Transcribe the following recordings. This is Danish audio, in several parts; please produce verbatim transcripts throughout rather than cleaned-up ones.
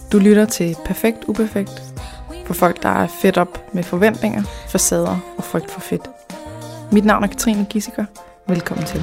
Du lytter til Perfekt Uperfekt for folk, der er fedt op med forventninger, facader og frygt for fedt. Mit navn er Katrine Gissiker. Velkommen til.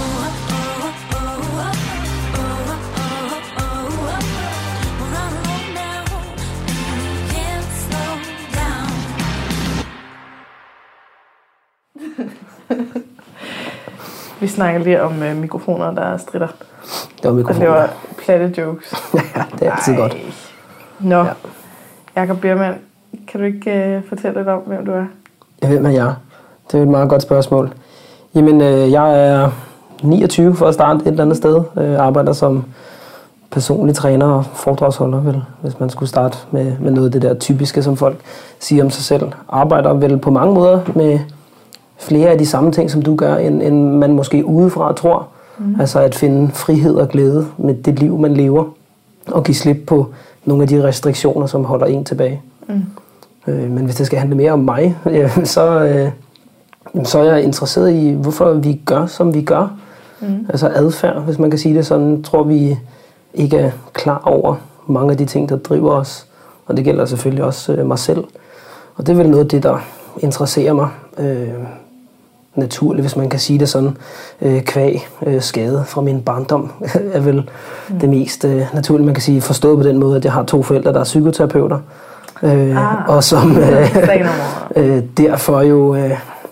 Vi snakker lige om øh, mikrofoner, der stritter. Det var mikrofoner. Og det var platte jokes. Ja, det er altid Ej. godt. Nå, ja. Jakob Biermann, kan du ikke øh, fortælle lidt om, hvem du er? Hvem er jeg? Det er et meget godt spørgsmål. Jamen, øh, jeg er niogtyve for at starte et eller andet sted. Jeg arbejder som personlig træner og foredragsholder, vel, hvis man skulle starte med, med noget af det der typiske, som folk siger om sig selv. Arbejder vel på mange måder med flere af de samme ting, som du gør, end, end man måske udefra tror. Mm. Altså at finde frihed og glæde med det liv, man lever, og give slip på nogle af de restriktioner, som holder en tilbage. Mm. Øh, men hvis det skal handle mere om mig, ja, så, øh, så er jeg interesseret i, hvorfor vi gør, som vi gør. Mm. Altså adfærd, hvis man kan sige det sådan, tror vi ikke er klar over mange af de ting, der driver os. Og det gælder selvfølgelig også øh, mig selv. Og det er vel noget af det, der interesserer mig. Øh, naturligt, hvis man kan sige det sådan, øh, kvæg, øh, skade fra min barndom, er vel mm. det mest øh, naturlige, man kan sige, forstået på den måde, at jeg har to forældre, der er psykoterapeuter, øh, ah. og som øh, øh, derfor jo, øh,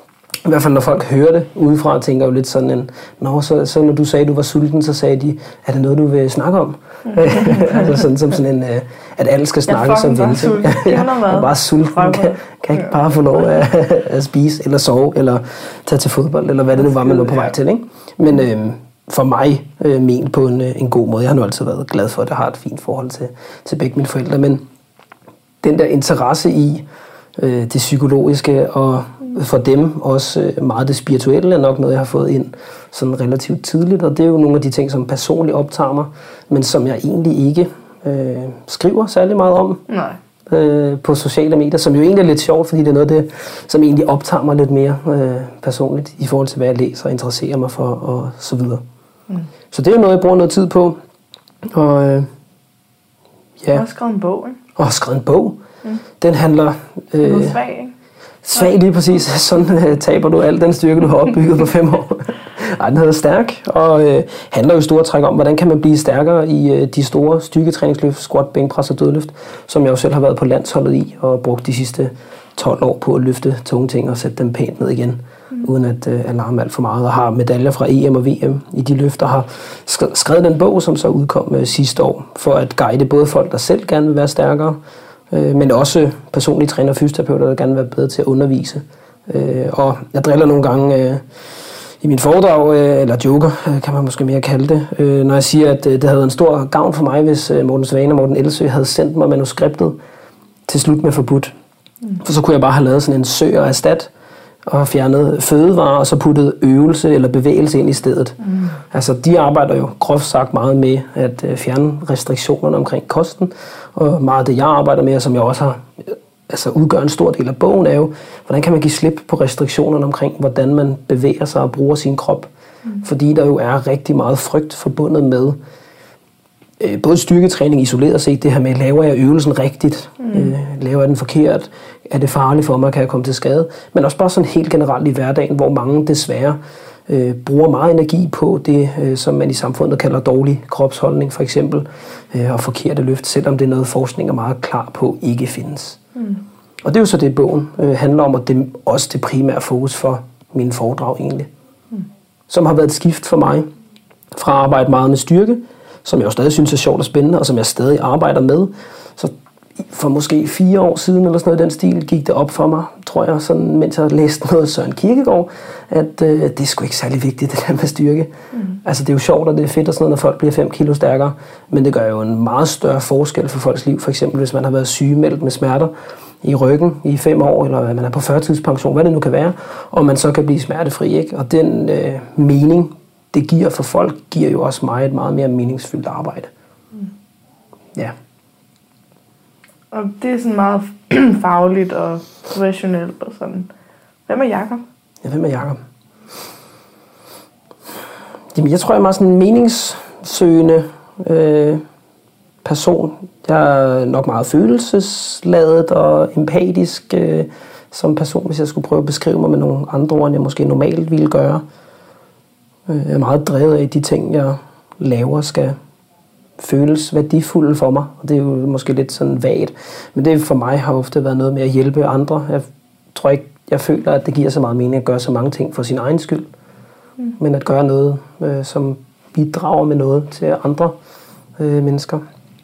i hvert fald når folk hører det udefra, tænker jo lidt sådan en, nå, så, så når du sagde, at du var sulten, så sagde de, er det noget, du vil snakke om? Mm. altså sådan som sådan en, øh, at alle skal snakke som vente. Jeg, jeg er bare sulten, kan, kan ikke bare få lov at, at spise, eller sove, eller tage til fodbold, eller hvad det nu var, man var på vej til, ikke? Men øh, for mig øh, ment på en, en god måde. Jeg har nu altid været glad for, at jeg har et fint forhold til, til begge mine forældre, men den der interesse i øh, det psykologiske, og for dem også meget det spirituelle, er nok noget, jeg har fået ind sådan relativt tidligt, og det er jo nogle af de ting, som personligt optager mig, men som jeg egentlig ikke øh, skriver særlig meget om. Nej. Øh, på sociale medier, som jo egentlig er lidt sjovt, fordi det er noget det, som egentlig optager mig lidt mere øh, personligt, i forhold til hvad jeg læser og interesserer mig for, og så videre. Mm. Så det er jo noget, jeg bruger noget tid på. Og øh, ja. Du har skrevet en bog, ikke? Og skrevet en bog. Mm. Den handler... Øh, du er svag, ikke? Svag lige præcis. Sådan øh, taber du al den styrke, du har opbygget på fem år. Ej, den hedder Stærk, og øh, handler jo store træk om, hvordan kan man blive stærkere i øh, de store styrketræningsløft, squat, bænkpres og dødløft, som jeg jo selv har været på landsholdet i, og brugt de sidste tolv år på at løfte tunge ting og sætte dem pænt ned igen, mm. uden at øh, alarme alt for meget, og har medaljer fra E M og V M i de løfter, har sk- skrevet den bog, som så udkom øh, sidste år, for at guide både folk, der selv gerne vil være stærkere, øh, men også personlige træner og fysioterapeuter, der gerne vil være bedre til at undervise. Øh, og jeg driller nogle gange øh, i min foredrag, øh, eller joker, øh, kan man måske mere kalde det, øh, når jeg siger, at øh, det havde været en stor gavn for mig, hvis øh, Morten Svane og Morten Elsø havde sendt mig manuskriptet til slut med forbudt. Mm. For så kunne jeg bare have lavet sådan en søg og erstat, og fjernet fødevarer, og så puttet øvelse eller bevægelse ind i stedet. Mm. Altså, de arbejder jo groft sagt meget med at øh, fjerne restriktionerne omkring kosten, og meget af det, jeg arbejder med, og som jeg også har, altså udgør en stor del af bogen, er jo, hvordan kan man give slip på restriktionerne omkring, hvordan man bevæger sig og bruger sin krop. Mm. Fordi der jo er rigtig meget frygt forbundet med øh, både styrketræning isoleret set, det her med, laver jeg øvelsen rigtigt, mm. øh, laver jeg den forkert, er det farligt for mig, kan jeg komme til skade, men også bare sådan helt generelt i hverdagen, hvor mange desværre øh, bruger meget energi på det, øh, som man i samfundet kalder dårlig kropsholdning for eksempel, øh, og forkerte løft, selvom det er noget forskning er meget klar på ikke findes. Mm. Og det er jo så det, bogen øh, handler om, og det er også det primære fokus for mine foredrag egentlig. Mm. Som har været et skift for mig fra at arbejde meget med styrke, som jeg jo stadig synes er sjovt og spændende, og som jeg stadig arbejder med. Så for måske fire år siden, eller sådan noget i den stil, gik det op for mig, tror jeg, sådan, mens jeg læste noget Søren Kierkegaard, at øh, det er sgu ikke særlig vigtigt, det der med styrke. Mm. Altså det er jo sjovt, og det er fedt og sådan noget, når folk bliver fem kilo stærkere, men det gør jo en meget større forskel for folks liv. For eksempel, hvis man har været sygemeldt med smerter i ryggen i fem år, eller man er på førtidspension, hvad det nu kan være, og man så kan blive smertefri, ikke? Og den øh, mening, det giver for folk, giver jo også mig et meget mere meningsfyldt arbejde. Mm. Ja. Og det er sådan meget fagligt og professionelt og sådan. Hvem er Jakob? Ja, hvem er Jakob? Jamen, jeg tror, jeg er meget sådan meningssøgende, øh, person. Jeg er nok meget følelsesladet og empatisk øh, som person, hvis jeg skulle prøve at beskrive mig med nogle andre ord, end jeg måske normalt ville gøre. Jeg er meget drevet af de ting, jeg laver, skal føles værdifulde for mig. Og det er jo måske lidt sådan vagt. Men det for mig har ofte været noget med at hjælpe andre. Jeg tror ikke, jeg føler, at det giver så meget mening at gøre så mange ting for sin egen skyld. Mm. Men at gøre noget, øh, som bidrager med noget til andre øh, mennesker.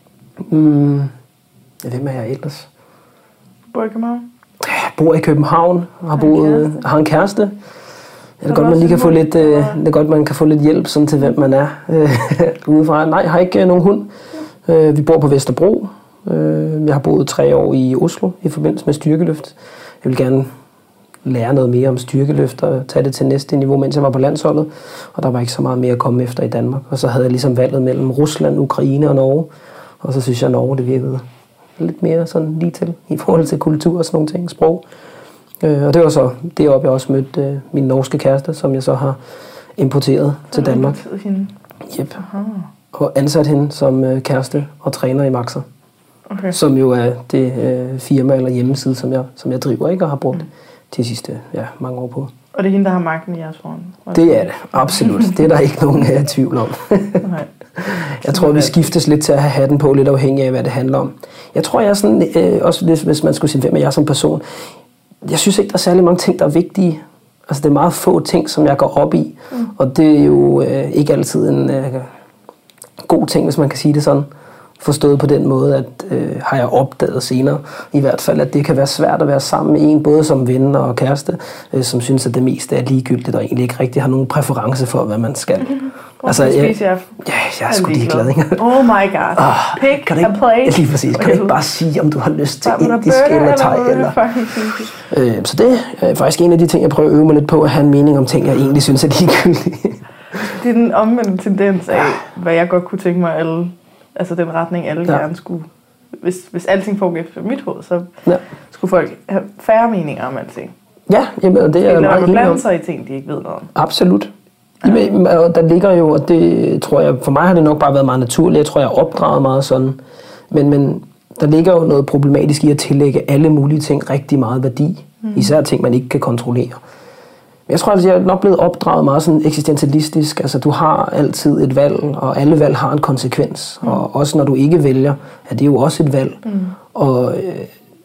Mm. Ja, hvem er jeg ellers? Bor i København? Jeg bor i København. Har, boet, har en kæreste. Ja, det er godt, man lige kan få lidt, øh, det er godt, man kan få lidt hjælp sådan til, hvem man er øh, udefra. Nej, jeg har ikke øh, nogen hund. Øh, vi bor på Vesterbro. Øh, jeg har boet tre år i Oslo i forbindelse med styrkeløft. Jeg vil gerne lære noget mere om styrkeløft og tage det til næste niveau, mens jeg var på landsholdet. Og der var ikke så meget mere at komme efter i Danmark. Og så havde jeg ligesom valget mellem Rusland, Ukraine og Norge. Og så synes jeg, at Norge det virkede lidt mere sådan lige til i forhold til kultur og sådan nogle ting, sprog. Øh, og det var så deroppe, jeg også mødte øh, min norske kæreste, som jeg så har importeret så til Danmark. Importeret hende? Yep. Og ansat hende som øh, kæreste og træner i Maxer. Okay. Som jo er det øh, firma eller hjemmeside, som jeg, som jeg driver, ikke, og har brugt mm. de sidste ja, mange år på. Og det er hende, der har magten i jeres foran? Det er det, absolut. Det er der ikke nogen uh, tvivl om. Nej. Jeg tror, vi skiftes lidt til at have hatten på, lidt afhængig af, hvad det handler om. Jeg tror, jeg er sådan, øh, også hvis, hvis man skulle sige, hvem er jeg som person, jeg synes ikke, der er særlig mange ting, der er vigtige. Altså, det er meget få ting, som jeg går op i. Mm. Og det er jo øh, ikke altid en øh, god ting, hvis man kan sige det sådan. Forstået på den måde, at øh, har jeg opdaget senere, i hvert fald, at det kan være svært at være sammen med en, både som ven og kæreste, øh, som synes, at det meste er ligegyldigt, og egentlig ikke rigtig har nogen præference for, hvad man skal. Mm-hmm. Altså, jeg, jeg, ja, jeg er sgu ligeglad, ikke? Oh my god. Oh, Pick kan ikke, a place. Lige præcis. Kan du ikke bare sige, om du har lyst til indisk eller thai? Eller, eller. Øh, så det er faktisk en af de ting, jeg prøver at øve mig lidt på, at have en mening om ting, jeg egentlig synes er ligegyldige. Det er den omvendte tendens af, hvad jeg godt kunne tænke mig, alle, altså den retning, alle ja. gerne skulle. Hvis, hvis alting foregik efter mit hoved, så ja. skulle folk have færre meninger om alting. Ja, jamen, det er meget helt blande sig i ting, de ikke ved noget om. Absolut. Jamen, der ligger jo, og det tror jeg, for mig har det nok bare været meget naturligt. Jeg tror, jeg er opdraget meget sådan. Men, men der ligger jo noget problematisk i at tillægge alle mulige ting rigtig meget værdi. Mm. Især ting, man ikke kan kontrollere. Jeg tror, at jeg er nok blevet opdraget meget sådan eksistentialistisk. Altså, du har altid et valg, og alle valg har en konsekvens. Mm. Og også når du ikke vælger, er det jo også et valg. Mm. Og øh,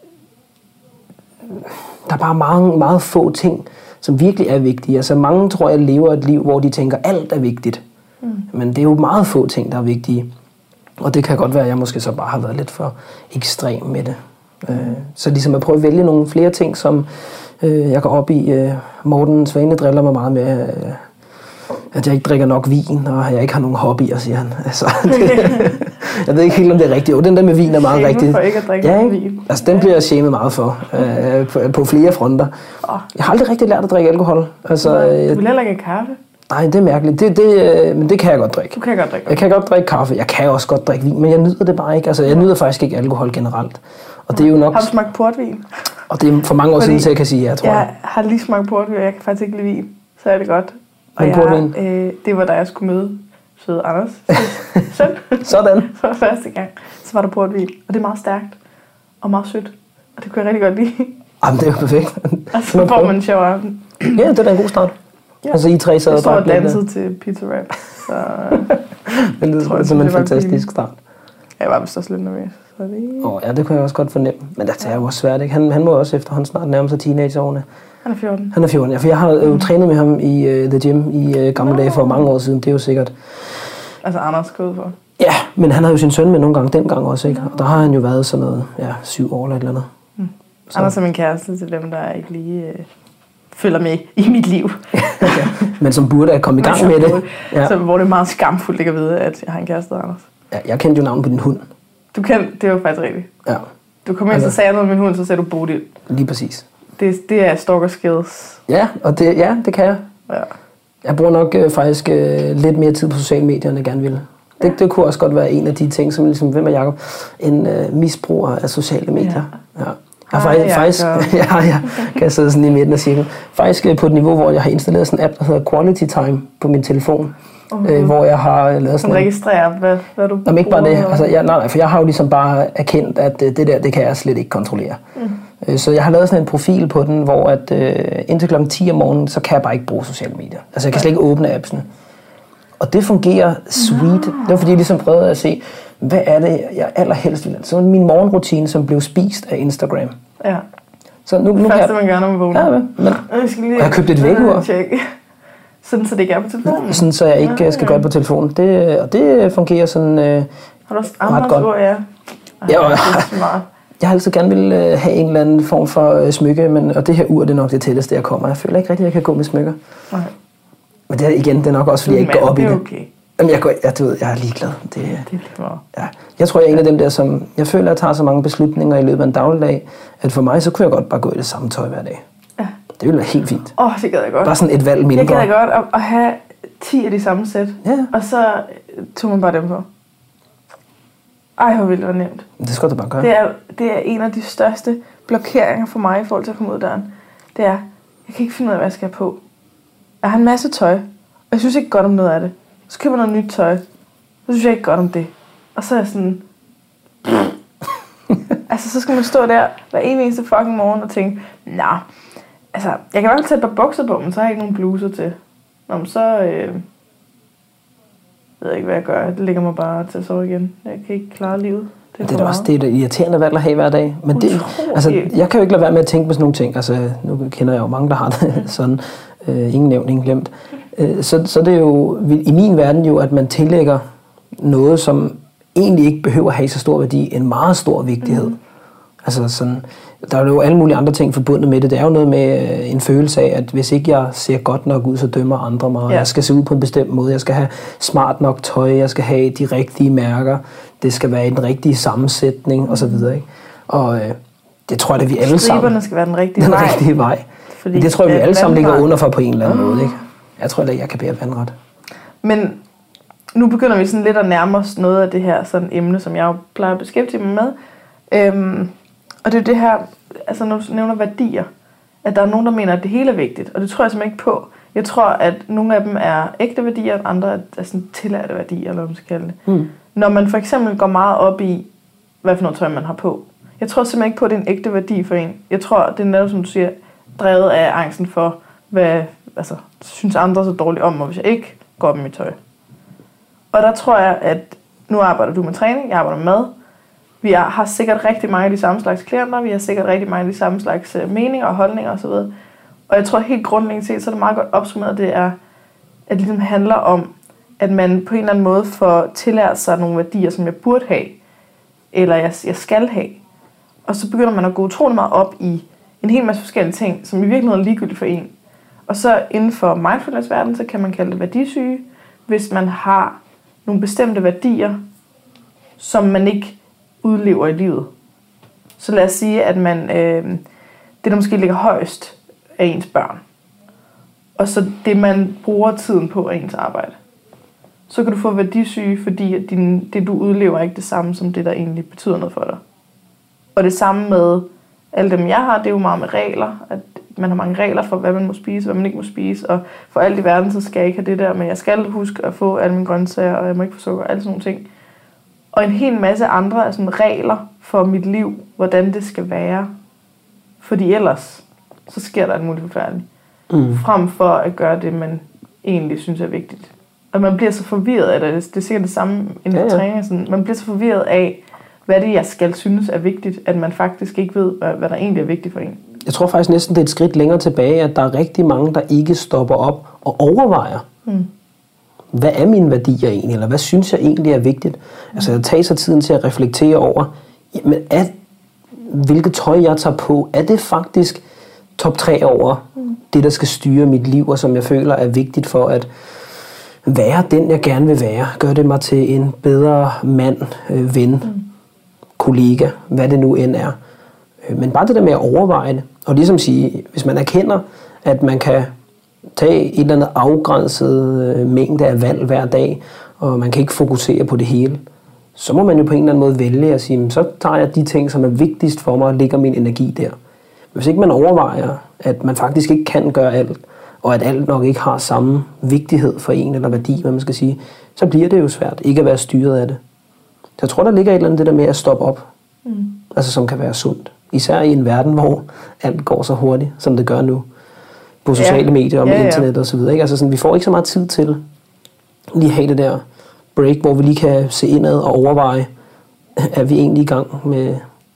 der er bare mange, meget få ting, som virkelig er vigtige. Altså mange, tror jeg, lever et liv, hvor de tænker, alt er vigtigt. Mm. Men det er jo meget få ting, der er vigtige. Og det kan godt være, at jeg måske så bare har været lidt for ekstrem med det. Mm. Øh, så ligesom at prøve at vælge nogle flere ting, som øh, jeg går op i. Øh, Morten Svane driller mig meget med, øh, at jeg ikke drikker nok vin, og jeg ikke har nogen hobbyer, siger han. Altså, det, jeg ved ikke helt, om det er rigtigt. Jo, den der med vin er meget rigtig. For ikke at drikke ja, vin. Altså, den bliver jeg shamed meget for, øh, på, på flere fronter. Oh. Jeg har aldrig rigtig lært at drikke alkohol. Altså, du vil heller ikke have kaffe? Nej, det er mærkeligt. Det, det, øh, men det kan jeg godt drikke. Du kan godt drikke. Jeg kan godt drikke kaffe. Jeg kan også godt drikke vin, men jeg nyder det bare ikke. Altså, jeg nyder faktisk ikke alkohol generelt. Og det er jo nok. Har du smagt portvin? Og det er for mange år siden, så jeg kan sige ja, tror jeg. Jeg har lige smagt portvin, og jeg kan faktisk ikke lide vin. Så er det godt. Og men portvin? Jeg, øh, det var da jeg skulle møde søde Anders. Søn. Sådan. For første gang. Så var der portvin. Og det er meget stærkt. Og meget sødt. Og det kunne jeg rigtig godt lide. Jamen, det er jo perfekt. Og så får man en sjov aften. Ja, det er da en god start. Ja. Altså, I tre sad og drak lidt. Jeg stod og dansede til pizza rap. Så det lyder som en fantastisk start. Jeg var vist også lidt nervøs. Så det... oh, ja, det kunne jeg også godt fornemme. Men det er jo også svært, ikke? Han, han må også efterhånden snart nærme sig teenageårene. Han er fjorten. Han er fjorten, ja. For jeg har jo mm. trænet med ham i uh, The Gym i uh, gamle no. dage for mange år siden. Det er jo sikkert. Altså Anders gået for? Ja, men han har jo sin søn med nogle gange dengang også, ikke? No. Og der har han jo været sådan noget, ja, syv år eller et eller andet. Mm. Anders er min kæreste til dem, der ikke lige uh, følger med i mit liv. ja, men som burde have kommet i gang med det. Ja. Så, hvor det er meget skamfuldt ikke at vide, at jeg har en kæreste, Anders. Ja, jeg kendte jo navnet på din hund. Du kendte, det var faktisk rigtigt. Ja. Du kom ind, altså, så sagde jeg noget med min hund, så sagde du Bodil. Lige præcis. Det, det er stalker skills. Ja, og det, ja, det kan jeg. Ja. Jeg bruger nok øh, faktisk øh, lidt mere tid på sociale medier, end jeg gerne ville. Det, det kunne også godt være en af de ting, som ligesom, hvem er Jacob? En øh, misbruger af sociale medier. Ja. Ja. Jeg har faktisk, faktisk ja, jeg kan sidde sådan i midten af cirklen. Faktisk på et niveau, hvor jeg har installeret sådan en app, der hedder Quality Time på min telefon. Uh-huh. Øh, hvor jeg har lavet sådan... Som registrerer, hvad, hvad du Jamen ikke bare det. Altså, jeg, nej, for jeg har jo ligesom bare erkendt, at det der, det kan jeg slet ikke kontrollere. Mm. Øh, så jeg har lavet sådan en profil på den, hvor at, øh, indtil klokken ti om morgenen, så kan jeg bare ikke bruge sociale medier. Altså jeg kan slet ikke åbne appsen. Og det fungerer sweet. No. Det var fordi jeg ligesom prøvede at se, hvad er det, jeg allerhelst vil. Så min morgenrutine, som blev spist af Instagram. Ja. Så nu, nu første, man gør, når man vågner. Ja, men jeg, skal lige jeg har købt et vækkeur. Sådan, så det ikke er på telefonen? Sådan, så jeg ikke ja, skal ja. gå på telefonen. Det, og det fungerer sådan øh, har du også ret godt. Ja. Ej, ja, og, jeg har altid gerne vil øh, have en eller anden form for øh, smykke, men, og det her ur, det er nok det tætteste, jeg kommer. Jeg føler ikke rigtig, at jeg kan gå med smykker. Okay. Men det er igen, det er nok også, fordi jeg ikke går op i det. Okay. Jamen, jeg, går, jeg, du ved, jeg er ligeglad. Det, det er lidt meget. Ja. Jeg tror, jeg er en af dem der, som... Jeg føler, at jeg tager så mange beslutninger i løbet af en dagligdag, at for mig, så kunne jeg godt bare gå i det samme tøj hver dag. Ja. Det ville være helt fint. Åh, oh, det gad jeg godt. Bare sådan et valg mindre. Jeg gad godt at, at have ti af de samme sæt, ja. Og så tog man bare dem på. Ej, hvor vildt det var nemt. Det skal du bare gøre. Det er, det er en af de største blokeringer for mig i forhold til at komme ud af døren. Det er, jeg kan ikke finde ud af, hvad jeg skal have på. Jeg har en masse tøj, og jeg synes ikke godt om noget af det. Så køber jeg noget nyt tøj, så synes jeg ikke godt om det. Og så er jeg sådan... altså, så skal man stå der hver eneste fucking morgen og tænke, nah, altså, jeg kan i hvert fald tage et par bukser på, men så har jeg ikke nogen bluser til. Nå, men så... Øh, jeg ved ikke, hvad jeg gør. Det ligger mig bare til at sove igen. Jeg kan ikke klare livet. Det er, det er også det, er irriterende valg at have hver dag. Men det, altså, jeg kan jo ikke lade være med at tænke på sådan nogle ting. Altså, nu kender jeg jo mange, der har det sådan. Øh, ingen nævnt, ingen glemt. Øh, så, så det er jo i min verden jo, at man tillægger noget, som egentlig ikke behøver at have så stor værdi, en meget stor vigtighed. Mm. Altså sådan, der er jo alle mulige andre ting forbundet med det. Det er jo noget med en følelse af, at hvis ikke jeg ser godt nok ud, så dømmer andre mig. Ja. Jeg skal se ud på en bestemt måde. Jeg skal have smart nok tøj. Jeg skal have de rigtige mærker. Det skal være i den rigtige sammensætning mm. osv. Og øh, det tror jeg, at vi alle sammen... Striberne skal være den rigtige den vej. Den rigtige vej. Fordi det tror jeg, vi alle sammen ligger under for på en eller anden mm. måde. Ikke? Jeg tror ikke, jeg kan bære vandret. Men nu begynder vi sådan lidt at nærme os noget af det her sådan emne, som jeg jo plejer at beskæftige mig med. Øhm, og det er det her, altså når du nævner værdier, at der er nogen, der mener, at det hele er vigtigt. Og det tror jeg simpelthen ikke på. Jeg tror, at nogle af dem er ægte værdier, og andre er sådan tillærte værdier, eller hvad man skal kalde det. Mm. Når man for eksempel går meget op i, hvad for noget tøj man har på. Jeg tror simpelthen ikke på, at det er en ægte værdi for en. Jeg tror, det er netop, som du siger, drevet af angsten for, hvad altså, synes andre så dårligt om mig, hvis jeg ikke går op i mit tøj. Og der tror jeg, at nu arbejder du med træning, jeg arbejder med mad. Vi er, har sikkert rigtig mange af de samme slags klienter, vi har sikkert rigtig mange af de samme slags meninger og holdninger osv. Og jeg tror helt grundlæggende set, så er det meget godt opsummeret, det er, at det ligesom handler om, at man på en eller anden måde får tillært sig nogle værdier, som jeg burde have, eller jeg, jeg skal have. Og så begynder man at gå utrolig meget op i en hel masse forskellige ting, som i virkeligheden er ligegyldigt for en. Og så inden for mindfulness-verdenen, så kan man kalde det værdisyge, hvis man har nogle bestemte værdier, som man ikke udlever i livet. Så lad os sige, at man, øh, det der måske ligger højst af ens børn, og så det man bruger tiden på er ens arbejde. Så kan du få værdisyge, fordi at din, det du udlever er ikke det samme som det, der egentlig betyder noget for dig. Og det samme med alle dem, jeg har, det er jo meget med regler, at man har mange regler for, hvad man må spise, hvad man ikke må spise, og for alt i verden, så skal jeg ikke have det der, men jeg skal huske at få alle mine grøntsager, og jeg må ikke få sukker, alle sådan nogle ting. Og en hel masse andre altså, regler for mit liv, hvordan det skal være. Fordi ellers, så sker der alt muligt forfærdeligt. Mm. Frem for at gøre det, man egentlig synes er vigtigt. Og man bliver så forvirret af det. Det er sikkert det samme inden for ja, ja. træning. Sådan. Man bliver så forvirret af, hvad det jeg skal synes er vigtigt, at man faktisk ikke ved, hvad, hvad der egentlig er vigtigt for en. Jeg tror faktisk næsten, det er et skridt længere tilbage, at der er rigtig mange, der ikke stopper op og overvejer. Mm. Hvad er mine værdier egentlig, eller hvad synes jeg egentlig er vigtigt? Mm. Altså at tage sig tiden til at reflektere over, jamen, er, hvilket tøj jeg tager på, er det faktisk top tre over mm. det, der skal styre mit liv, og som jeg føler er vigtigt for at være den, jeg gerne vil være. Gør det mig til en bedre mand, øh, ven, mm. kollega, hvad det nu end er. Men bare det der med at overveje det, og ligesom sige, hvis man erkender, at man kan tage et eller andet afgrænset øh, mængde af valg hver dag, og man kan ikke fokusere på det hele, så må man jo på en eller anden måde vælge at sige, så tager jeg de ting, som er vigtigst for mig, og lægger min energi der. Hvis ikke man overvejer, at man faktisk ikke kan gøre alt, og at alt nok ikke har samme vigtighed for en, eller værdi, hvad man skal sige, så bliver det jo svært ikke at være styret af det. Så jeg tror, der ligger et eller andet det der med at stoppe op, mm. altså som kan være sundt. Især i en verden, hvor alt går så hurtigt, som det gør nu. På sociale ja. medier og med ja, ja. internet og så videre. Ikke? Altså sådan, vi får ikke så meget tid til lige have det der break, hvor vi lige kan se indad og overveje, er vi egentlig i gang med,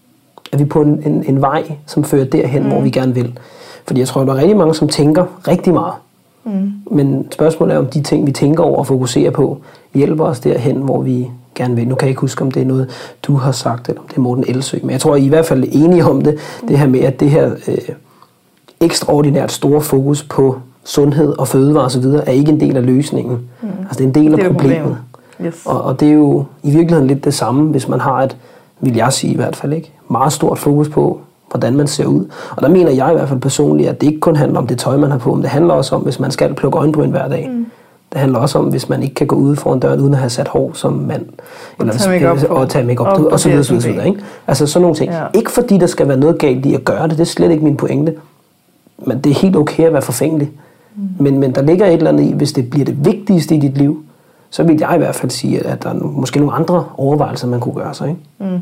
er vi på en, en, en vej, som fører derhen, mm. hvor vi gerne vil. Fordi jeg tror, der er rigtig mange, som tænker rigtig meget. Mm. Men spørgsmålet er, om de ting, vi tænker over og fokuserer på, hjælper os derhen, hvor vi gerne vil. Nu kan jeg ikke huske, om det er noget, du har sagt, eller om det er Morten Elsø. Men jeg tror, I, I hvert fald er enige om det. Det her med, at det her øh, ekstraordinært store fokus på sundhed og fødevare osv. er ikke en del af løsningen. Mm. Altså det er en del af problemet. problemet. Yes. Og, og det er jo i virkeligheden lidt det samme, hvis man har et, vil jeg sige i hvert fald ikke, meget stort fokus på, hvordan man ser ud. Og der mener jeg i hvert fald personligt, at det ikke kun handler om det tøj, man har på, men det handler også om, hvis man skal plukke øjenbryn hver dag. Mm. Det handler også om, hvis man ikke kan gå ude foran døren, uden at have sat hår som mand. Eller, og tage make-up på, og, og så videre, så videre, ikke? Altså sådan nogle ting. Ja. Ikke fordi der skal være noget galt i at gøre det, det er slet ikke min pointe. Men det er helt okay at være forfængelig. Mm. Men, men der ligger et eller andet i, hvis det bliver det vigtigste i dit liv, så vil jeg i hvert fald sige, at der er måske nogle andre overvejelser, man kunne gøre sig. Ikke? Mm.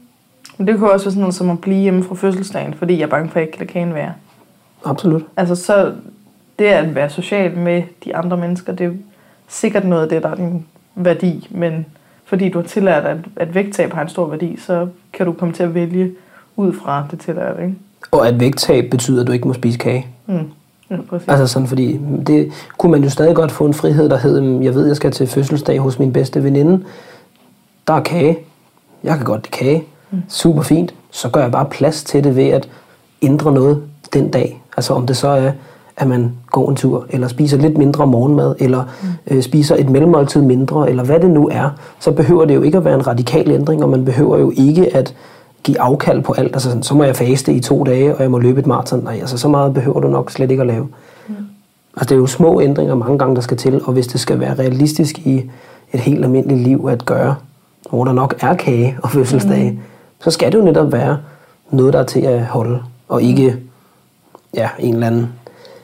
Men det kunne også være sådan noget som at blive hjemme fra fødselsdagen, fordi jeg er bange for, at jeg ikke kan kagen være. Absolut. Altså så det at være social med de andre mennesker, det er sikkert noget af det, der er din værdi, men fordi du har tillært, at, at vægttab har en stor værdi, så kan du komme til at vælge ud fra det tillært, ikke? Og at vægttab betyder, at du ikke må spise kage. Mm. Ja, præcis. Altså sådan, fordi det kunne man jo stadig godt få en frihed, der hed, jeg ved, jeg skal til fødselsdag hos min bedste veninde. Der er kage. Jeg kan godt lide kage. Mm. Super fint. Så gør jeg bare plads til det ved at ændre noget den dag. Altså om det så er, at man går en tur, eller spiser lidt mindre morgenmad, eller mm. øh, spiser et mellemmåltid mindre, eller hvad det nu er, så behøver det jo ikke at være en radikal ændring, og man behøver jo ikke at give afkald på alt. Altså sådan, så må jeg faste i to dage, og jeg må løbe et maraton. Nej, altså så meget behøver du nok slet ikke at lave. Mm. Altså det er jo små ændringer mange gange, der skal til, og hvis det skal være realistisk i et helt almindeligt liv at gøre, hvor der nok er kage og fødselsdage, mm. så skal det jo netop være noget, der er til at holde, og ikke ja, en eller anden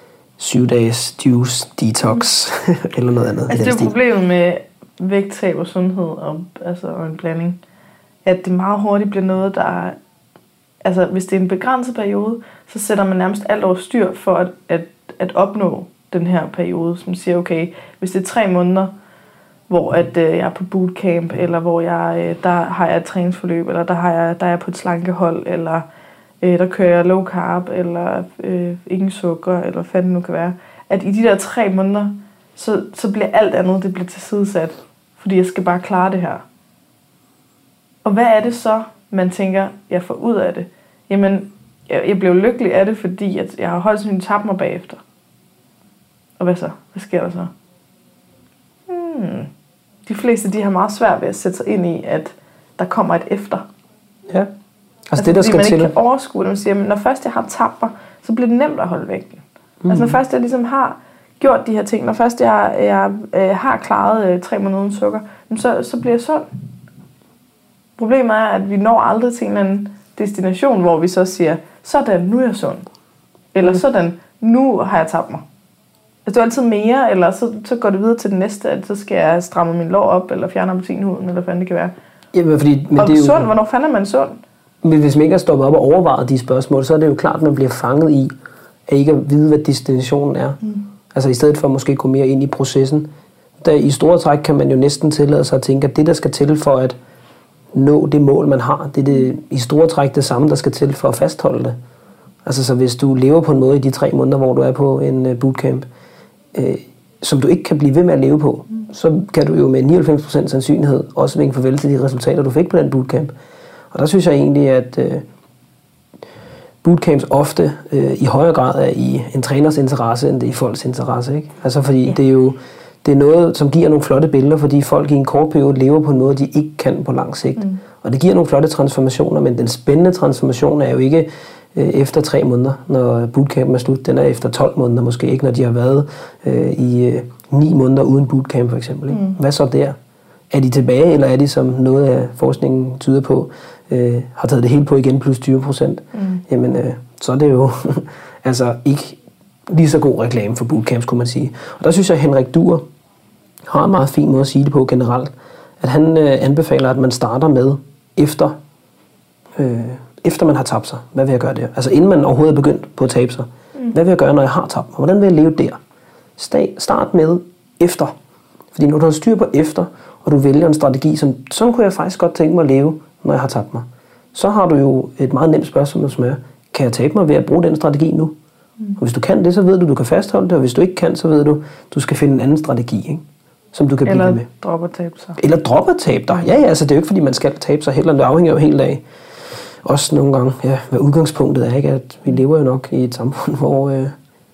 syv-dages juice detox mm. eller noget andet. Altså det er jo problemet med vægttab og sundhed og, altså, og en blanding, at det meget hurtigt bliver noget, der... Altså, hvis det er en begrænset periode, så sætter man nærmest alt over styr for at, at, at opnå den her periode, som siger, okay, hvis det er tre måneder, hvor at, øh, jeg er på bootcamp, eller hvor jeg, øh, der har jeg et træningsforløb, eller der, har jeg, der er jeg på et slankehold, eller øh, der kører jeg low carb, eller øh, ingen sukker, eller hvad fanden det nu kan være, at i de der tre måneder, så, så bliver alt andet, det bliver tilsidesat, fordi jeg skal bare klare det her. Og hvad er det så, man tænker, jeg får ud af det? Jamen, jeg, jeg blev lykkelig af det, fordi at jeg har holdt sådan en tabt mig bagefter. Og hvad så? Hvad sker der så? Hmm. De fleste, de har meget svært ved at sætte sig ind i, at der kommer et efter. Ja. Altså, altså det, der skal man til. ikke kan overskue det. Man siger, men når først jeg har tabt mig, så bliver det nemt at holde vægten. Mm. Altså når først jeg ligesom har gjort de her ting, når først jeg, jeg, jeg har klaret øh, tre måneder uden sukker, så, så bliver jeg sund. Problemet er, at vi når aldrig til en eller anden destination, hvor vi så siger, sådan, nu er jeg sund. Eller sådan, nu har jeg tabt mig. Altså, det er altid mere, eller så, så går det videre til det næste, at så skal jeg stramme min lår op, eller fjerne appelsinhuden, eller hvad fanden det kan være. Jamen, fordi, men og det er sund, jo... hvornår fanden er man sund? Men hvis man ikke har stoppet op og overvejet de spørgsmål, så er det jo klart, at man bliver fanget i, at ikke at vide, hvad destinationen er. Mm. Altså i stedet for at måske gå mere ind i processen. Der, i store træk kan man jo næsten tillade sig at tænke, at det, der skal til for at nå det mål, man har, det er det, i store træk det samme, der skal til for at fastholde det. Altså så hvis du lever på en måde i de tre måneder, hvor du er på en bootcamp, øh, som du ikke kan blive ved med at leve på, mm. så kan du jo med nioghalvfems procent sandsynlighed også vinke farvel til de resultater, du fik på den bootcamp. Og der synes jeg egentlig, at øh, bootcamps ofte øh, i højere grad er i en træners interesse, end det er i folks interesse. Ikke? Altså fordi ja. det er jo det er noget, som giver nogle flotte billeder, fordi folk i en kort periode lever på en måde, de ikke kan på lang sigt. Mm. Og det giver nogle flotte transformationer, men den spændende transformation er jo ikke øh, efter tre måneder, når bootcampen er slut. Den er efter tolv måneder måske, ikke når de har været øh, i øh, ni måneder uden bootcamp for eksempel. Ikke? Mm. Hvad så der? Er de tilbage, eller er de, som noget af forskningen tyder på, øh, har taget det helt på igen plus tyve procent? Mm. Jamen, øh, så er det jo altså ikke lige så god reklame for bootcamps, kunne man sige. Og der synes jeg, at Henrik Duer har en meget fin måde at sige det på generelt. At han øh, anbefaler, at man starter med efter, øh, efter man har tabt sig. Hvad vil jeg gøre der? Altså inden man overhovedet er begyndt på at tabe sig. Mm. Hvad vil jeg gøre, når jeg har tabt mig? Hvordan vil jeg leve der? Start med efter. Fordi når du har styr på efter, og du vælger en strategi, som sådan kunne jeg faktisk godt tænke mig at leve, når jeg har tabt mig. Så har du jo et meget nemt spørgsmål, som er, kan jeg tabe mig ved at bruge den strategi nu? Mm. Og hvis du kan det, så ved du, du kan fastholde det, og hvis du ikke kan, så ved du, du skal finde en anden strategi, ikke? Som du kan blive Eller med. Eller droppe at tabe sig. Eller droppe at tabe dig. Ja, ja, altså det er jo ikke, fordi man skal tabe sig heller. Det afhænger jo helt af, også nogle gange, ja, hvad udgangspunktet er, ikke? At vi lever jo nok i et samfund, hvor øh,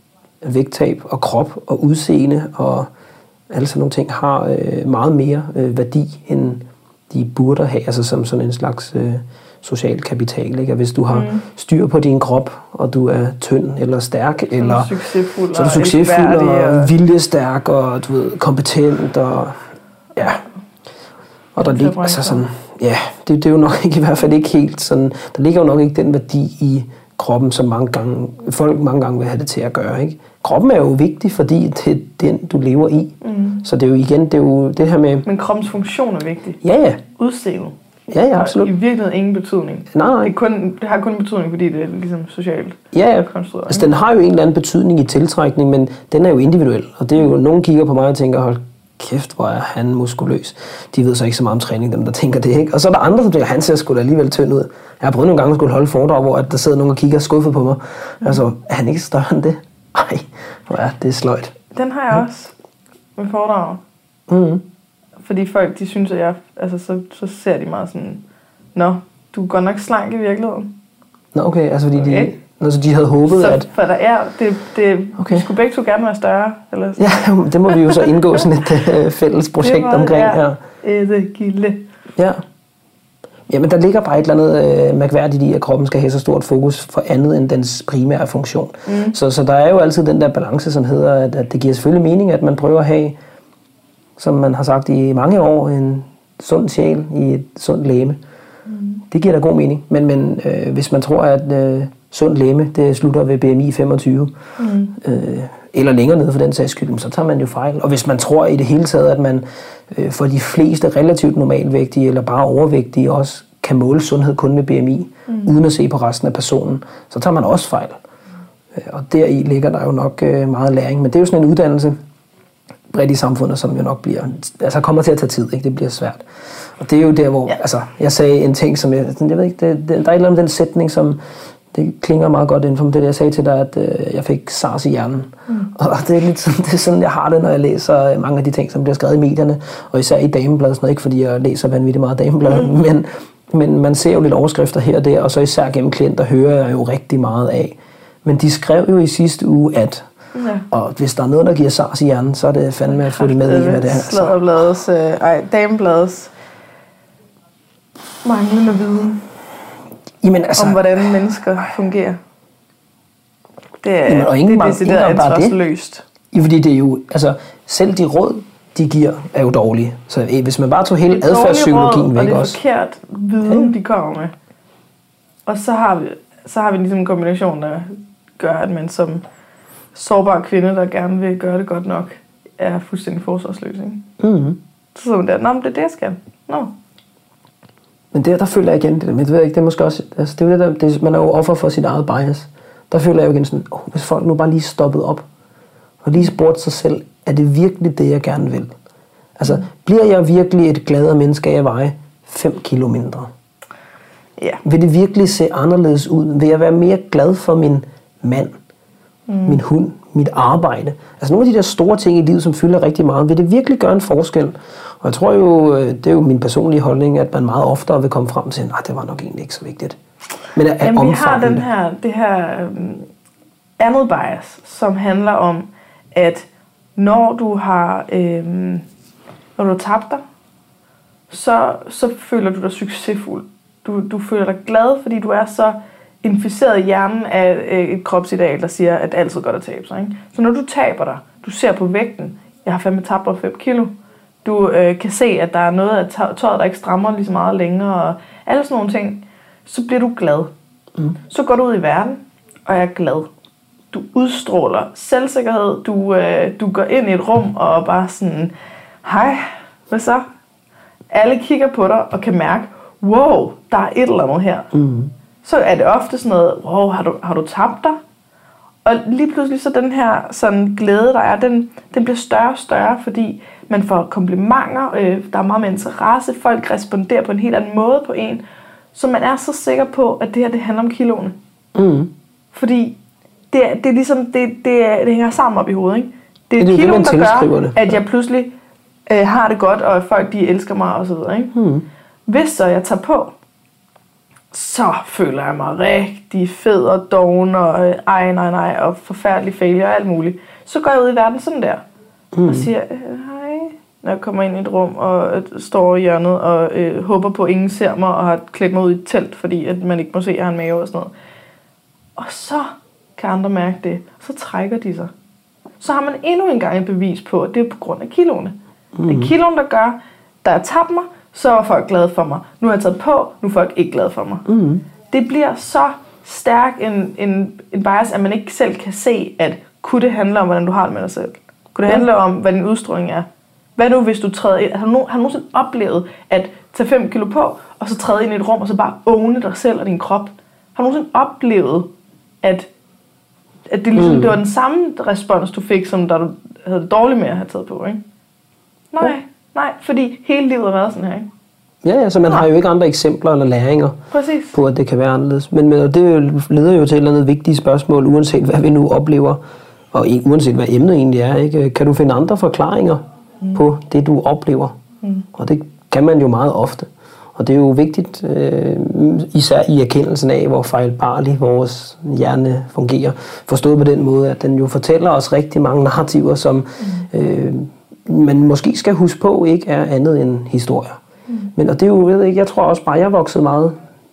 vægttab og krop og udseende og alle sådan nogle ting har øh, meget mere øh, værdi, end de burde have, altså som sådan en slags øh, social kapital, ikke? Og hvis du har mm. styr på din krop, og du er tynd eller stærk, så eller succesfuld så er du succesfuld og, og viljestærk og du ved, kompetent og ja. Og der ligger altså sådan, ja, det, det er jo nok ikke i hvert fald ikke helt sådan, der ligger jo nok ikke den værdi i kroppen, som mange gange, folk mange gange vil have det til at gøre, ikke? Kroppen er jo vigtig, fordi det er den, du lever i. Mm. Så det er jo igen, det er jo det her med... Men kroppens funktion er vigtig. Ja, ja. Udseende. Ja, ja, absolut. I virkeligheden ingen betydning. Nej, nej. Det, er kun, det har kun betydning, fordi det er ligesom socialt ja, ja. konstrueret. Altså, den har jo en eller anden betydning i tiltrækning, men den er jo individuel. Og det er jo, nogen kigger på mig og tænker, hold kæft, hvor er han muskuløs. De ved så ikke så meget om træning, dem der tænker det, ikke? Og så er der andre, som tænker, han ser sgu da alligevel tynd ud. Jeg har prøvet nogle gange at skulle holde foredrag, hvor der sidder nogen og kigger skuffet på mig. Mm. Altså, er han ikke større end det? Ej, hvor er det sløjt. Den har jeg også med foredrag. Mm. Fordi folk, de synes, at jeg... Altså, så, så ser de meget sådan... Nå, du er godt nok slank i virkeligheden. Nå, okay. Altså, fordi okay. de... Altså, de havde håbet, så, at... For der er... Det, det okay. De skulle begge to gerne være større. Eller ja, det må vi jo så indgå sådan et uh, fælles projekt det omkring her. Det var gilde. Ja. Jamen, der ligger bare et eller andet øh, mærkværdigt i, at kroppen skal have så stort fokus for andet end dens primære funktion. Mm. Så, så der er jo altid den der balance, som hedder, at, at det giver selvfølgelig mening, at man prøver at have, som man har sagt i mange år, en sund sjæl i et sundt legeme. Mm. Det giver da god mening. Men, men øh, hvis man tror, at øh, sundt legeme, det slutter ved B M I femogtyve, mm. øh, eller længere nede for den sags skyld, så tager man jo fejl. Og hvis man tror i det hele taget, at man øh, for de fleste relativt normalvægtige eller bare overvægtige også kan måle sundhed kun med B M I, mm. uden at se på resten af personen, så tager man også fejl. Øh, og deri ligger der jo nok øh, meget læring. Men det er jo sådan en uddannelse bredt i samfundet, som jo nok bliver, altså kommer til at tage tid, ikke? Det bliver svært. Og det er jo der, hvor, ja. altså, jeg sagde en ting, som jeg, jeg ved ikke, det, det, der er et eller andet den sætning, som det klinger meget godt inden for det, jeg sagde til dig, at øh, jeg fik SARS i hjernen. Mm. Og det er lidt sådan, det er sådan, jeg har det, når jeg læser mange af de ting, som bliver skrevet i medierne, og især i Damebladet, sådan ikke fordi jeg læser vanvittigt meget Damebladet, mm. men, men man ser jo lidt overskrifter her og der, og så især gennem klienter hører jeg jo rigtig meget af. Men de skrev jo i sidste uge, at ja. Og hvis der er noget, der giver SARS i hjernen, så er det fandme at få det med i, hvad det er. Sladderbladets, øh, ej, Damebladets manglende viden. Jamen, altså, om hvordan mennesker fungerer. Det er, jamen, og ingen, det er decideret ansvarsløst. Ja, fordi det er jo, altså, selv de råd, de giver, er jo dårlige. Så eh, hvis man bare tog hele adfærdspsykologien væk også. Og det er forkert viden, de kommer med. Og så har vi, så har vi ligesom en kombination, der gør, at man som sårbar kvinde, der gerne vil gøre det godt nok, er fuldstændig forsvarsløs, ikke? Mm-hmm. Så sidder man der, nå, men det er det, jeg skal. Nå. Men der, der føler jeg igen, det, men det ved jeg ikke, det er måske også, altså det er det der, det, man er jo offer for sit eget bias. Der føler jeg jo igen sådan, oh, hvis folk nu bare lige stoppede op, og lige spurgte sig selv, er det virkelig det, jeg gerne vil? Altså, bliver jeg virkelig et gladere menneske, at jeg vejer fem kilo mindre? Ja. Vil det virkelig se anderledes ud? Vil jeg være mere glad for min mand, mm. min hund, mit arbejde? Altså nogle af de der store ting i livet, som fylder rigtig meget, vil det virkelig gøre en forskel? Og jeg tror jo, det er jo min personlige holdning, at man meget oftere vil komme frem til, at det var nok egentlig ikke så vigtigt. Men at Jamen, vi har den her, det her um, andet bias, som handler om, at når du har, øhm, når du har tabt dig, så, så føler du dig succesfuld. Du, du føler dig glad, fordi du er så inficeret i hjernen af et kropsideal, der siger, at altid godt at tabe sig. Ikke? Så når du taber dig, du ser på vægten, jeg har fandme tabt mig fem kilo, du øh, kan se, at der er noget af tøjet, der ikke strammer lige så meget længere, og alle sådan nogle ting, så bliver du glad. Mm. Så går du ud i verden, og er glad. du udstråler selvsikkerhed, du, øh, du går ind i et rum og bare sådan, hej, hvad så? Alle kigger på dig og kan mærke, wow, der er et eller andet her. Mm. Så er det ofte sådan noget, wow, har du, har du tabt dig? Og lige pludselig så den her sådan glæde, der er, den, den bliver større og større, fordi man får komplimenter, øh, der er meget med interesse, folk responderer på en helt anden måde på en, så man er så sikker på, at det her, det handler om kiloene. Mm. Fordi det, er, det er ligesom, det, det, er, det hænger sammen op i hovedet, ikke? Det er, det er kiloen, det, der gør, det. at jeg pludselig øh, har det godt, og folk de elsker mig, og så videre, ikke? Mm. Hvis så jeg tager på, så føler jeg mig rigtig fed og doven, og øh, ej, nej, nej, og forfærdelig failure og alt muligt. Så går jeg ud i verden sådan der, mm. og siger, øh, hej, når jeg kommer ind i et rum, og øh, står i hjørnet, og øh, håber på, at ingen ser mig, og har klædt mig ud i et telt, fordi at man ikke må se, at jeg har en mave og sådan noget. Og så kan andre mærke det, så trækker de sig. Så har man endnu en gang et bevis på, at det er på grund af kiloene. Mm. Det er kiloen, der gør, da jeg tabte mig, så var folk glade for mig. Nu har jeg taget på, nu er folk ikke glade for mig. Mm. Det bliver så stærk en, en, en bias, at man ikke selv kan se, at kunne det handle om, hvordan du har det med dig selv? Kunne det handle ja. om, hvad din udstråling er? Hvad nu, hvis du træder ind? Har du, no, har du nogensinde oplevet at tage fem kilo på, og så træde ind i et rum, og så bare åbne dig selv og din krop? Har du nogensinde oplevet, at, at det, ligesom, mm. det var den samme respons, du fik, som da du havde det dårligt med at have taget på, ikke? Nej, ja. nej, fordi hele livet har været sådan her, ikke? Ja, altså man nej. har jo ikke andre eksempler eller læringer Præcis. på, at det kan være anderledes. Men, men det leder jo til et eller andet vigtigt spørgsmål, uanset hvad vi nu oplever, og uanset hvad emnet egentlig er, ikke? Kan du finde andre forklaringer mm. på det, du oplever? Mm. Og det kan man jo meget ofte. Og det er jo vigtigt, øh, især i erkendelsen af, hvor fejlbarlig vores hjerne fungerer. Forstået på den måde, at den jo fortæller os rigtig mange narrativer, som øh, man måske skal huske på, ikke er andet end historier. Mm. Men og det er jo, jeg ved ikke, jeg tror også bare, jeg voksede meget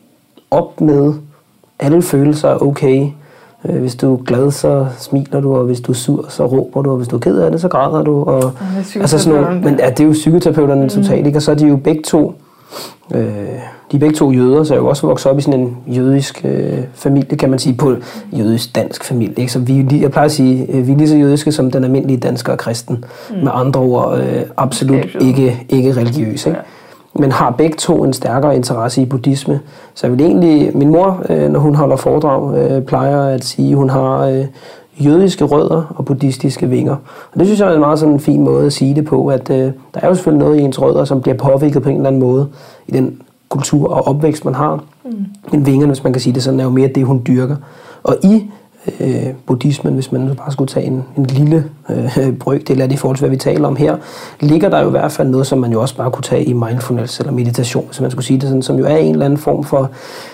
op med, alle følelser er okay. Øh, hvis du er glad, så smiler du, og hvis du er sur, så råber du, og hvis du er ked af det, så græder du. Og, ja, altså sådan nogle, men ja, det er jo psykoterapeuterne mm. totalt, ikke? Og så er de jo begge to, øh, de er begge to jøder, så jeg er jo også vokset op i sådan en jødisk øh, familie, kan man sige, på jødisk-dansk familie. Ikke? Så vi, jeg plejer at sige, øh, vi er lige så jødiske som den almindelige dansker og kristen. Mm. Med andre ord, øh, absolut ikke, ikke religiøs. Ikke? Ja. Men har begge to en stærkere interesse i buddhisme. Så jeg vil egentlig, min mor, øh, når hun holder foredrag, øh, plejer at sige, at hun har øh, jødiske rødder og buddhistiske vinger. Og det synes jeg er en meget sådan fin måde at sige det på, at øh, der er jo selvfølgelig noget i ens rødder, som bliver påvirket på en eller anden måde i den kultur og opvækst, man har. Mm. Men vingerne, hvis man kan sige det sådan, er jo mere det, hun dyrker. Og i øh, buddhismen, hvis man nu bare skulle tage en, en lille øh, brøkdel af det i forhold til, hvad vi taler om her, ligger der jo i hvert fald noget, som man jo også bare kunne tage i mindfulness eller meditation, hvis man skulle sige det sådan, som jo er en eller anden form for, jeg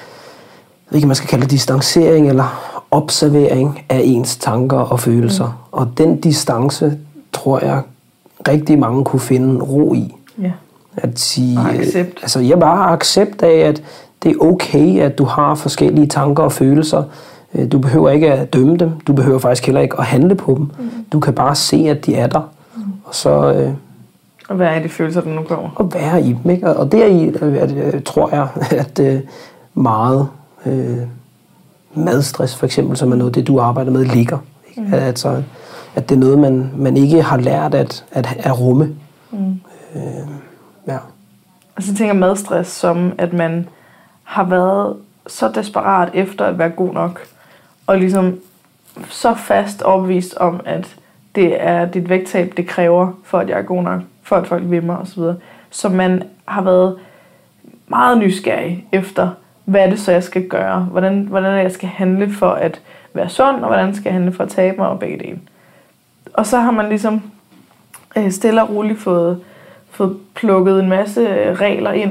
ved ikke, man skal kalde det distancering eller observering af ens tanker og følelser. Mm. Og den distance, tror jeg, rigtig mange kunne finde ro i. Yeah. At sige, accept. Altså jeg bare accept af, at det er okay, at du har forskellige tanker og følelser. Du behøver ikke at dømme dem. Du behøver faktisk heller ikke at handle på dem. Mm. Du kan bare se, at de er der. Mm. Og så... Øh, og være i de følelser, der nu kommer. Og være i dem, ikke? Og deri øh, tror jeg, at øh, meget øh, madstress for eksempel, som er noget det, du arbejder med, ligger. Ikke? Mm. Altså, at det er noget, man, man ikke har lært at, at, at rumme. Mm. Øh, ja. Og så tænker jeg madstress som, at man har været så desperat efter at være god nok, og ligesom så fast overbevist om, at det er dit vægttab, det kræver, for at jeg er god nok, for at folk vil mig osv. Så man har været meget nysgerrig efter, hvad er det så, jeg skal gøre? Hvordan, hvordan jeg skal handle for at være sund, og hvordan skal jeg handle for at tabe mig, og begge dele. Og så har man ligesom øh, stille og roligt fået, fået plukket en masse regler ind.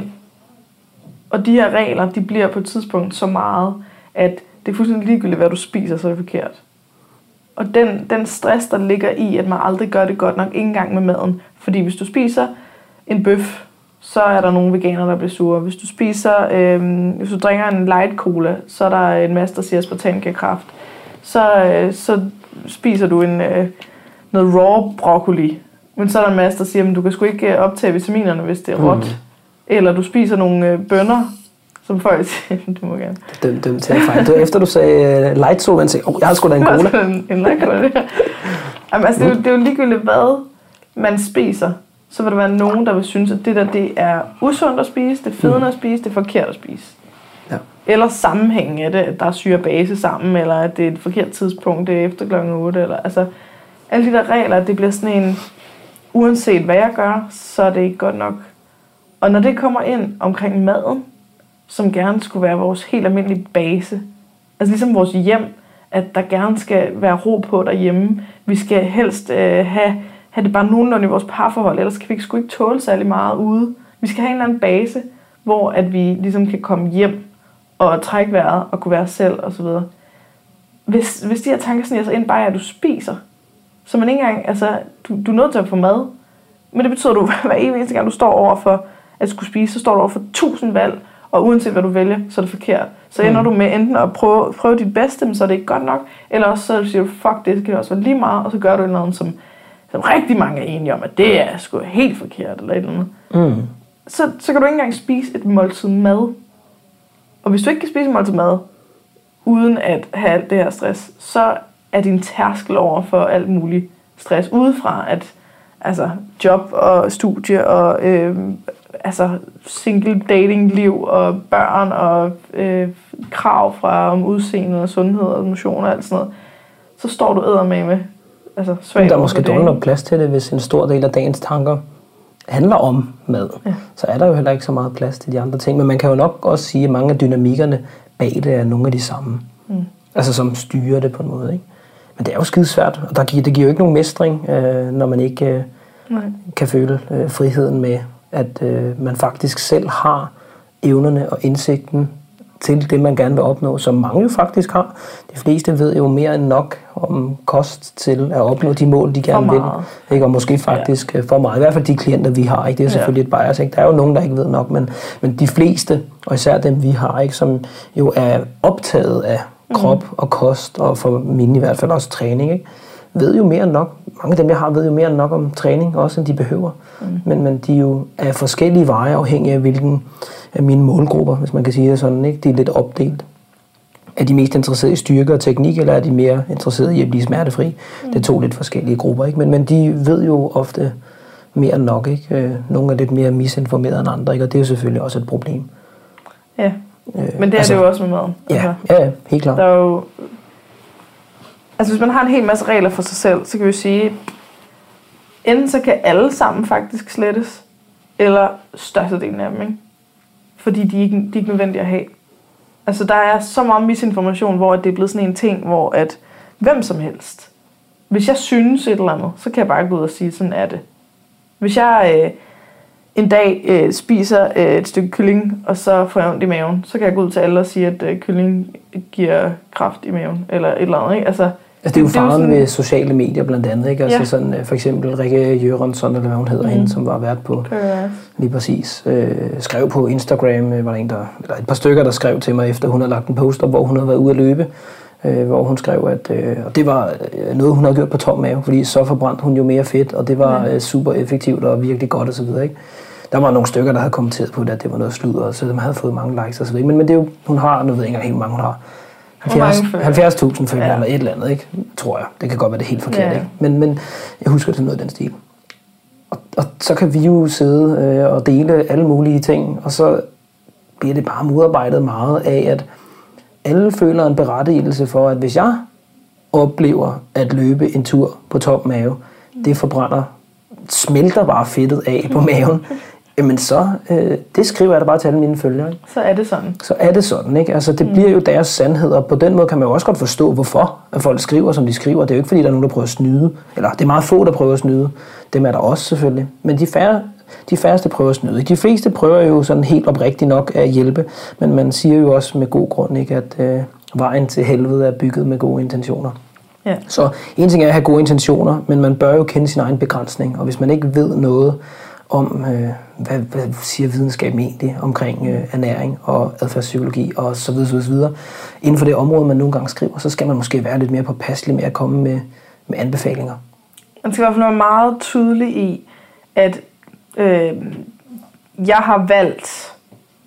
Og de her regler, de bliver på et tidspunkt så meget, at det er fuldstændig ligegyldigt, hvad du spiser, så er det forkert. Og den, den stress, der ligger i, at man aldrig gør det godt nok, ikke engang med maden. Fordi hvis du spiser en bøf, så er der nogle veganere, der bliver sure. Hvis du spiser, øh, hvis du drikker en light cola, så er der en masse, der siger spartankerkraft. Så, øh, så spiser du en, øh, noget raw broccoli. Men så er der en masse, der siger, at du kan sgu ikke optage vitaminerne, hvis det er råt. Mm. Eller du spiser nogle øh, bønner, som folk siger, du må gerne. Døm, døm til at fejle. Det var efter du sagde uh, light soda, man sagde, oh, jeg har sgu da en cola. en, en light cola. Jamen, altså, det, er jo, det er jo ligegyldigt, hvad man spiser. Så vil der være nogen, der vil synes, at det der, det er usundt at spise, det er fedende mm. at spise, det er forkert at spise. Ja. Eller sammenhængen af det, at der er syre og base sammen, eller at det er et forkert tidspunkt, det er efter klokken otte, eller altså, alle de der regler, det bliver sådan en, uanset hvad jeg gør, så er det ikke godt nok. Og når det kommer ind omkring maden, som gerne skulle være vores helt almindelige base, altså ligesom vores hjem, at der gerne skal være ro på derhjemme, vi skal helst øh, have, have det bare nogenlunde i vores parforhold, ellers kan vi sgu ikke tåle særlig meget ude. Vi skal have en eller anden base, hvor at vi ligesom kan komme hjem og trække vejret og kunne være os selv osv. Hvis, hvis de her tanker sniger sig ind bare at du spiser, så man ikke engang, altså, du, du er nødt til at få mad, men det betyder, at du hver eneste gang, du står over for at skulle spise, så står du over for tusind valg, og uanset hvad du vælger, så er det forkert. Så ender mm. du med enten at prøve, prøve dit bedste, men så er det ikke godt nok, eller også så siger du, fuck det, så kan det også være lige meget, og så gør du et eller andet, som, som rigtig mange er enige om, at det er sgu helt forkert, eller et eller andet. Mm. Så, så kan du ikke engang spise et måltid mad. Og hvis du ikke kan spise et måltid mad, uden at have alt det her stress, så er din tærskel over for alt muligt stress udefra, at altså job og studie og øh, altså single dating liv og børn og øh, krav fra om udseende og sundhed og motion og alt sådan noget, så står du eddermame med altså svag. Der er måske dårligt nok plads til det, hvis en stor del af dagens tanker handler om mad. Ja. Så er der jo heller ikke så meget plads til de andre ting, men man kan jo nok også sige, at mange af dynamikkerne bag det er nogle af de samme. Mm. Altså som styrer det på en måde, ikke? Men det er jo skide svært, og der giver, det giver jo ikke nogen mestring, øh, når man ikke øh, kan føle øh, friheden med, at øh, man faktisk selv har evnerne og indsigten til det, man gerne vil opnå, som mange jo faktisk har. De fleste ved jo mere end nok om kost til at opnå de mål, de gerne vil. Ikke? Og måske faktisk ja. for meget. I hvert fald de klienter, vi har. Ikke? Det er selvfølgelig ja. et bias. Ikke? Der er jo nogen, der ikke ved nok, men, men de fleste, og især dem, vi har, ikke? Som jo er optaget af krop mm. og kost, og for mine i hvert fald også træning, ikke? Ved jo mere end nok. Mange af dem, jeg har, ved jo mere end nok om træning, også end de behøver. Mm. Men, men de er jo af forskellige veje, afhængig af hvilken af mine målgrupper, hvis man kan sige det sådan, ikke? De er lidt opdelt. Er de mest interesserede i styrke og teknik, eller er de mere interesserede i at blive smertefri? Mm. Det er to lidt forskellige grupper, ikke? Men, men de ved jo ofte mere end nok, ikke? Nogle er lidt mere misinformerede end andre, ikke? Og det er jo selvfølgelig også et problem. Ja, øh, men det er altså, det jo også med maden. Ja, altså, ja, helt klart. Der er jo... Altså hvis man har en hel masse regler for sig selv, så kan vi sige, enten så kan alle sammen faktisk slettes, eller størstedelen af dem, ikke? Fordi de er ikke, de er ikke nødvendige at have. Altså der er så meget misinformation, hvor det er blevet sådan en ting, hvor at hvem som helst, hvis jeg synes et eller andet, så kan jeg bare gå ud og sige, sådan er det. Hvis jeg øh, en dag øh, spiser øh, et stykke kylling, og så får jeg ondt i maven, så kan jeg gå ud til alle og sige, at øh, kylling giver kraft i maven, eller et eller andet, ikke? Altså, altså det er jo faren sådan... ved sociale medier blandt andet, ikke? Altså ja. sådan, for eksempel Rikke Jørgensen, eller hvad hun hedder, mm. hende, som var vært på, okay. lige præcis, øh, skrev på Instagram, øh, var der en, der, eller et par stykker, der skrev til mig, efter hun havde lagt en post op, hvor hun havde været ude at løbe, øh, hvor hun skrev, at øh, og det var noget, hun havde gjort på tom mave, fordi så forbrændte hun jo mere fedt, og det var øh, super effektivt og virkelig godt og så videre, ikke? Der var nogle stykker, der havde kommenteret på det, at det var noget sludder, så de havde fået mange likes og så videre, men, men det er jo, hun har, nu ved jeg ikke engang helt mange, hun har, halvfjerds tusind følgere, ja. eller et eller andet, ikke? Tror jeg. Det kan godt være, det er helt forkert, ja. ikke? Men, men jeg husker, det er noget af den stil. Og, og så kan vi jo sidde øh, og dele alle mulige ting, og så bliver det bare modarbejdet meget af, at alle føler en berettigelse for, at hvis jeg oplever at løbe en tur på tom mave, det forbrænder, smelter bare fedtet af på maven, jamen så, øh, det skriver jeg da bare til alle mine følgere. Ikke? Så er det sådan. Så er det sådan, ikke? Altså det mm. bliver jo deres sandhed, og på den måde kan man jo også godt forstå, hvorfor at folk skriver, som de skriver. Det er jo ikke, fordi der er nogen, der prøver at snyde. Eller det er meget få, der prøver at snyde. Dem er der også selvfølgelig. Men de, færre, de færreste prøver at snyde. De fleste prøver jo sådan helt oprigtigt nok at hjælpe, men man siger jo også med god grund, ikke, at øh, vejen til helvede er bygget med gode intentioner. Ja. Så en ting er at have gode intentioner, men man bør jo kende sin egen begrænsning, og hvis man ikke ved noget om, øh, hvad, hvad siger videnskaben egentlig omkring øh, ernæring og adfærdspsykologi og så videre, så videre. Inden for det område, man nogle gange skriver, så skal man måske være lidt mere påpasselig med at komme med, med anbefalinger. Man skal i hvert fald være meget tydelig i, at øh, jeg har valgt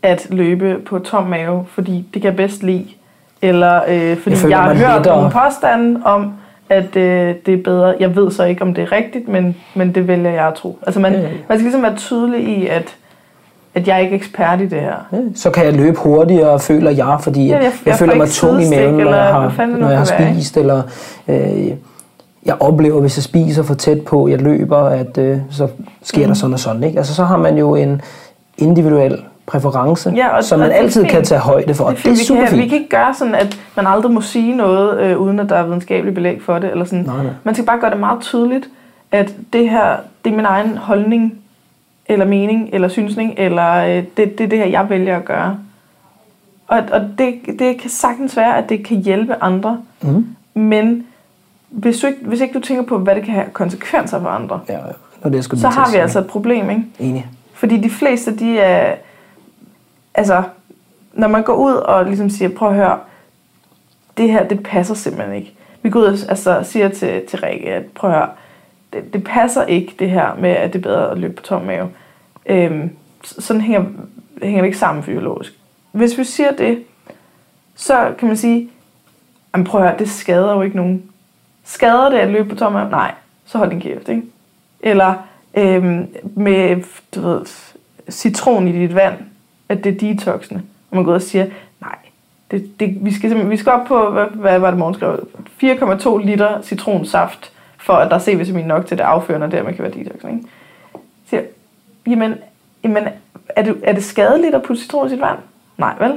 at løbe på tom mave, fordi det kan jeg bedst lide. Eller øh, fordi jeg, jeg har hørt lettere. nogle påstande om, at øh, det er bedre. Jeg ved så ikke, om det er rigtigt, men, men det vælger jeg at tro. Altså man, ja. man skal ligesom være tydelig i, at, at jeg er ikke ekspert i det her. Ja, så kan jeg løbe hurtigere, føler jeg, fordi ja, jeg, jeg, jeg føler mig tung i maven, når jeg har, når jeg har spist, eller øh, jeg oplever, hvis jeg spiser for tæt på, jeg løber, at øh, så sker mm. der sådan og sådan. Ikke? Altså så har man jo en individuel præference, ja, og, som man og altid kan tage højde for, og det er, det er super kan, fint. Vi kan ikke gøre sådan, at man aldrig må sige noget, øh, uden at der er videnskabeligt belæg for det. Eller sådan. Nej, nej. Man skal bare gøre det meget tydeligt, at det her, det er min egen holdning, eller mening, eller synsning, eller øh, det, det er det her, jeg vælger at gøre. Og, og det, det kan sagtens være, at det kan hjælpe andre, mm. men hvis, du ikke, hvis ikke du tænker på, hvad det kan have konsekvenser for andre, ja, ja. Det så har vi altså et problem, ikke? Enig. Fordi de fleste, de er... Altså, når man går ud og ligesom siger, prøv at høre, det her, det passer simpelthen ikke. Vi går ud og altså, siger til, til Rikke, at prøv at høre, det, det passer ikke det her med, at det er bedre at løbe på tom mave. Øhm, sådan hænger, hænger det ikke sammen fysiologisk. Hvis vi siger det, så kan man sige, jamen prøv at høre, det skader jo ikke nogen. Skader det at løbe på tom mave? Nej, så hold din kæft, ikke? Eller øhm, med, du ved, citron i dit vand, at det er detoxende. Og man går ud og siger, nej, det, det, vi, skal vi skal op på, hvad, hvad var det morgen skrev? fire komma to liter citronsaft, for at der er C-vitamin nok til det afførende, og dermed kan være detoxende. Ikke? Så jamen, jamen er, det, er det skadeligt at putte citron i sit vand? Nej, vel?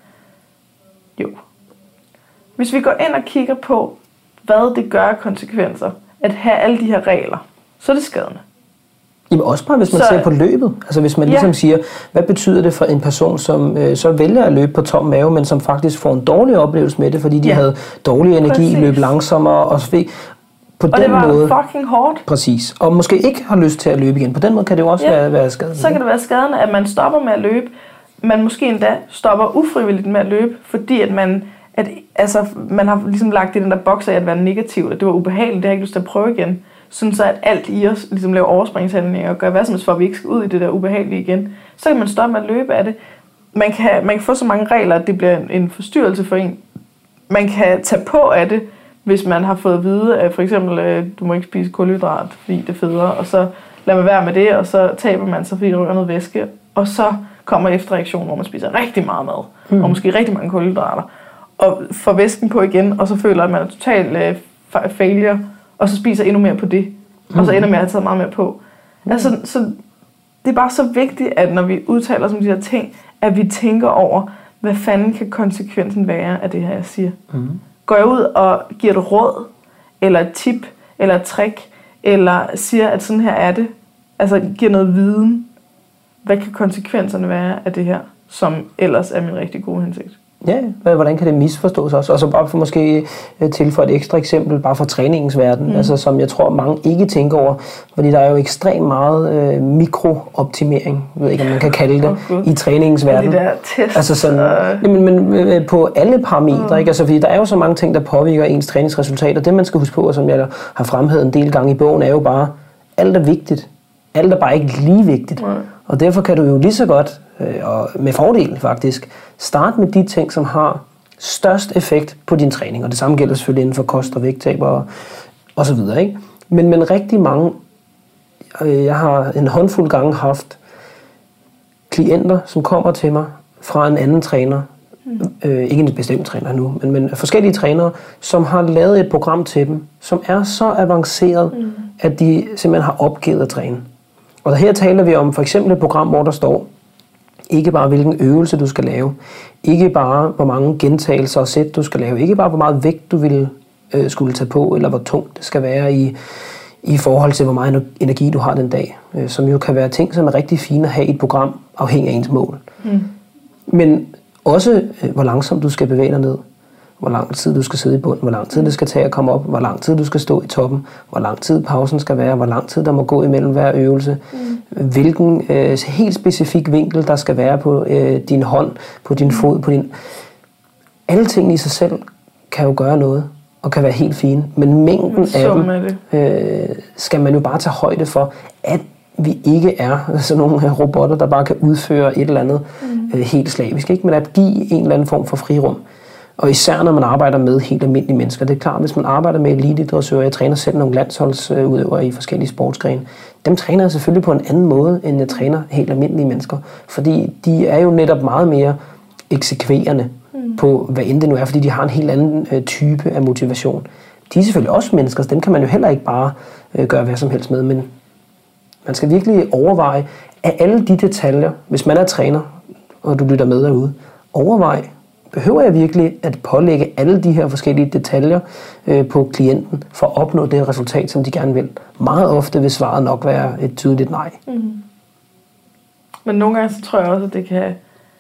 Jo. Hvis vi går ind og kigger på, hvad det gør af konsekvenser, at have alle de her regler, så er det skadende. Jamen også bare, hvis man så, ser på løbet. Altså hvis man ja. ligesom siger, hvad betyder det for en person, som øh, så vælger at løbe på tom mave, men som faktisk får en dårlig oplevelse med det, fordi de ja. havde dårlig energi, præcis. løb langsommere og så på og den det var måde, fucking hårdt. Præcis. Og måske ikke har lyst til at løbe igen. På den måde kan det jo også ja. være, være skadende. Så kan det være skadende, at man stopper med at løbe. Man måske endda stopper ufrivilligt med at løbe, fordi at man, at, altså, man har ligesom lagt i den der boks af at være negativ, og det var ubehageligt, det har jeg ikke lyst til at prøve igen. Sådan så, at alt i os ligesom laver overspringshandlinger og gør hvad som helst for, at vi ikke skal ud i det der ubehagelige igen. Så kan man stoppe med at løbe af det. Man kan, man kan få så mange regler, at det bliver en, en forstyrrelse for en. Man kan tage på af det, hvis man har fået at vide, at for eksempel, du må ikke spise kulhydrat, fordi det er federe, og så lader man være med det, og så taber man sig, fordi der ryger noget væske, og så kommer efterreaktion, hvor man spiser rigtig meget mad, mm. og måske rigtig mange kulhydrater, og får væsken på igen, og så føler, at man er totalt uh, failure, og så spiser endnu mere på det, mm. og så ender med at have taget meget mere på. Mm. Altså, så det er bare så vigtigt, at når vi udtaler os om de her ting, at vi tænker over, hvad fanden kan konsekvensen være af det her, jeg siger. Mm. Går jeg ud og giver et råd, eller et tip, eller et trick, eller siger, at sådan her er det, altså giver noget viden, hvad kan konsekvenserne være af det her, som ellers er min rigtig gode hensigt? Ja, hvordan kan det misforstås også? Og så bare for måske tilføje et ekstra eksempel, bare fra træningens verden, mm. altså, som jeg tror mange ikke tænker over, fordi der er jo ekstremt meget øh, mikrooptimering, jeg ved ikke, om man kan kalde det, oh, i træningens verden. De der tests. Altså sådan, uh... men, men øh, på alle parametre, uh. ikke? Altså, fordi der er jo så mange ting, der påvirker ens træningsresultater. Det man skal huske på, og som jeg har fremhævet en del gange i bogen, er jo bare, alt er vigtigt. Alt er bare ikke lige vigtigt. Uh. Og derfor kan du jo lige så godt, øh, og med fordel faktisk, starte med de ting, som har størst effekt på din træning. Og det samme gælder selvfølgelig inden for kost og vægttab og, og så videre. Ikke? Men, men rigtig mange, øh, jeg har en håndfuld gange haft klienter, som kommer til mig fra en anden træner, mm. øh, ikke en bestemt træner nu, men, men forskellige trænere, som har lavet et program til dem, som er så avanceret, mm. at de simpelthen har opgivet at træne. Og her taler vi om for eksempel et program, hvor der står, ikke bare hvilken øvelse du skal lave, ikke bare hvor mange gentagelser og sæt du skal lave, ikke bare hvor meget vægt du vil øh, skulle tage på, eller hvor tungt det skal være i, i forhold til hvor meget energi du har den dag, øh, som jo kan være ting, som er rigtig fine at have i et program, afhængig af ens mål. Mm. Men også øh, hvor langsomt du skal bevæge dig ned, hvor lang tid du skal sidde i bunden, hvor lang tid det skal tage at komme op, hvor lang tid du skal stå i toppen, hvor lang tid pausen skal være, hvor lang tid der må gå imellem hver øvelse, mm. hvilken øh, helt specifik vinkel der skal være på øh, din hånd, på din fod, på din... Alle tingene i sig selv kan jo gøre noget, og kan være helt fine, men mængden af dem øh, skal man jo bare tage højde for, at vi ikke er sådan nogle robotter, der bare kan udføre et eller andet mm. øh, helt slavisk, ikke? Men at give en eller anden form for frirum. Og især når man arbejder med helt almindelige mennesker. Det er klart, hvis man arbejder med eliteidrætsøver, jeg træner selv nogle landsholdsudøvere i forskellige sportsgrene, dem træner jeg selvfølgelig på en anden måde, end jeg træner helt almindelige mennesker. Fordi de er jo netop meget mere eksekverende mm. på, hvad end det nu er, fordi de har en helt anden øh, type af motivation. De er selvfølgelig også mennesker, så dem kan man jo heller ikke bare øh, gøre hvad som helst med, men man skal virkelig overveje, at alle de detaljer, hvis man er træner, og du lytter med derude, overvej, behøver jeg virkelig at pålægge alle de her forskellige detaljer øh, på klienten, for at opnå det resultat, som de gerne vil? Meget ofte vil svaret nok være et tydeligt nej. Mm. Men nogle gange så tror jeg også, at det kan,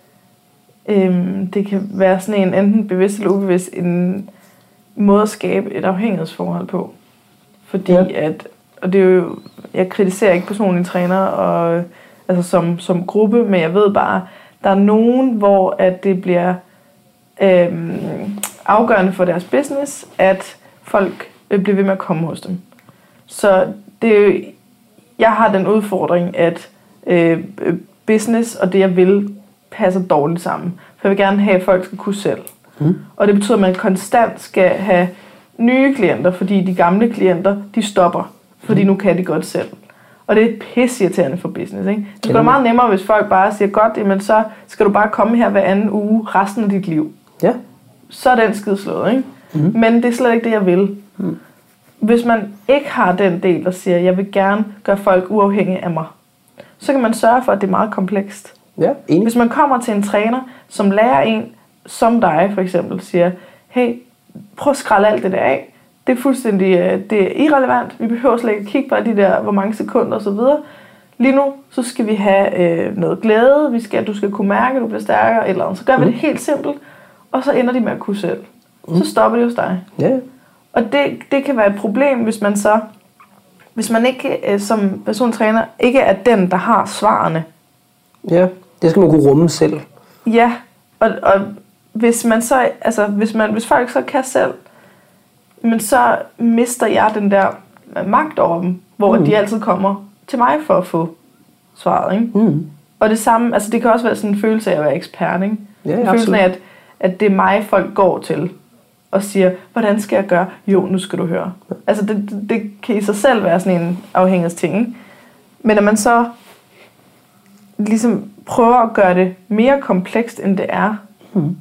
øhm, det kan være sådan en enten bevidst eller ubevidst en måde at skabe et afhængighedsforhold på. Fordi ja. at, og det er jo, jeg kritiserer ikke personlige trænere og, altså som, som gruppe, men jeg ved bare, der er nogen, hvor at det bliver øhm, afgørende for deres business, at folk bliver ved med at komme hos dem. Så det er jo, jeg har den udfordring, at øh, business og det, jeg vil, passer dårligt sammen. For jeg vil gerne have, at folk skal kunne selv. Mm. Og det betyder, at man konstant skal have nye klienter, fordi de gamle klienter, de stopper. Fordi mm. nu kan de godt selv. Og det er pisseirriterende for business, ikke? Det er meget nemmere, hvis folk bare siger, godt, jamen så skal du bare komme her hver anden uge resten af dit liv. Ja. Så er den skidslået, ikke? Mm. Men det er slet ikke det, jeg vil. Mm. Hvis man ikke har den del, der siger, jeg vil gerne gøre folk uafhængige af mig, så kan man sørge for, at det er meget komplekst. Ja, enig. Hvis man kommer til en træner, som lærer en, som dig for eksempel, siger, hey, prøv at skrælle alt det der af. Det er fuldstændig det er irrelevant. Vi behøver slet ikke at kigge på de der, hvor mange sekunder og så videre. Lige nu, så skal vi have øh, noget glæde. Vi skal, du skal kunne mærke, at du bliver stærkere. Eller andet. Så gør vi det helt simpelt. Og så ender de med at kunne selv. Mm. Så stopper det hos dig. Yeah. Og det, det kan være et problem, hvis man så, hvis man ikke øh, som persontræner, ikke er den, der har svarene. Ja, det skal man kunne rumme selv. Ja, og, og hvis man så, altså hvis, man, hvis folk så kan selv, men så mister jeg den der magt over dem, hvor mm. de altid kommer til mig for at få svaret, ikke? Mm. Og det samme, altså det kan også være sådan en følelse af at være ekspert, ikke? Ja, en følelse af, at, at det er mig, folk går til og siger, hvordan skal jeg gøre? Jo, nu skal du høre. Ja. Altså det, det, det kan i sig selv være sådan en afhængighedsting, ikke? Men når man så ligesom prøver at gøre det mere komplekst, end det er, mm.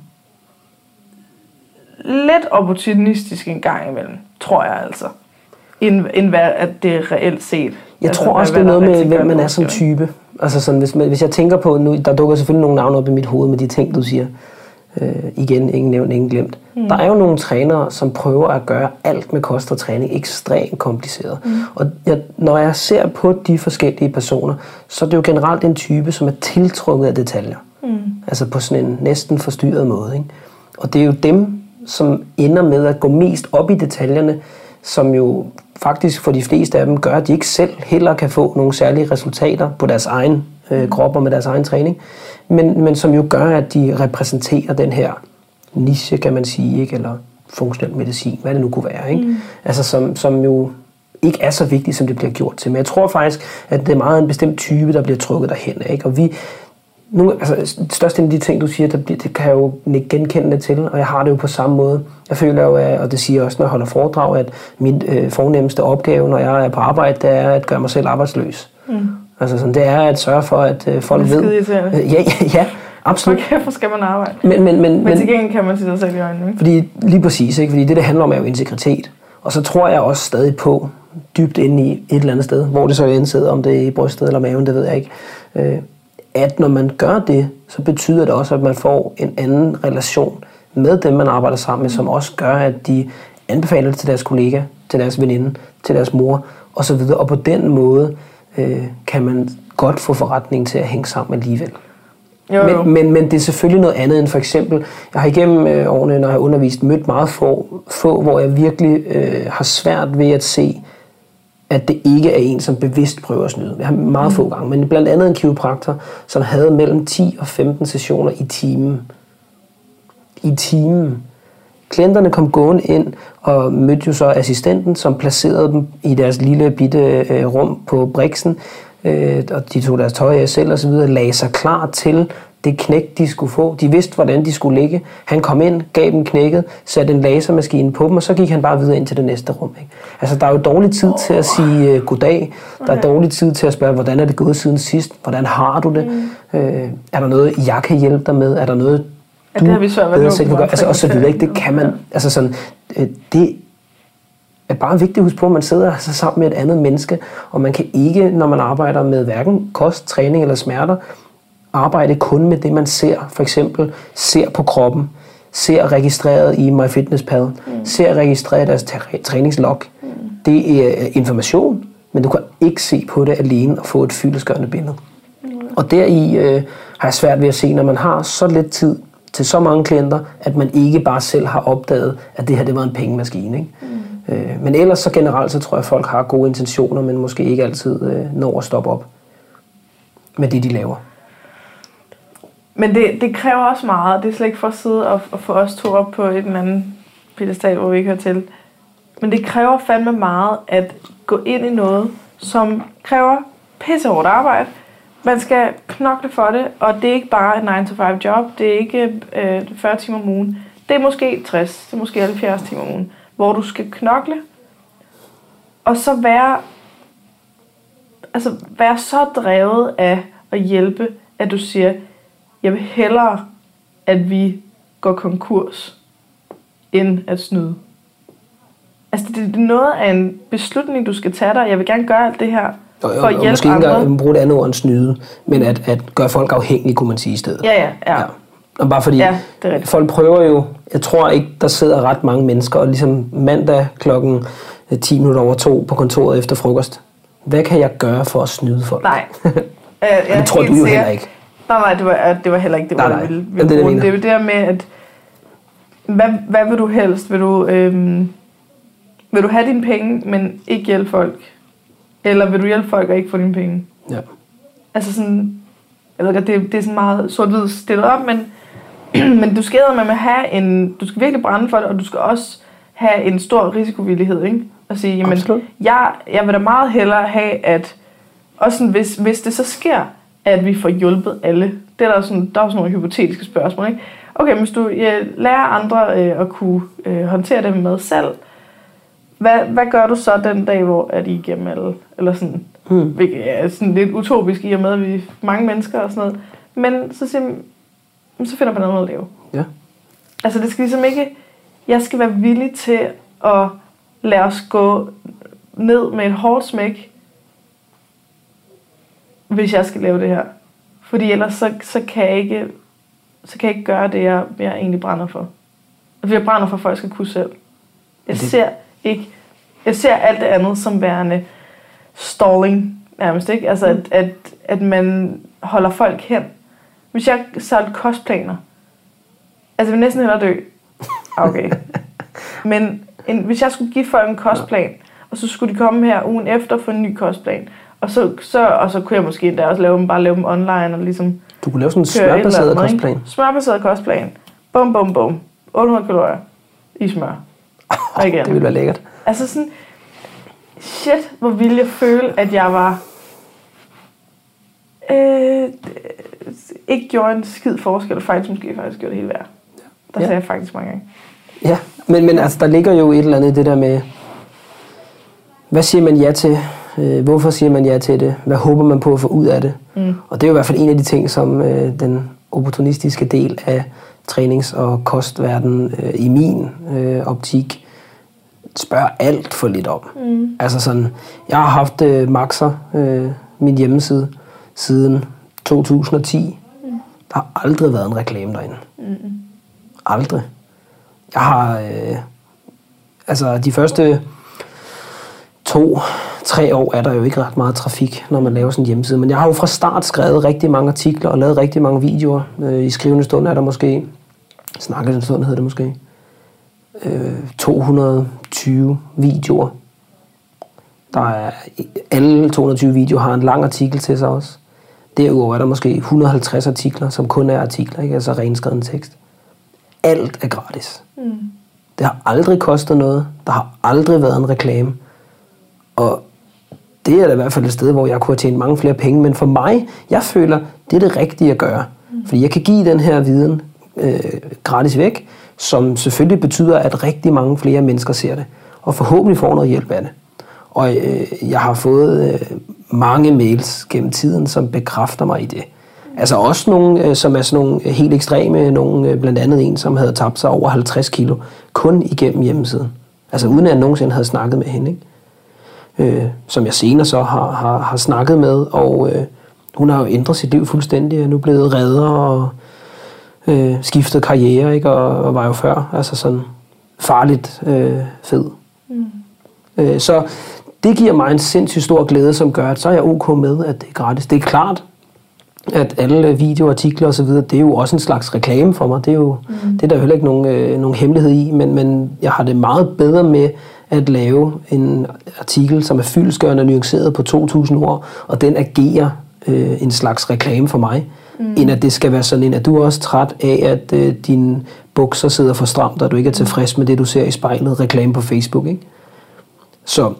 lidt opportunistisk en gang imellem, tror jeg altså, end, end hvad at det er reelt set. Jeg altså, tror også, det er noget med, hvem man er som type. Altså sådan, hvis, man, hvis jeg tænker på, nu, der dukker selvfølgelig nogle navne op i mit hoved med de ting, du siger. Øh, igen, ingen nævnt, ingen glemt. Mm. Der er jo nogle trænere, som prøver at gøre alt med kost og træning ekstremt kompliceret. Mm. Og jeg, når jeg ser på de forskellige personer, så er det jo generelt en type, som er tiltrukket af detaljer. Mm. Altså på sådan en næsten forstyrret måde, ikke? Og det er jo dem, som ender med at gå mest op i detaljerne, som jo faktisk for de fleste af dem gør, at de ikke selv heller kan få nogle særlige resultater på deres egen øh, krop og med deres egen træning, men, men som jo gør, at de repræsenterer den her niche, kan man sige, ikke? Eller funktionel medicin, hvad det nu kunne være, ikke? Mm. Altså som, som jo ikke er så vigtigt, som det bliver gjort til. Men jeg tror faktisk, at det er meget en bestemt type, der bliver trukket derhen, ikke? Og vi Nu, altså, størst af de ting, du siger, det, det kan jeg jo genkende det til, og jeg har det jo på samme måde. Jeg føler jo, og det siger jeg også, når jeg holder foredrag, at min øh, fornemmeste opgave, når jeg er på arbejde, det er at gøre mig selv arbejdsløs. Mm. Altså sådan, det er at sørge for, at øh, folk ved... Det er øh, ja, ja, ja, absolut. Okay, hvorfor skal man arbejde? Men, men, men, men til gengæld kan man se sig selv i øjnene, ikke? Fordi, lige præcis, ikke? Fordi det, det handler om, er jo integritet. Og så tror jeg også stadig på, dybt inde i et eller andet sted, hvor det så end sidder, om det er i brystet eller maven, det ved jeg ikke, øh, at når man gør det, så betyder det også, at man får en anden relation med dem, man arbejder sammen med, som også gør, at de anbefaler det til deres kollega, til deres veninde, til deres mor osv. Og på den måde øh, kan man godt få forretningen til at hænge sammen alligevel. Jo, jo. Men, men, men det er selvfølgelig noget andet end for eksempel, jeg har igennem øh, årene, når jeg har undervist, mødt meget få, få hvor jeg virkelig øh, har svært ved at se, at det ikke er en, som bevidst prøver at snyde. Jeg har meget mm. få gange, men blandt andet en kiropraktor, som havde mellem ti og femten sessioner i timen. I timen. Klienterne kom gående ind og mødte jo så assistenten, som placerede dem i deres lille bitte øh, rum på Brixen, øh, og de tog deres tøj af selv og så videre, lagde sig klar til det knæk, de skulle få. De vidste, hvordan de skulle ligge. Han kom ind, gav dem knækket, satte en lasermaskine på dem, og så gik han bare videre ind til det næste rum. Ikke? Altså, der er jo dårlig tid til at sige uh, goddag. Der er dårlig tid til at spørge, hvordan er det gået siden sidst? Hvordan har du det? Mm. Øh, er der noget, jeg kan hjælpe dig med? Er der noget, du ja, det har bedre selv kan gøre? Altså, og så videre. Ikke? Det kan man. Altså, sådan, øh, det er bare vigtigt at huske på, at man sidder altså sammen med et andet menneske, og man kan ikke, når man arbejder med hverken kost, træning eller smerter, arbejde kun med det, man ser. For eksempel ser på kroppen, ser registreret i MyFitnessPal, mm. ser registreret deres træningslog. Mm. Det er information, men du kan ikke se på det alene og få et fyldestgørende billede. Mm. Og deri øh, har jeg svært ved at se, når man har så lidt tid til så mange klienter, at man ikke bare selv har opdaget, at det her det var en pengemaskine. Ikke? Mm. Øh, men ellers så generelt, så tror jeg, at folk har gode intentioner, men måske ikke altid øh, når at stoppe op med det, de laver. Men det, det kræver også meget. Det er slet ikke for at sidde og, og få os to op på et eller andet piedestal, hvor vi ikke hører til. Men det kræver fandme meget at gå ind i noget, som kræver pissehårdt arbejde. Man skal knokle for det, og det er ikke bare et nine to five job. Det er ikke øh, fyrre timer om ugen. Det er måske tres, det er måske halvfjerds timer om ugen, hvor du skal knokle, og så være, altså være så drevet af at hjælpe, at du siger, jeg vil hellere, at vi går konkurs, end at snyde. Altså, det, det er noget af en beslutning, du skal tage dig. Jeg vil gerne gøre alt det her for og, og, at hjælpe måske ikke andre. engang bruge et andet ord end snyde, men at, at gøre folk afhængige, kunne man sige i stedet. Ja, ja, ja. ja. Og bare fordi ja, folk prøver jo, jeg tror ikke, der sidder ret mange mennesker, og ligesom mandag klokken ti minutter over to på kontoret efter frokost. Hvad kan jeg gøre for at snyde folk? Nej. øh, jeg det tror du jo heller ikke. Nej, nej, det var, det var heller ikke det, nej, jeg nej. ville, ville det, bruge. Det, det er jo det der med, at hvad, hvad vil du helst? Vil du, øhm, vil du have dine penge, men ikke hjælpe folk? Eller vil du hjælpe folk og ikke få dine penge? Ja. Altså sådan, jeg ved godt, det, det er sådan meget sort-hvid stillet op, men, men du skal med at have en, du skal virkelig brænde for det, og du skal også have en stor risikovillighed, ikke? Og sige, jamen, jeg, jeg vil da meget hellere have, at også sådan, hvis, hvis det så sker, at vi får hjulpet alle. Det er der, sådan, der er sådan nogle hypotetiske spørgsmål, ikke? Okay, hvis du øh, lærer andre øh, at kunne øh, håndtere det med selv, hvad, hvad gør du så den dag, hvor er de igennem alle? Eller sådan, hmm. hvilket er sådan lidt utopisk i og med, at vi er mange mennesker og sådan noget. Men så, siger, så finder man noget at lave. Ja. Altså det skal ligesom ikke, jeg skal være villig til at lade os gå ned med et hårdt smæk, hvis jeg skal lave det her. Fordi ellers så, så, kan, jeg ikke, så kan jeg ikke gøre det, jeg, jeg egentlig brænder for. Altså jeg brænder for, at folk skal kunne selv. Jeg det... ser ikke, jeg ser alt det andet som værende stalling nærmest, ikke? Altså at, at, at man holder folk hen. Hvis jeg solgte kostplaner, altså jeg vil næsten hellere dø. Okay. Men en, hvis jeg skulle give folk en kostplan, og så skulle de komme her ugen efter for en ny kostplan, og så, så, og så kunne jeg måske endda også lave dem, bare lave dem online, og ligesom du kunne lave sådan en smørbaseret kostplan. Smørbaseret kostplan. Bum, bum, bum. otte hundrede kalorier i smør. Oh, det ville være lækkert. Altså sådan, shit, hvor ville jeg føle, at jeg var øh, ikke gjorde en skid forskel, og faktisk måske faktisk gjorde det hele værd. Der ja. sagde jeg faktisk mange gange. Ja, men, men altså, der ligger jo et eller andet i det der med, hvad siger man ja til? Øh, hvorfor siger man ja til det? Hvad håber man på at få ud af det? Mm. Og det er jo i hvert fald en af de ting, som øh, den opportunistiske del af trænings- og kostverdenen øh, i min øh, optik spørger alt for lidt om. Mm. Altså sådan, jeg har haft øh, Maxer, øh, min hjemmeside, siden to tusind og ti. Mm. Der har aldrig været en reklame derinde. Mm. Aldrig. Jeg har, øh, altså de første to, tre år er der jo ikke ret meget trafik, når man laver sådan en hjemmeside. Men jeg har jo fra start skrevet rigtig mange artikler og lavet rigtig mange videoer. Øh, I skrivende stund er der måske, snakkende stund hedder det måske, øh, to hundrede og tyve videoer. Der er, alle to hundrede og tyve videoer har en lang artikel til sig også. Derudover er der måske et hundrede og halvtreds artikler, som kun er artikler, ikke? Altså renskreven tekst. Alt er gratis. Mm. Det har aldrig kostet noget. Der har aldrig været en reklame. Og det er da i hvert fald et sted, hvor jeg kunne have tjent mange flere penge. Men for mig, jeg føler, det er det rigtige at gøre. Mm. Fordi jeg kan give den her viden øh, gratis væk, som selvfølgelig betyder, at rigtig mange flere mennesker ser det. Og forhåbentlig får noget hjælp af det. Og øh, jeg har fået øh, mange mails gennem tiden, som bekræfter mig i det. Altså også nogle, øh, som er sådan nogle helt ekstreme, nogle, øh, blandt andet en, som havde tabt sig over halvtreds kilo, kun igennem hjemmesiden. Altså uden at jeg nogensinde havde snakket med hende, ikke? Øh, som jeg senere så har, har, har snakket med, og øh, hun har jo ændret sit liv fuldstændig, og nu blevet redder og øh, skiftet karriere, ikke? Og, og var jo før altså sådan farligt øh, fed. Mm. Øh, så det giver mig en sindssygt stor glæde, som gør, at så er jeg ok med, at det er gratis. Det er klart, at alle videoer, artikler og så videre, det er jo også en slags reklame for mig. Det er jo mm. det er der jo heller ikke nogen, øh, nogen hemmelighed i, men, men jeg har det meget bedre med at lave en artikel, som er fyldestgørende og nuanceret på to tusind ord, og den agerer øh, en slags reklame for mig, mm. end at det skal være sådan en, at du er også træt af, at øh, dine bukser sidder for stramt, og du ikke er tilfreds med det, du ser i spejlet, reklame på Facebook, ikke? Så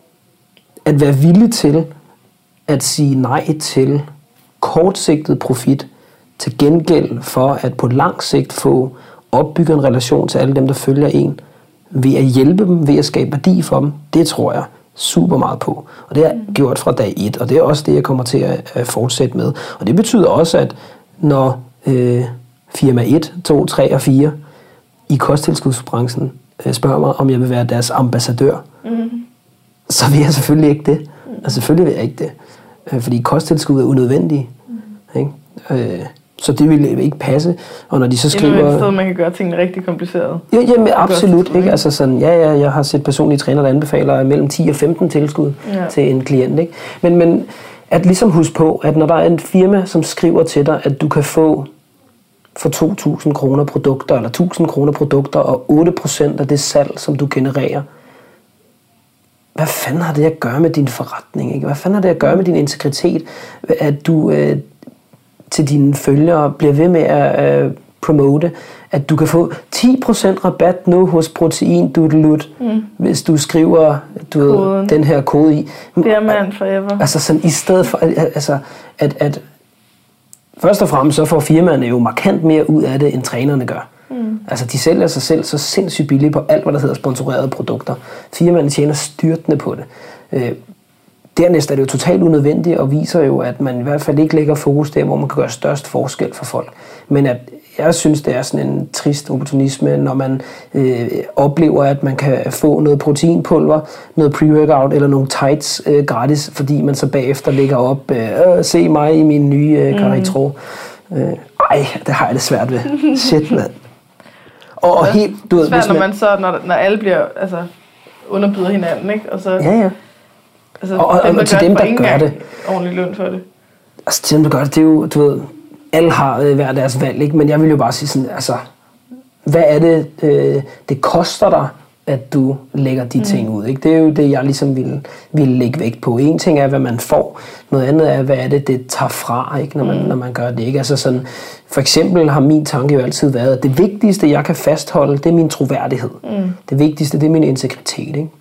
at være villig til at sige nej til kortsigtet profit til gengæld for at på lang sigt få opbygget en relation til alle dem, der følger en, ved at hjælpe dem, ved at skabe værdi for dem, det tror jeg super meget på. Og det har jeg gjort fra dag et, og det er også det, jeg kommer til at fortsætte med. Og det betyder også, at når øh, firma et, to, tre og fire i kosttilskudsbranchen øh, spørger mig, om jeg vil være deres ambassadør, mm. så vil jeg selvfølgelig ikke det. Altså selvfølgelig vil jeg ikke det. Øh, fordi kosttilskud er unødvendige. Mm. Ikke? Øh, så det vil ikke passe. Og når de så skriver... Det er et sted, man kan gøre tingene rigtig komplicerede. Jo, jamen absolut. Ikke? Altså sådan, ja, ja, jeg har set personlige træner, der anbefaler mellem ti og femten tilskud ja. til en klient. Ikke? Men, men at ligesom huske på, at når der er en firma, som skriver til dig, at du kan få for to tusind kroner produkter, eller tusind kroner produkter, og otte procent af det salg, som du genererer, hvad fanden har det at gøre med din forretning? Ikke? Hvad fanden har det at gøre med din integritet? At du øh, til dine følgere bliver ved med at øh, promote, at du kan få ti procent rabat nu hos Protein Dudelut, mm. hvis du skriver du ved, den her kode i. Diamant forever. Altså sådan i stedet for, altså at, at først og fremmest så får firmaerne jo markant mere ud af det, end trænerne gør. Mm. Altså de sælger sig selv så sindssygt billigt på alt, hvad der hedder sponsorerede produkter. Firmaerne tjener styrtende på det. Øh, dernæst er det jo totalt unødvendigt og viser jo, at man i hvert fald ikke lægger fokus der, hvor man kan gøre størst forskel for folk. Men at jeg synes, det er sådan en trist opportunisme, når man øh, oplever, at man kan få noget proteinpulver, noget pre-workout eller nogle tights øh, gratis, fordi man så bagefter lægger op, øh, se mig i min nye øh, Caritro. Mm. Øh, ej, det har jeg det svært ved. Shit, mand. Og, og helt, du ved, svært, når man så, når, når alle bliver, altså, underbyder hinanden, ikke? Og så, ja, ja. Altså, og, og, dem, der og til dem, der gør det. Ordentlig løn for det. Altså, til dem, der gør det, det er jo, du ved, alle har øh, hver deres valg, ikke? Men jeg vil jo bare sige sådan, altså, hvad er det, øh, det koster dig, at du lægger de mm. ting ud, ikke? Det er jo det, jeg ligesom ville, ville lægge vægt på. En ting er, hvad man får. Noget andet er, hvad er det, det tager fra, ikke? Når man, mm. når man gør det, ikke? Altså sådan, for eksempel har min tanke jo altid været, at det vigtigste, jeg kan fastholde, det er min troværdighed. Mm. Det vigtigste, det er min integritet, ikke?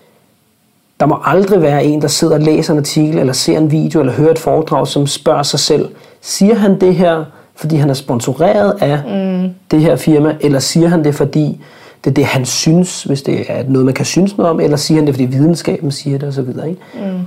Der må aldrig være en, der sidder og læser en artikel, eller ser en video, eller hører et foredrag, som spørger sig selv, siger han det her, fordi han er sponsoreret af mm. det her firma, eller siger han det, fordi det er det, han synes, hvis det er noget, man kan synes noget om, eller siger han det, fordi videnskaben siger det, og så videre, ikke? Mm.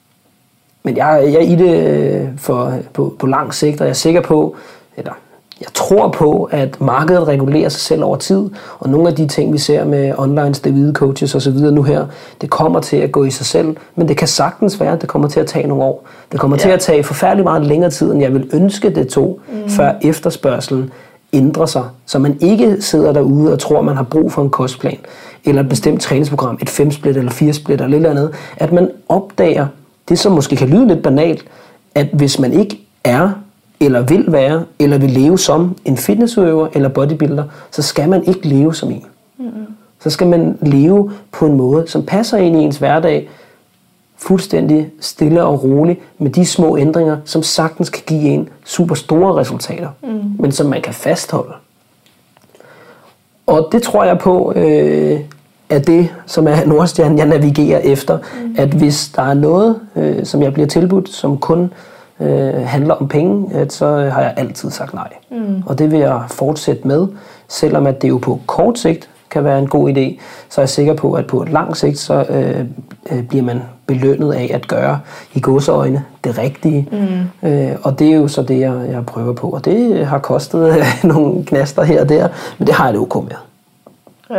Men jeg, jeg er i det for, på, på lang sigt, og jeg er sikker på, eller jeg tror på, at markedet regulerer sig selv over tid, og nogle af de ting, vi ser med online hvide coaches og så videre nu her, det kommer til at gå i sig selv, men det kan sagtens være, at det kommer til at tage nogle år. Det kommer ja. til at tage forfærdeligt meget længere tid, end jeg vil ønske det tog, mm. før efterspørgselen ændrer sig, så man ikke sidder derude og tror, man har brug for en kostplan, eller et bestemt træningsprogram, et fem-split eller fire-split eller lidt andet, at man opdager det, som måske kan lyde lidt banalt, at hvis man ikke er, eller vil være, eller vil leve som en fitnessudøver eller bodybuilder, så skal man ikke leve som en. Mm-hmm. Så skal man leve på en måde, som passer ind i ens hverdag, fuldstændig stille og roligt, med de små ændringer, som sagtens kan give en super store resultater, mm. men som man kan fastholde. Og det tror jeg på, øh, er det, som er Nordstjernen, jeg navigerer efter. Mm. At hvis der er noget, øh, som jeg bliver tilbudt, som kun øh, handler om penge, at så har jeg altid sagt nej. Mm. Og det vil jeg fortsætte med, selvom at det jo på kort sigt kan være en god idé, så er jeg sikker på, at på et langt sigt, så øh, øh, bliver man belønnet af at gøre i gåseøjne det rigtige. Mm. Øh, og det er jo så det, jeg, jeg prøver på. Og det har kostet øh, nogle knaster her og der, men det har jeg det ok med. Ja.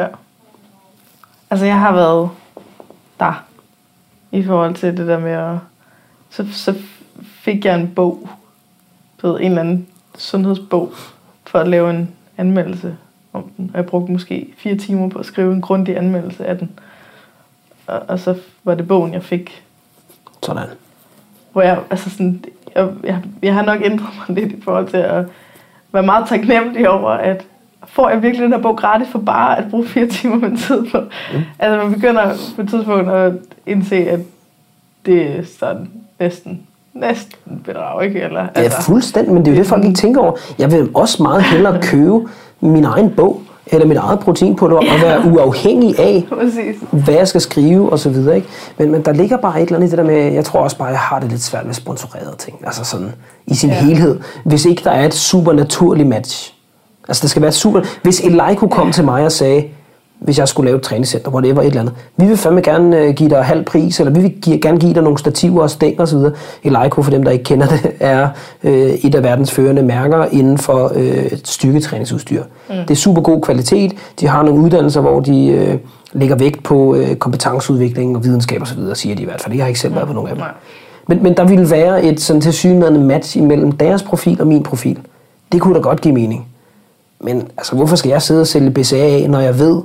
Altså, jeg har været der i forhold til det der med at... Så, så fik jeg en bog, ved en eller anden sundhedsbog, for at lave en anmeldelse om den. Og jeg brugte måske fire timer på at skrive en grundig anmeldelse af den. Og, og så var det bogen, jeg fik. Sådan. Hvor jeg, altså sådan, jeg, jeg, jeg har nok ændret mig lidt i forhold til at være meget taknemmelig over, at får jeg virkelig den her bog gratis for bare at bruge fire timer med tid på. Mm. Altså man begynder på et tidspunkt at indse, at det er sådan næsten, næsten bedrag, ikke? Eller, ja, altså, fuldstændig, men det er jo det, folk ikke tænker over. Jeg vil også meget hellere købe min egen bog, eller mit eget proteinpulver, ja. Og være uafhængig af, præcis. Hvad jeg skal skrive, og så videre, ikke? Men, men der ligger bare et eller andet i det der med, jeg tror også bare, jeg har det lidt svært med sponsorerede ting, altså sådan i sin ja. helhed. Hvis ikke der er et super naturligt match. Altså det skal være super. Hvis Eleiko kom ja. til mig og sagde, hvis jeg skulle lave et træningscenter, whatever, et eller andet, vi vil fandme gerne give dig halv pris, eller vi vil give, gerne give dig nogle stativer og stænger og så videre. Eleiko, for dem der ikke kender det, er øh, et af verdens førende mærker inden for øh, styrketræningsudstyr. Mm. Det er super god kvalitet. De har nogle uddannelser, hvor de øh, lægger vægt på øh, kompetenceudvikling og videnskab og så videre, siger de i hvert fald. Jeg har ikke selv været på nogen af dem. Men, men der ville være et sådan tilsyneladende match imellem deres profil og min profil. Det kunne da godt give mening. Men altså, hvorfor skal jeg sidde og sælge B C A A, når jeg ved,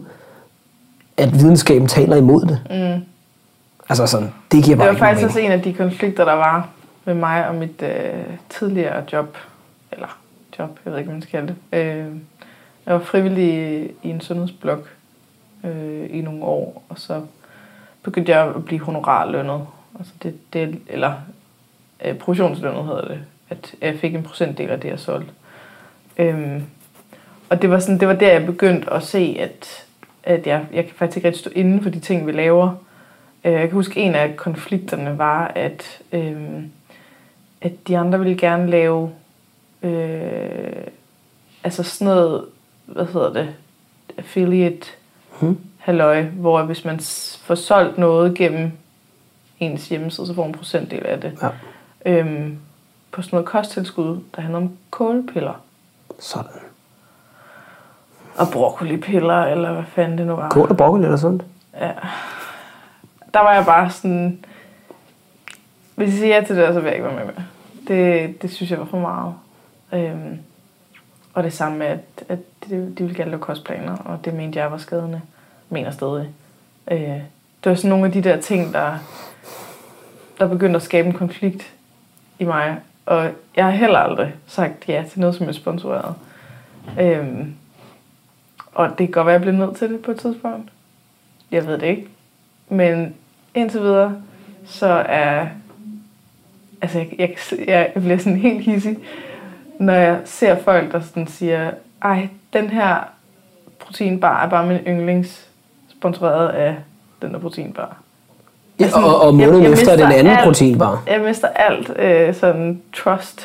at videnskaben taler imod det? Mm. Altså sådan, det giver bare ikke Det var faktisk også en af de konflikter, der var med mig og mit øh, tidligere job. Eller job, jeg ved ikke, hvad man skal kalde det. Øh, jeg var frivillig i en sundhedsblok øh, i nogle år, og så begyndte jeg at blive honorarlønnet. Altså det, det, eller øh, provisionslønnet hedder det. At jeg fik en procentdel af det, jeg solgte. Øh, Og det var, sådan, det var der, jeg begyndte at se, at, at jeg, jeg kan faktisk ikke rigtig stå inden for de ting, vi laver. Jeg kan huske, en af konflikterne var, at, øh, at de andre ville gerne lave øh, altså sådan noget, hvad hedder det, affiliate hmm. halløj, hvor hvis man får solgt noget gennem ens hjemmeside, så får man en procentdel af det. Ja. Øhm, på sådan noget kosttilskud, der handler om kålpiller. Sådan. Og broccolipiller, eller hvad fanden det nu var. Kål og broccoli eller sådan? Ja. Der var jeg bare sådan, hvis I siger ja til det, så vil jeg ikke være med med. Det, det synes jeg var for meget. Øhm, og det samme med, at, at de, de ville gerne lave kostplaner, og det mente jeg var skadende. Mener stadig. Øh, det var sådan nogle af de der ting, der, der begyndte at skabe en konflikt i mig. Og jeg har heller aldrig sagt ja til noget, som er sponsoreret. Øhm, og det kan godt være, at jeg bliver nødt til det på et tidspunkt. Jeg ved det ikke. Men indtil videre, så er... Altså, jeg, jeg, jeg bliver sådan helt hissig, når jeg ser folk, der sådan siger, ej, den her proteinbar er bare min yndlings, sponsoreret af den der proteinbar. Ja, sådan, og, og måneden jeg, efter den anden alt, proteinbar. Jeg mister alt øh, sådan trust.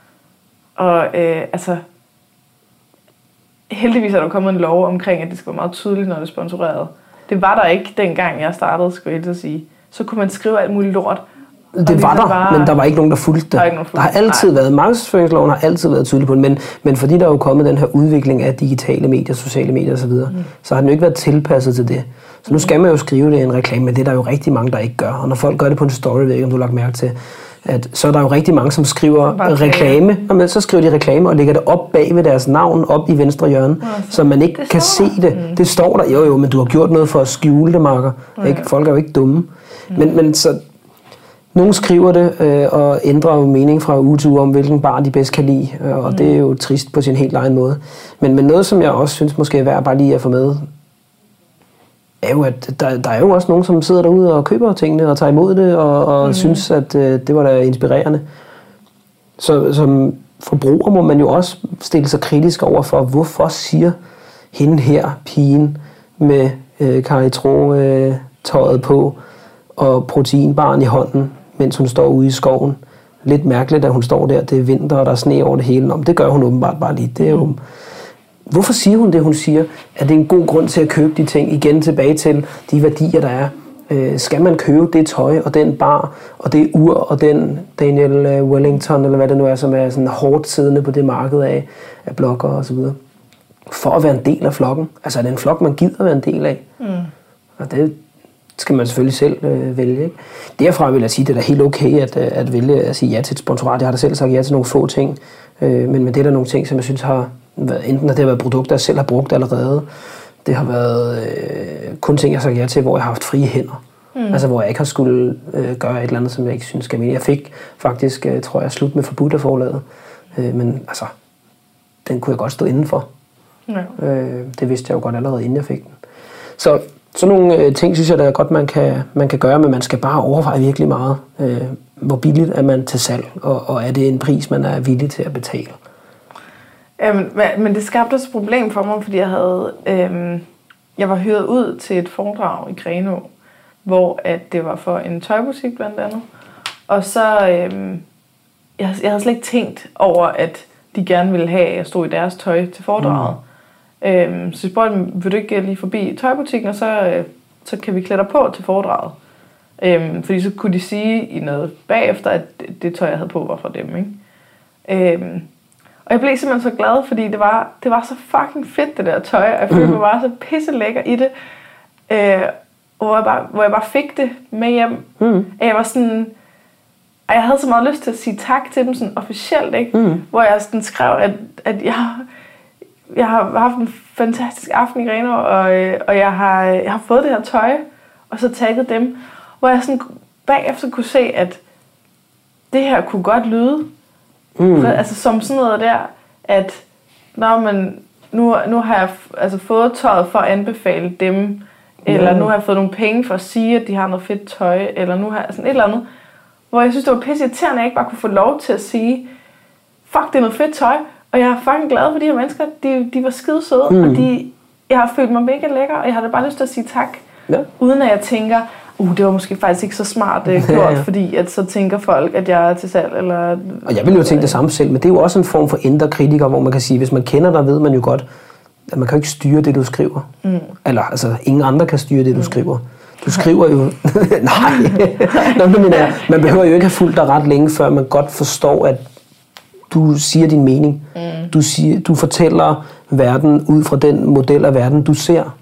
Og øh, altså, heldigvis er der kommet en lov omkring, at det skal være meget tydeligt, når det er sponsoreret. Det var der ikke, dengang jeg startede, skulle jeg sige. Så kunne man skrive alt muligt lort. Det var der, bare, men der var ikke nogen, der fulgte det. Der, der har altid Nej. været, markedsføringsloven har altid været tydelig på det, men, men fordi der er jo kommet den her udvikling af digitale medier, sociale medier osv., mm. så har den jo ikke været tilpasset til det. Så nu skal man jo skrive det i en reklame, men det er der jo rigtig mange, der ikke gør. Og når folk gør det på en story, ved ikke, om du har lagt mærke til, at så er der jo rigtig mange, som skriver reklame, og så skriver de reklame og lægger det op bag ved deres navn, op i venstre hjørne, ja, så man ikke kan se det. Mm. Det står der, jo jo, men du har gjort noget for at skjule det, Marker. Ja. Ikke? Folk er jo ikke dumme. Mm. Men, men så... Nogle skriver det øh, og ændrer jo mening fra uge til uge om, hvilken bar de bedst kan lide, øh, og mm. det er jo trist på sin helt egen måde. Men, men noget, som jeg også synes måske er værd bare lige at få med, er jo, at der, der er jo også nogen, som sidder derude og køber tingene og tager imod det, og, og mm. synes, at øh, det var da inspirerende. Så som forbruger må man jo også stille sig kritisk over for, hvorfor siger hende her, pigen med øh, Caritro-tøjet på, og proteinbaren i hånden, mens hun står ude i skoven. Lidt mærkeligt, at hun står der, det er vinter, og der er sne over det hele. Nå, det gør hun åbenbart bare lige. Det er jo... Hvorfor siger hun det, hun siger? Er det en god grund til at købe de ting? Igen tilbage til de værdier, der er. Øh, skal man købe det tøj, og den bar, og det ur, og den Daniel Wellington, eller hvad det nu er, som er sådan hårdt siddende på det marked af, af blogger og så videre, for at være en del af flokken? Altså er det en flok, man gider være en del af? Mm. Og det skal man selvfølgelig selv øh, vælge. Ikke? Derfra vil jeg sige, at det er da helt okay at, at vælge at sige ja til et sponsorat. Jeg har da selv sagt ja til nogle få ting, øh, men, men det er der nogle ting, som jeg synes har været, enten at det har været produkter, jeg selv har brugt allerede. Det har været øh, kun ting, jeg har sagt ja til, hvor jeg har haft frie hænder. Mm. Altså hvor jeg ikke har skulle øh, gøre et eller andet, som jeg ikke synes skal mene. Jeg fik faktisk, øh, tror jeg, slut med forbudt af forlaget. Øh, men altså, den kunne jeg godt stå indenfor. Ja. Øh, det vidste jeg jo godt allerede, inden jeg fik den. Så sådan nogle øh, ting, synes jeg, der er godt, man kan, man kan gøre, men man skal bare overveje virkelig meget, øh, hvor billigt er man til salg, og, og er det en pris, man er villig til at betale. Jamen, men det skabte også et problem for mig, fordi jeg havde, øh, jeg var hyret ud til et foredrag i Grenaa, hvor at det var for en tøjbutik blandt andet. Og så, øh, jeg, jeg havde slet ikke tænkt over, at de gerne ville have, at jeg stod i deres tøj til foredraget. Mm. Øh, så jeg spurgte dem, vil du ikke lige forbi tøjbutikken, og så, øh, så kan vi klæde dig på til foredraget. Øh, fordi så kunne de sige i noget bagefter, at det, det tøj, jeg havde på, var for dem. Ikke? Øh, og jeg blev simpelthen så glad, fordi det var, det var så fucking fedt, det der tøj. Og jeg følte mig bare så pisse lækker i det. Øh, Hvor jeg, bare, hvor jeg bare fik det med hjem. Mm. Jeg var sådan... Og jeg havde så meget lyst til at sige tak til dem sådan officielt, ikke? Mm. Hvor jeg sådan skrev, at, at jeg, jeg har haft en fantastisk aften i Grenaa, og, og jeg, har, jeg har fået det her tøj, og så tagget dem. Hvor jeg sådan bagefter kunne se, at det her kunne godt lyde. Mm. Altså som sådan noget der, at når man, nu, nu har jeg altså, fået tøjet for at anbefale dem, eller ja. Nu har jeg fået nogle penge for at sige, at de har noget fedt tøj, eller nu har jeg sådan et eller andet, hvor jeg synes, det var pisse irriterende, at jeg ikke bare kunne få lov til at sige, fuck, det er noget fedt tøj, og jeg er fucking glad for de her mennesker, de, de var skide søde, mm. og de, jeg har følt mig mega lækker, og jeg har da bare lyst til at sige tak, ja. Uden at jeg tænker, uh, det var måske faktisk ikke så smart uh, gjort, ja, ja. Fordi at så tænker folk, at jeg er til salg, eller... Og jeg vil jo tænke det samme selv, men det er jo også en form for indre kritiker, hvor man kan sige, hvis man kender dig, ved man jo godt, at man kan jo ikke styre det, du skriver. Mm. Eller, altså, ingen andre kan styre det, du mm. skriver. Du skriver jo... Nej! Nå, men jeg, man behøver jo ikke have fulgt dig ret længe, før man godt forstår, at du siger din mening. Mm. Du, siger, du fortæller verden ud fra den model af verden, du ser.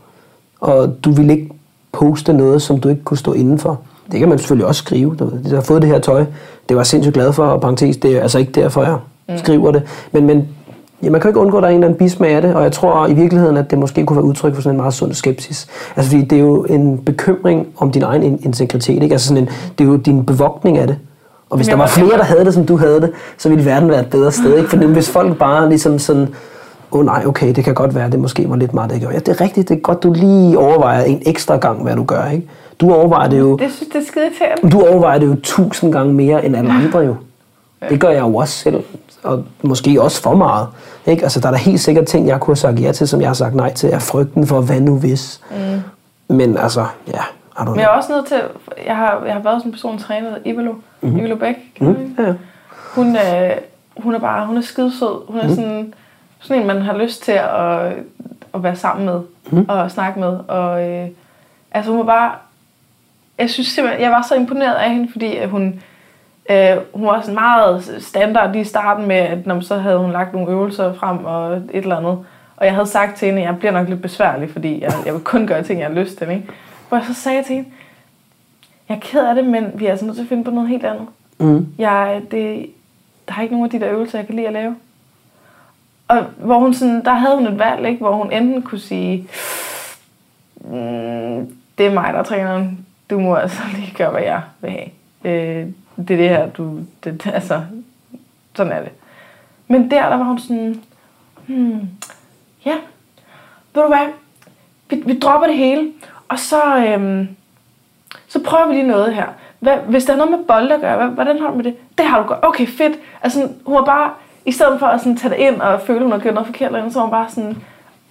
Og du vil ikke poste noget, som du ikke kunne stå indenfor. Det kan man selvfølgelig også skrive. Jeg har fået det her tøj. Det var jeg sindssygt glad for, og parentes, det er altså ikke derfor, jeg mm. skriver det. Men, men ja, man kan ikke undgå, at der er en eller anden bismag af det, og jeg tror i virkeligheden, at det måske kunne være udtryk for sådan en meget sund skepsis. Altså fordi det er jo en bekymring om din egen integritet, ikke? Altså sådan en, det er jo din bevogtning af det. Og hvis der var flere, der havde det, som du havde det, så ville verden være et bedre sted, ikke? For hvis folk bare ligesom sådan, åh oh, nej, okay, det kan godt være, det måske var lidt meget, det gjorde. Ja, det er rigtigt, det er godt, du lige overvejer en ekstra gang, hvad du gør, ikke? Du overvejer det jo... Det synes det er skide irriterende. Du overvejer det jo tusind gange mere end alle andre jo. Det gør jeg jo også selv. Og måske også for meget. Ikke? Altså, der er der helt sikkert ting, jeg kunne have sagt ja til, som jeg har sagt nej til, er frygten for, hvad nu hvis. Mm. Men altså, ja, I don't know. Men jeg er også nødt til, jeg har, jeg har været sådan en person, træner, Ivalo, mm-hmm. Ivalo Bæk, mm-hmm. ja, ja. Hun, øh, hun er bare, hun er skidesød. Hun er mm-hmm. sådan, sådan en, man har lyst til at, at være sammen med, mm-hmm. og snakke med. Og øh, altså, hun var bare, jeg synes simpelthen, jeg var så imponeret af hende, fordi at hun, Uh, hun var sådan meget standard lige i starten med, at når så havde hun lagt nogle øvelser frem og et eller andet. Og jeg havde sagt til hende, at jeg bliver nok lidt besværlig, fordi jeg, jeg vil kun gøre ting, jeg har lyst til. Ikke? Hvor jeg så sagde til hende, jeg er ked af det, men vi er altså nødt til at finde på noget helt andet. Mm. Jeg, det, der er ikke nogen af de der øvelser, jeg kan lide at lave. Og hvor hun sådan, der havde hun et valg, ikke? Hvor hun enten kunne sige, mm, det er mig, der er træneren. Du må altså lige gøre, hvad jeg vil have. Øh, det er det her, du... Det, altså, sådan er det. Men der, der var hun sådan... Hmm, ja, ved du hvad? Vi, vi dropper det hele, og så... Øhm, så prøver vi lige noget her. Hvad, hvis der er noget med bolde at gøre, hvad, hvordan har du med det? Det har du godt. Okay, fedt. Altså, hun var bare... I stedet for at sådan, tage det ind og føle, hun har gjort noget forkert, så var hun bare sådan...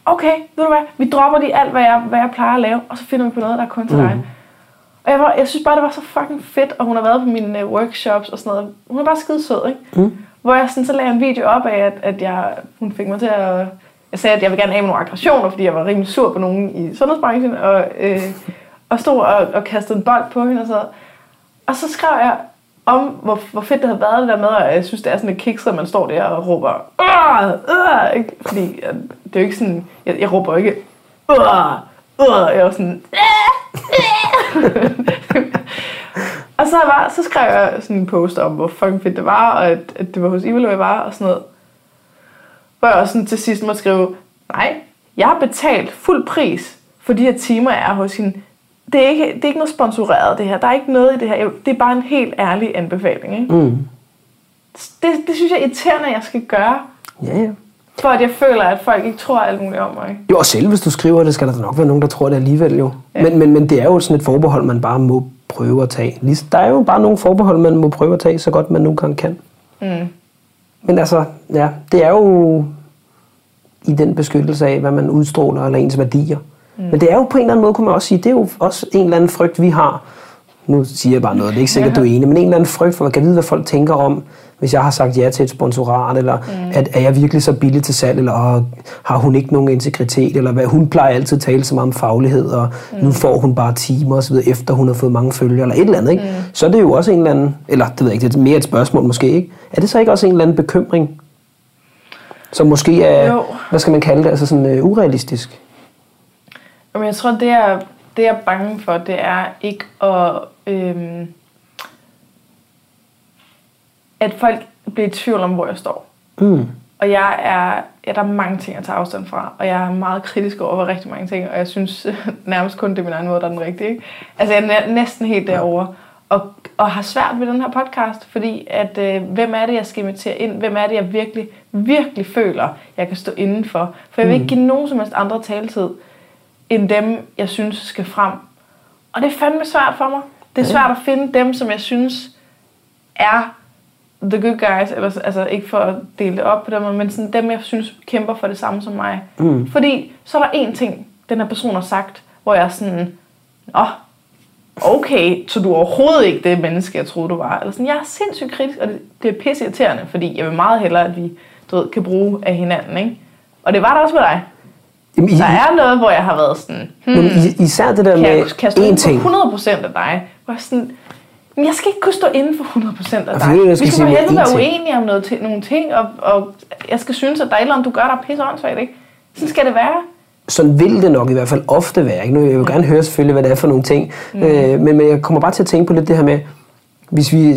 okay, ved du hvad, vi dropper lige alt, hvad jeg, hvad jeg plejer at lave, og så finder vi på noget, der er kun til dig. Mm. Og jeg, var, jeg synes bare, det var så fucking fedt, og hun har været på mine uh, workshops og sådan noget. Hun er bare skide sød, ikke? Mm. Hvor jeg sådan, så lagde en video op af, at, at jeg, hun fik mig til at... Jeg sagde, at jeg vil gerne have nogle aggressioner, fordi jeg var rimelig sur på nogen i sundhedsbranchen, og, øh, og stod og, og kastede en bold på hende og så. Og så skrev jeg om, hvor, hvor fedt det havde været det der med, og jeg synes, det er sådan et kikset, at man står der og råber, øh, øh, ikke? Fordi det er jo ikke sådan, jeg, jeg råber jo ikke, øh, øh, jeg var sådan, øh, øh. Og så, var, så skrev jeg sådan en post om, hvor fucking fedt det var, og at, at det var hos Ivalo, jeg var, og sådan noget. Hvor jeg også sådan til sidst måtte skrive, nej, jeg har betalt fuld pris for de her timer, jeg er hos hende. Det er ikke, det er ikke noget sponsoreret, det her. Der er ikke noget i det her. Det er bare en helt ærlig anbefaling, ikke? Mm. Det, det synes jeg er irriterende, at jeg skal gøre. Ja, ja. For at jeg føler, at folk ikke tror alt muligt om mig. Jo, og selv hvis du skriver det, skal der nok være nogen, der tror det alligevel jo. Ja. Men, men, men det er jo sådan et forbehold, man bare må prøve at tage. Der er jo bare nogle forbehold, man må prøve at tage, så godt man nu kan. kan. Mm. Men altså, ja, det er jo i den beskyttelse af, hvad man udstråler, eller ens værdier. Mm. Men det er jo på en eller anden måde, kunne man også sige, det er jo også en eller anden frygt, vi har. Nu siger jeg bare noget, det er ikke sikkert, ja. Du er enig, men en eller anden frygt for, at man kan vide, hvad folk tænker om, hvis jeg har sagt ja til et sponsorat, eller mm. at er jeg virkelig så billig til salg, eller åh, har hun ikke nogen integritet, eller hvad, hun plejer altid at tale så meget om faglighed, og mm. nu får hun bare timer og så videre, efter hun har fået mange følgere, eller et eller andet, ikke? Mm. Så er det jo også en eller anden, eller det ved jeg ikke, det er mere et spørgsmål måske, ikke? Er det så ikke også en eller anden bekymring, som måske er, jo. Hvad skal man kalde det, altså sådan uh, urealistisk? Jamen, jeg tror, det er, det jeg er bange for, det er ikke at, øhm, at folk bliver i tvivl om, hvor jeg står. Mm. Og jeg er, ja, der er mange ting at tage afstand fra, og jeg er meget kritisk over rigtig mange ting, og jeg synes nærmest kun, det er min egen måde, der er den rigtige. Ikke? Altså, jeg er næsten helt derovre, og, og har svært ved den her podcast, fordi at, øh, hvem er det, jeg skal invitere ind? Hvem er det, jeg virkelig, virkelig føler, jeg kan stå indenfor? For jeg vil ikke give nogen som helst andre taletid, end dem, jeg synes skal frem. Og det er fandme svært for mig. Det er svært at finde dem, som jeg synes er the good guys, eller, altså ikke for at dele det op på dem, men sådan dem, jeg synes kæmper for det samme som mig. Mm. Fordi så er der én ting, den her person har sagt, hvor jeg er sådan, åh, okay, så du er overhovedet ikke det menneske, jeg troede, du var. Eller sådan, jeg er sindssygt kritisk, og det, det er pisse irriterende, fordi jeg vil meget hellere, at vi du ved, kan bruge af hinanden, ikke? Og det var der også med dig. Jamen, I, der er noget, hvor jeg har været sådan, hmm, men især det der med jeg, kan jeg én ting. hundrede procent af dig? Hvor jeg sådan, men jeg skal ikke kunne stå inden for hundrede procent af dig. Jeg vi skal bare helst være uenige om noget, nogle ting, og, og jeg skal synes, at der er et eller andet, du gør, der er pisse åndssvagt, ikke? Sådan skal det være. Sådan vil det nok i hvert fald ofte være. Ikke? Nu jeg vil gerne høre selvfølgelig, hvad det er for nogle ting. Mm. Øh, men, men jeg kommer bare til at tænke på lidt det her med, hvis vi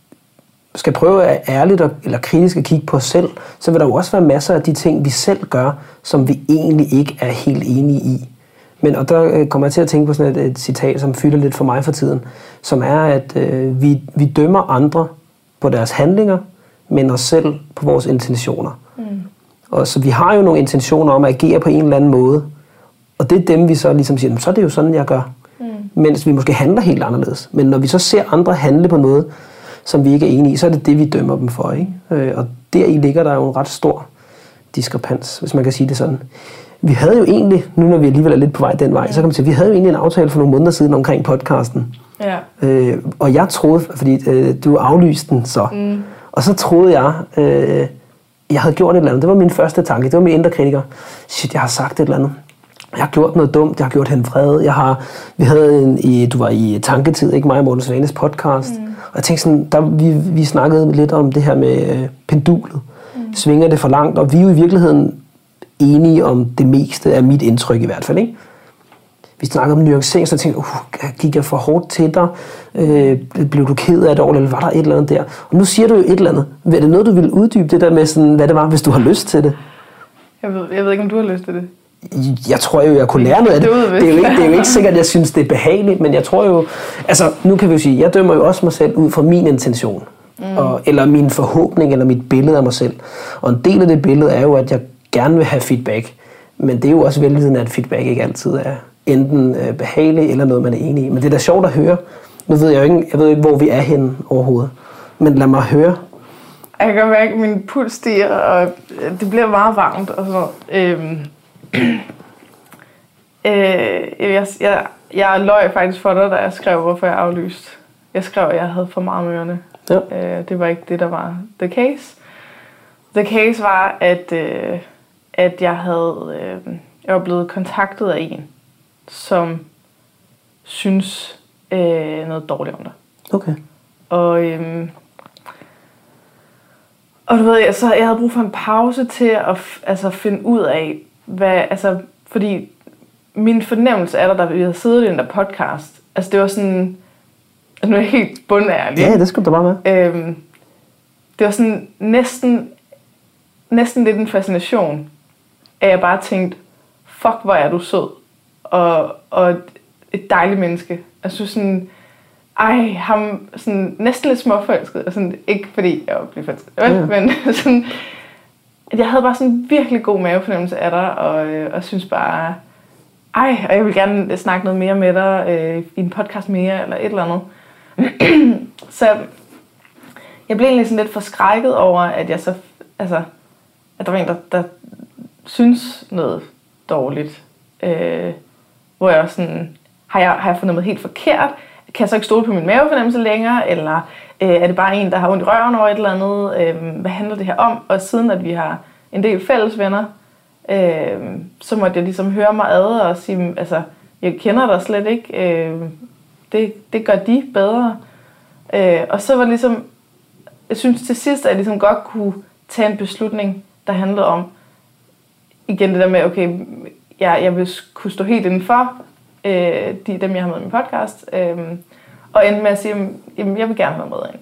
skal prøve at ærligt og, eller kritisk at kigge på os selv, så vil der jo også være masser af de ting, vi selv gør, som vi egentlig ikke er helt enige i. Men, og der kommer jeg til at tænke på sådan et, et citat, som fylder lidt for mig for tiden, som er, at øh, vi, vi dømmer andre på deres handlinger, men os selv på vores intentioner. Mm. Og så vi har jo nogle intentioner om at agere på en eller anden måde, og det er dem, vi så ligesom siger, så er det jo sådan, jeg gør. Mm. Mens vi måske handler helt anderledes. Men når vi så ser andre handle på noget, som vi ikke er enige i, så er det det, vi dømmer dem for. Ikke? Og deri ligger der jo en ret stor diskrepans, hvis man kan sige det sådan. Vi havde jo egentlig, nu når vi alligevel er lidt på vej den vej, ja. Så kan man sige, vi havde jo egentlig en aftale for nogle måneder siden omkring podcasten. Ja. Øh, og jeg troede, fordi øh, du aflyste den så, mm. og så troede jeg, øh, jeg havde gjort et eller andet. Det var min første tanke, det var min indre kritiker. Shit, jeg har sagt et eller andet. Jeg har gjort noget dumt, jeg har gjort hende fred. Jeg har, vi havde en, i, du var i Tanketid, ikke mig og Morten Svanes podcast. Mm. Og jeg tænkte sådan, der, vi, vi snakkede lidt om det her med øh, pendulet. Mm. Svinger det for langt? Og vi er jo i virkeligheden enige om det meste af mit indtryk i hvert fald, ikke? Vi snakkede om nuancering, så jeg tænkte, uh, gik jeg for hårdt til dig? Øh, blev du ked af det over, eller var der et eller andet der? Og nu siger du jo et eller andet. Er det noget, du ville uddybe det der med, sådan, hvad det var, hvis du har lyst til det? Jeg ved, jeg ved ikke, om du har lyst til det. Jeg tror jo, jeg kunne lære noget af det. Det er jo ikke, det er jo ikke sikkert, at jeg synes, det er behageligt, men jeg tror jo... Altså, nu kan vi jo sige, jeg dømmer jo også mig selv ud fra min intention. Mm. Og, eller min forhåbning, eller mit billede af mig selv. Og en del af det billede er jo, at jeg gerne vil have feedback. Men det er jo også vældig, at feedback ikke altid er enten behagelig, eller noget, man er enig i. Men det er da sjovt at høre. Nu ved jeg jo ikke, jeg ved ikke hvor vi er henne overhovedet. Men lad mig høre. Jeg kan mærke, at min puls stiger, og det bliver meget varmt. Og så, øhm øh, jeg, jeg, jeg løj faktisk for dig, da jeg skrev, hvorfor jeg aflyste. Jeg skrev, at jeg havde for meget med ørerne. Ja. Øh, det var ikke det, der var the case. The case var, at, øh, at jeg havde øh, jeg var blevet kontaktet af en, som synes øh, noget dårligt om dig. Okay. Og, øh, og du ved, jeg, så jeg havde brug for en pause til at altså, finde ud af, hvad, altså, fordi min fornemmelse er der, da vi havde siddet i den der podcast, altså det var sådan, altså nu er jeg helt bundærlig. Ja, det skulle du bare med. Øhm, det var sådan næsten, næsten lidt en fascination, at jeg bare tænkte, fuck, hvor er du sød, og, og et dejligt menneske. Jeg synes sådan, ej, ham sådan næsten lidt småforelsket, altså ikke fordi jeg var blevet forelsket, ja. men sådan, jeg havde bare sådan en virkelig god mavefornemmelse af dig, og, og synes bare, ej, og jeg vil gerne snakke noget mere med dig øh, i en podcast mere, eller et eller andet. Så jeg blev egentlig sådan lidt forskrækket over, at jeg så, altså, at der var en, der, der synes noget dårligt. Øh, hvor jeg også sådan, har jeg, har jeg fornemmet helt forkert? Kan jeg så ikke stole på min mavefornemmelse længere? Eller øh, er det bare en, der har ondt i røven over et eller andet? Øh, hvad handler det her om? Og siden at vi har en del fælles venner, øh, så måtte jeg ligesom høre mig ad og sige, altså, jeg kender dig slet ikke. Øh, det, det gør de bedre. Øh, og så var ligesom, jeg synes til sidst, at jeg ligesom godt kunne tage en beslutning, der handlede om, igen det der med, okay, jeg, jeg vil kunne stå helt indenfor øh, de, dem, jeg har med i min podcast, øh, og endte med at sige, jamen, jeg vil gerne være med ind.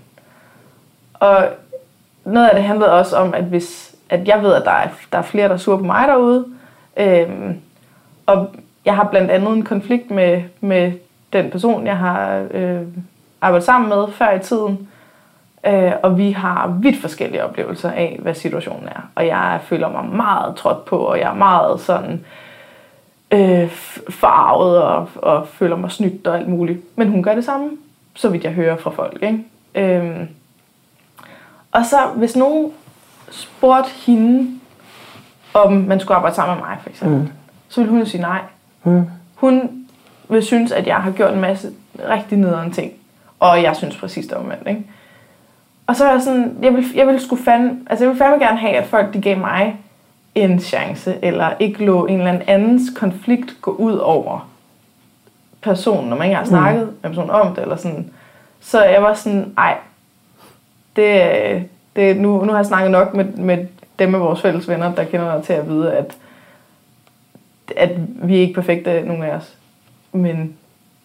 Og noget af det handlede også om, at hvis at jeg ved, at der er, der er flere, der er sure på mig derude, øh, og jeg har blandt andet en konflikt med, med den person, jeg har øh, arbejdet sammen med før i tiden, øh, og vi har vidt forskellige oplevelser af, hvad situationen er. Og jeg føler mig meget trådt på, og jeg er meget sådan øh, farvet og, og føler mig snydt og alt muligt. Men hun gør det samme, så vidt jeg hører fra folk. Ikke? Øh, og så hvis nogen spurgte hende, om man skulle arbejde sammen med mig, for eksempel, mm. så ville hun jo sige nej. Mm. Hun vil synes, at jeg har gjort en masse rigtig nederen ting, og jeg synes præcis det omvendt, ikke? Og så er jeg sådan, jeg vil, jeg vil sgu fandme, altså jeg vil fandme gerne have, at folk de gav mig en chance, eller ikke lå en eller andens konflikt gå ud over personen, når man ikke har snakket mm. med personen om det, eller sådan. Så jeg var sådan, ej, det, det, nu, nu har jeg snakket nok med, med dem af vores fælles venner, der kender dig til at vide, at, at vi er ikke perfekte, nogen af os. Men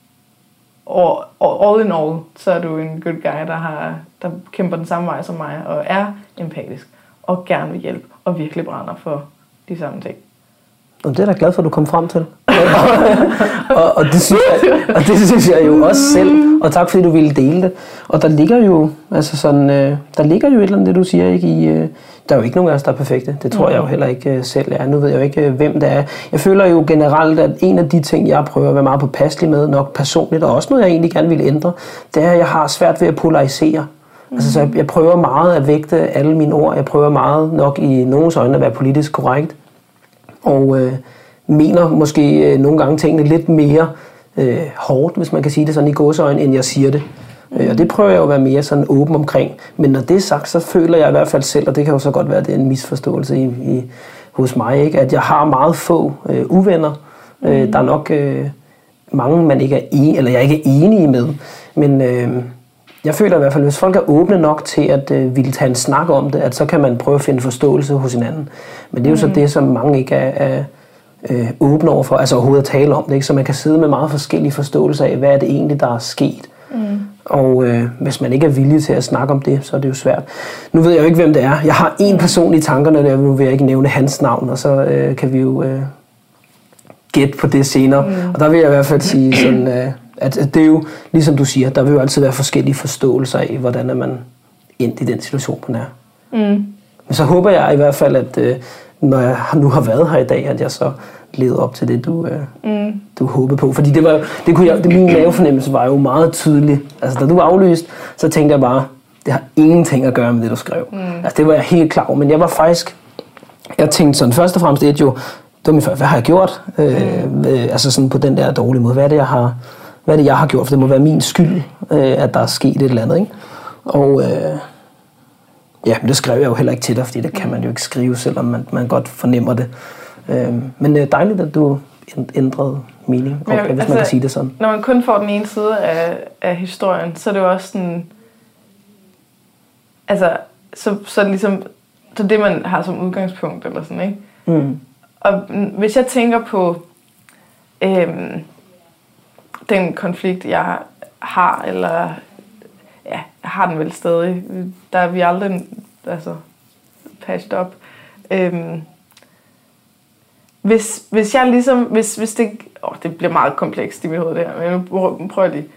all, all in all, så er du en good guy, der, har, der kæmper den samme vej som mig, og er empatisk, og gerne vil hjælpe, og virkelig brænder for de samme ting. Og det er jeg glad for, at du kom frem til. og, og, det synes jeg, og det synes jeg jo også selv. Og tak fordi du ville dele det. Og der ligger jo, altså sådan, øh, der ligger jo et eller andet, det du siger, ikke? I, øh, der er jo ikke nogen af os, der er perfekte. Det tror mm. jeg jo heller ikke øh, selv er. Nu ved jeg jo ikke, øh, hvem det er. Jeg føler jo generelt, at en af de ting, jeg prøver at være meget påpasselig med, nok personligt, og også noget, jeg egentlig gerne vil ændre, det er, at jeg har svært ved at polarisere. Mm. Altså, så jeg, jeg prøver meget at vægte alle mine ord. Jeg prøver meget nok i nogens øjne at være politisk korrekt. Og øh, mener måske øh, nogle gange tingene lidt mere øh, hårdt, hvis man kan sige det sådan i gåseøjne, end jeg siger det. Mm. Øh, og det prøver jeg jo at være mere sådan åben omkring. Men når det er sagt, så føler jeg i hvert fald selv, og det kan jo så godt være, at det er en misforståelse i, i, hos mig, ikke? At jeg har meget få øh, uvenner. Mm. Øh, der er nok øh, mange, man ikke er enige, eller jeg ikke er enig med. Men øh, jeg føler i hvert fald, at hvis folk er åbne nok til at øh, ville tage en snak om det, at så kan man prøve at finde forståelse hos hinanden. Men det er jo mm. så det, som mange ikke er, er øh, åbne over for, altså overhovedet at tale om det. Ikke? Så man kan sidde med meget forskellige forståelser af, hvad er det egentlig, der er sket. Mm. Og øh, hvis man ikke er villig til at snakke om det, så er det jo svært. Nu ved jeg jo ikke, hvem det er. Jeg har en person i tankerne, og nu vil jeg ikke nævne hans navn, og så øh, kan vi jo øh, gætte på det senere. Mm. Og der vil jeg i hvert fald sige sådan... Øh, At det er jo, ligesom du siger, der vil jo altid være forskellige forståelser af, hvordan er man endt i den situation, man er. Mm. Men så håber jeg i hvert fald, at øh, når jeg nu har været her i dag, at jeg så levede op til det, du, øh, mm. du håbede på. Fordi det var, det kunne jeg, det, min mavefornemmelse var jo meget tydelig. Altså, da du var aflyst, så tænkte jeg bare, det har ingenting at gøre med det, du skrev. Mm. Altså, det var jeg helt klar over. Men jeg var faktisk, jeg tænkte sådan, først og fremmest et jo, var min første. Hvad har jeg gjort? Øh, mm. øh, altså sådan på den der dårlige måde. Hvad er det, jeg har, hvad er det, jeg har gjort? For det må være min skyld, øh, at der er sket et eller andet, ikke? Og øh, ja, men det skrev jeg jo heller ikke til dig, fordi det kan man jo ikke skrive, selvom man, man godt fornemmer det. Øh, men øh, dejligt, at du ændrede mening, og, jeg, hvis altså, man kan sige det sådan. Når man kun får den ene side af, af historien, så er det jo også sådan... Altså, så, så ligesom... Så det, man har som udgangspunkt, eller sådan, ikke? Mm. Og hvis jeg tænker på øhm, den konflikt, jeg har, eller... Ja, jeg har den vel stadig. Der er vi aldrig, altså, patched up. Øhm, Hvis, hvis jeg ligesom, hvis, hvis det, åh, det bliver meget komplekst i mit hoved det her, men nu prøver jeg lige.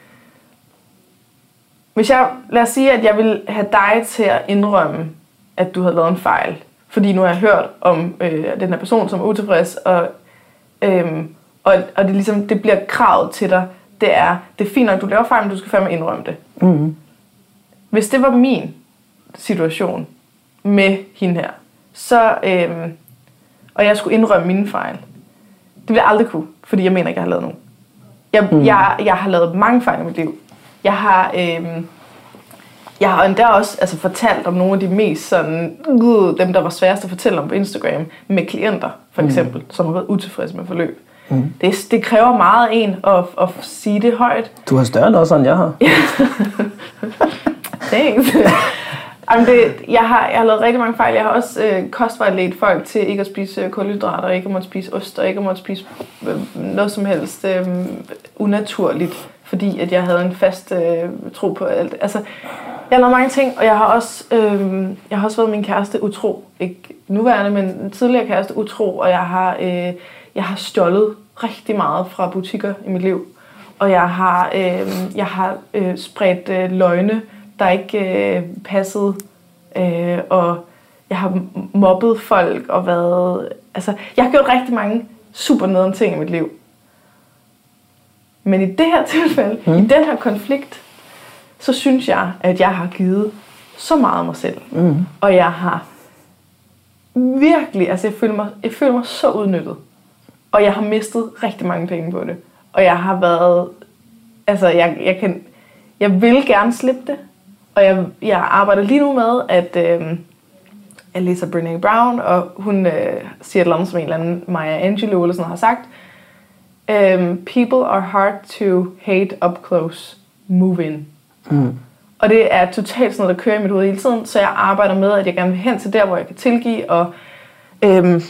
Hvis jeg, lad os sige, at jeg vil have dig til at indrømme, at du havde lavet en fejl, fordi nu har jeg hørt om øh, den her person, som er utilfreds, og, øhm, og, og det, ligesom, det bliver kravet til dig, det er, det er fint nok, du laver fejl, men du skal fandme indrømme det. Mm-hmm. Hvis det var min situation med hende her, så... Øhm, og jeg skulle indrømme mine fejl. Det vil jeg aldrig kunne, fordi jeg mener ikke, jeg har lavet nogen. Jeg, mm. jeg, jeg har lavet mange fejl i mit liv. Jeg har, øhm, jeg har endda også altså, fortalt om nogle af de mest sådan, uh, dem, der var sværest at fortælle om på Instagram, med klienter, for eksempel, mm. som har været utilfredse med forløb. Mm. Det, det kræver meget af en at, at sige det højt. Du har større end også, end jeg har. Thanks. Jamen det, jeg, har, jeg har lavet rigtig mange fejl. Jeg har også øh, kostvejledt folk til ikke at spise øh, kulhydrater, ikke at måtte spise ost, og ikke at måtte spise øh, noget som helst øh, unaturligt, fordi at jeg havde en fast øh, tro på alt. Altså, jeg har lavet mange ting, og jeg har også, øh, jeg har også været min kæreste utro. Ikke nuværende, men en tidligere kæreste utro, og jeg har, øh, jeg har stjålet rigtig meget fra butikker i mit liv. Og jeg har, øh, jeg har øh, spredt øh, løgne, der ikke øh, passede, øh, og jeg har mobbet folk og været... Altså, jeg har gjort rigtig mange super nederen ting i mit liv. Men i det her tilfælde, mm. i den her konflikt, så synes jeg, at jeg har givet så meget af mig selv. Mm. Og jeg har virkelig... Altså, jeg føler mig, jeg føler mig så udnyttet. Og jeg har mistet rigtig mange penge på det. Og jeg har været... Altså, jeg, jeg kan... Jeg vil gerne slippe det. Og jeg, jeg arbejder lige nu med, at øh, jeg læser Brené Brown, og hun øh, siger et eller andet, som en eller anden Maya Angelou eller sådan har sagt. Um, People are hard to hate up close. Move in. Mm. Og det er totalt sådan noget, der kører i mit hoved hele tiden, så jeg arbejder med, at jeg gerne vil hen til der, hvor jeg kan tilgive, og øh,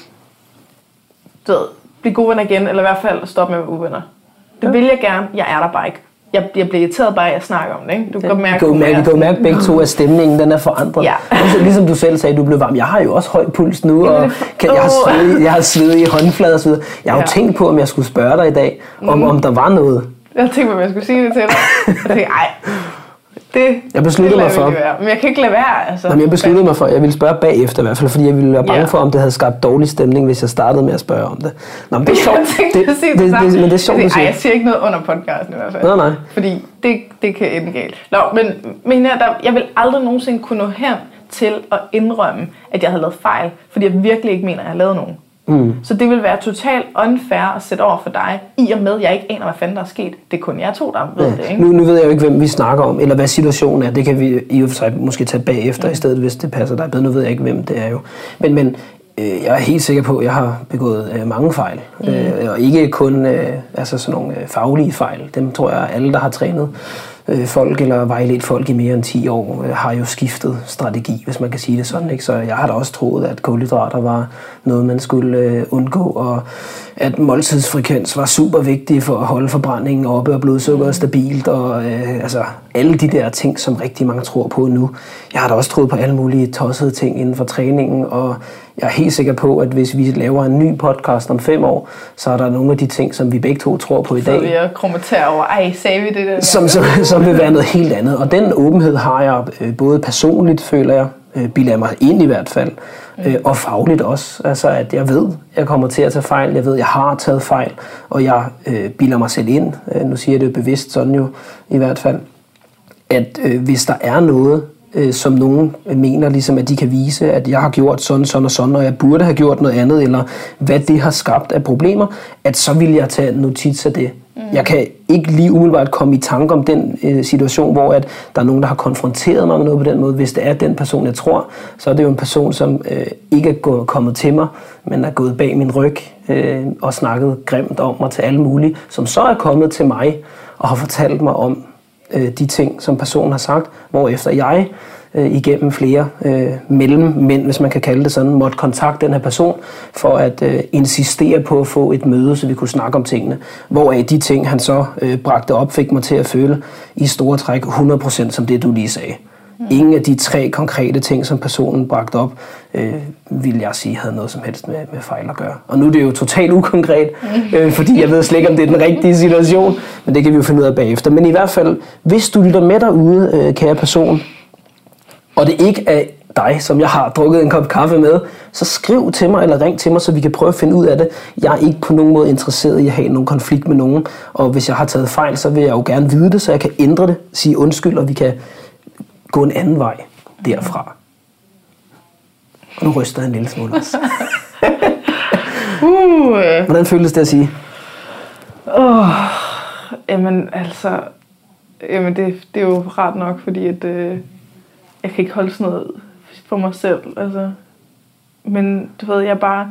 du ved, blive gode venner igen, eller i hvert fald stoppe med at være uvenner. Det ja. vil jeg gerne, jeg er der bare ikke. Jeg, jeg bliver irriteret bare, at jeg snakker om det, ikke? Du kan godt mærke, du kan mærke begge to, at stemningen den er forandret. Ja. Ligesom, ligesom du selv sagde, du blev varm. Jeg har jo også høj puls nu, og kan, jeg har svedet, jeg har svedet i håndflader og så videre. Jeg har jo ja. tænkt på, om jeg skulle spørge dig i dag, om, mm. om der var noget. Jeg tænkte på, om jeg skulle sige det til dig. Jeg tænkte, ej, det, jeg besluttede det mig for. Men jeg kan ikke lade være. Altså. Jamen, jeg besluttede mig for, jeg ville spørge bagefter i hvert fald, fordi jeg ville være bange ja. for, om det havde skabt dårlig stemning, hvis jeg startede med at spørge om det. Nå, men det er sjovt. Det, det, det, det, det, men det er sjovt, jeg, ej, jeg siger ikke noget under podcasten i hvert fald. Nej, nej. Fordi det, det kan ende galt. Nå, men, men der, jeg vil aldrig nogensinde kunne nå hen til at indrømme, at jeg havde lavet fejl, fordi jeg virkelig ikke mener, at jeg har lavet nogen. Mm. Så det vil være totalt unfair at sætte over for dig, i og med, at jeg ikke aner, hvad fanden der er sket. Det er kun jeg to, der ved ja. det, ikke? Nu, nu ved jeg jo ikke, hvem vi snakker om, eller hvad situationen er. Det kan vi i og for sig måske tage bagefter mm. i stedet, hvis det passer dig bedre. Nu ved jeg ikke, hvem det er jo. Men, men øh, jeg er helt sikker på, at jeg har begået øh, mange fejl. Mm. Øh, og ikke kun øh, altså sådan nogle øh, faglige fejl. Dem tror jeg, alle, der har trænet øh, folk eller vejledt folk i mere end ti år, øh, har jo skiftet strategi, hvis man kan sige det sådan. Ikke? Så jeg har da også troet, at kulhydrater var noget, man skulle øh, undgå, og at måltidsfrekvens var super vigtig for at holde forbrændingen oppe, og blodsukkeret stabilt, og øh, altså alle de der ting, som rigtig mange tror på nu. Jeg har da også troet på alle mulige tossede ting inden for træningen, og jeg er helt sikker på, at hvis vi laver en ny podcast om fem år, så er der nogle af de ting, som vi begge to tror på i dag. Så vi er kromateret over, ej, sagde vi det der? Som, som, som vil være noget helt andet. Og den åbenhed har jeg øh, både personligt, føler jeg, øh, bilder jeg mig ind i hvert fald, øh, og fagligt også. Altså, at jeg ved, jeg kommer til at tage fejl, jeg ved, jeg har taget fejl, og jeg øh, bilder mig selv ind. Øh, nu siger jeg det bevidst sådan jo, i hvert fald, at øh, hvis der er noget øh, som nogen mener, ligesom, at de kan vise, at jeg har gjort sådan, sådan og sådan, og jeg burde have gjort noget andet, eller hvad det har skabt af problemer, at så vil jeg tage notits af det. Mm. Jeg kan ikke lige umiddelbart komme i tanke om den øh, situation, hvor at der er nogen, der har konfronteret mig med noget på den måde. Hvis det er den person, jeg tror, så er det jo en person, som øh, ikke er gået, kommet til mig, men er gået bag min ryg øh, og snakket grimt om mig til alle mulige, som så er kommet til mig og har fortalt mig om øh, de ting, som personen har sagt, hvorefter jeg øh, igennem flere øh, mellemmænd, hvis man kan kalde det sådan, måtte kontakte den her person for at øh, insistere på at få et møde, så vi kunne snakke om tingene. Hvoraf de ting, han så øh, bragte op, fik mig til at føle i store træk hundrede procent som det, du lige sagde. Mm. Ingen af de tre konkrete ting, som personen bragte op, øh, vil jeg sige, havde noget som helst med, med fejl at gøre. Og nu er det jo totalt ukonkret, øh, fordi jeg ved slet ikke, om det er den rigtige situation, men det kan vi jo finde ud af bagefter. Men i hvert fald, hvis du lytter med derude, øh, kære person, og det ikke er dig, som jeg har drukket en kop kaffe med, så skriv til mig eller ring til mig, så vi kan prøve at finde ud af det. Jeg er ikke på nogen måde interesseret i at have nogen konflikt med nogen, og hvis jeg har taget fejl, så vil jeg jo gerne vide det, så jeg kan ændre det, sige undskyld, og vi kan gå en anden vej derfra. Og nu ryster jeg en lille smule også. uh. Hvordan føles det at sige? Åh, oh, jamen altså, jamen det, det er jo rart nok, fordi at, øh, jeg kan ikke holde sådan noget for mig selv. Altså. Men du ved, jeg er bare,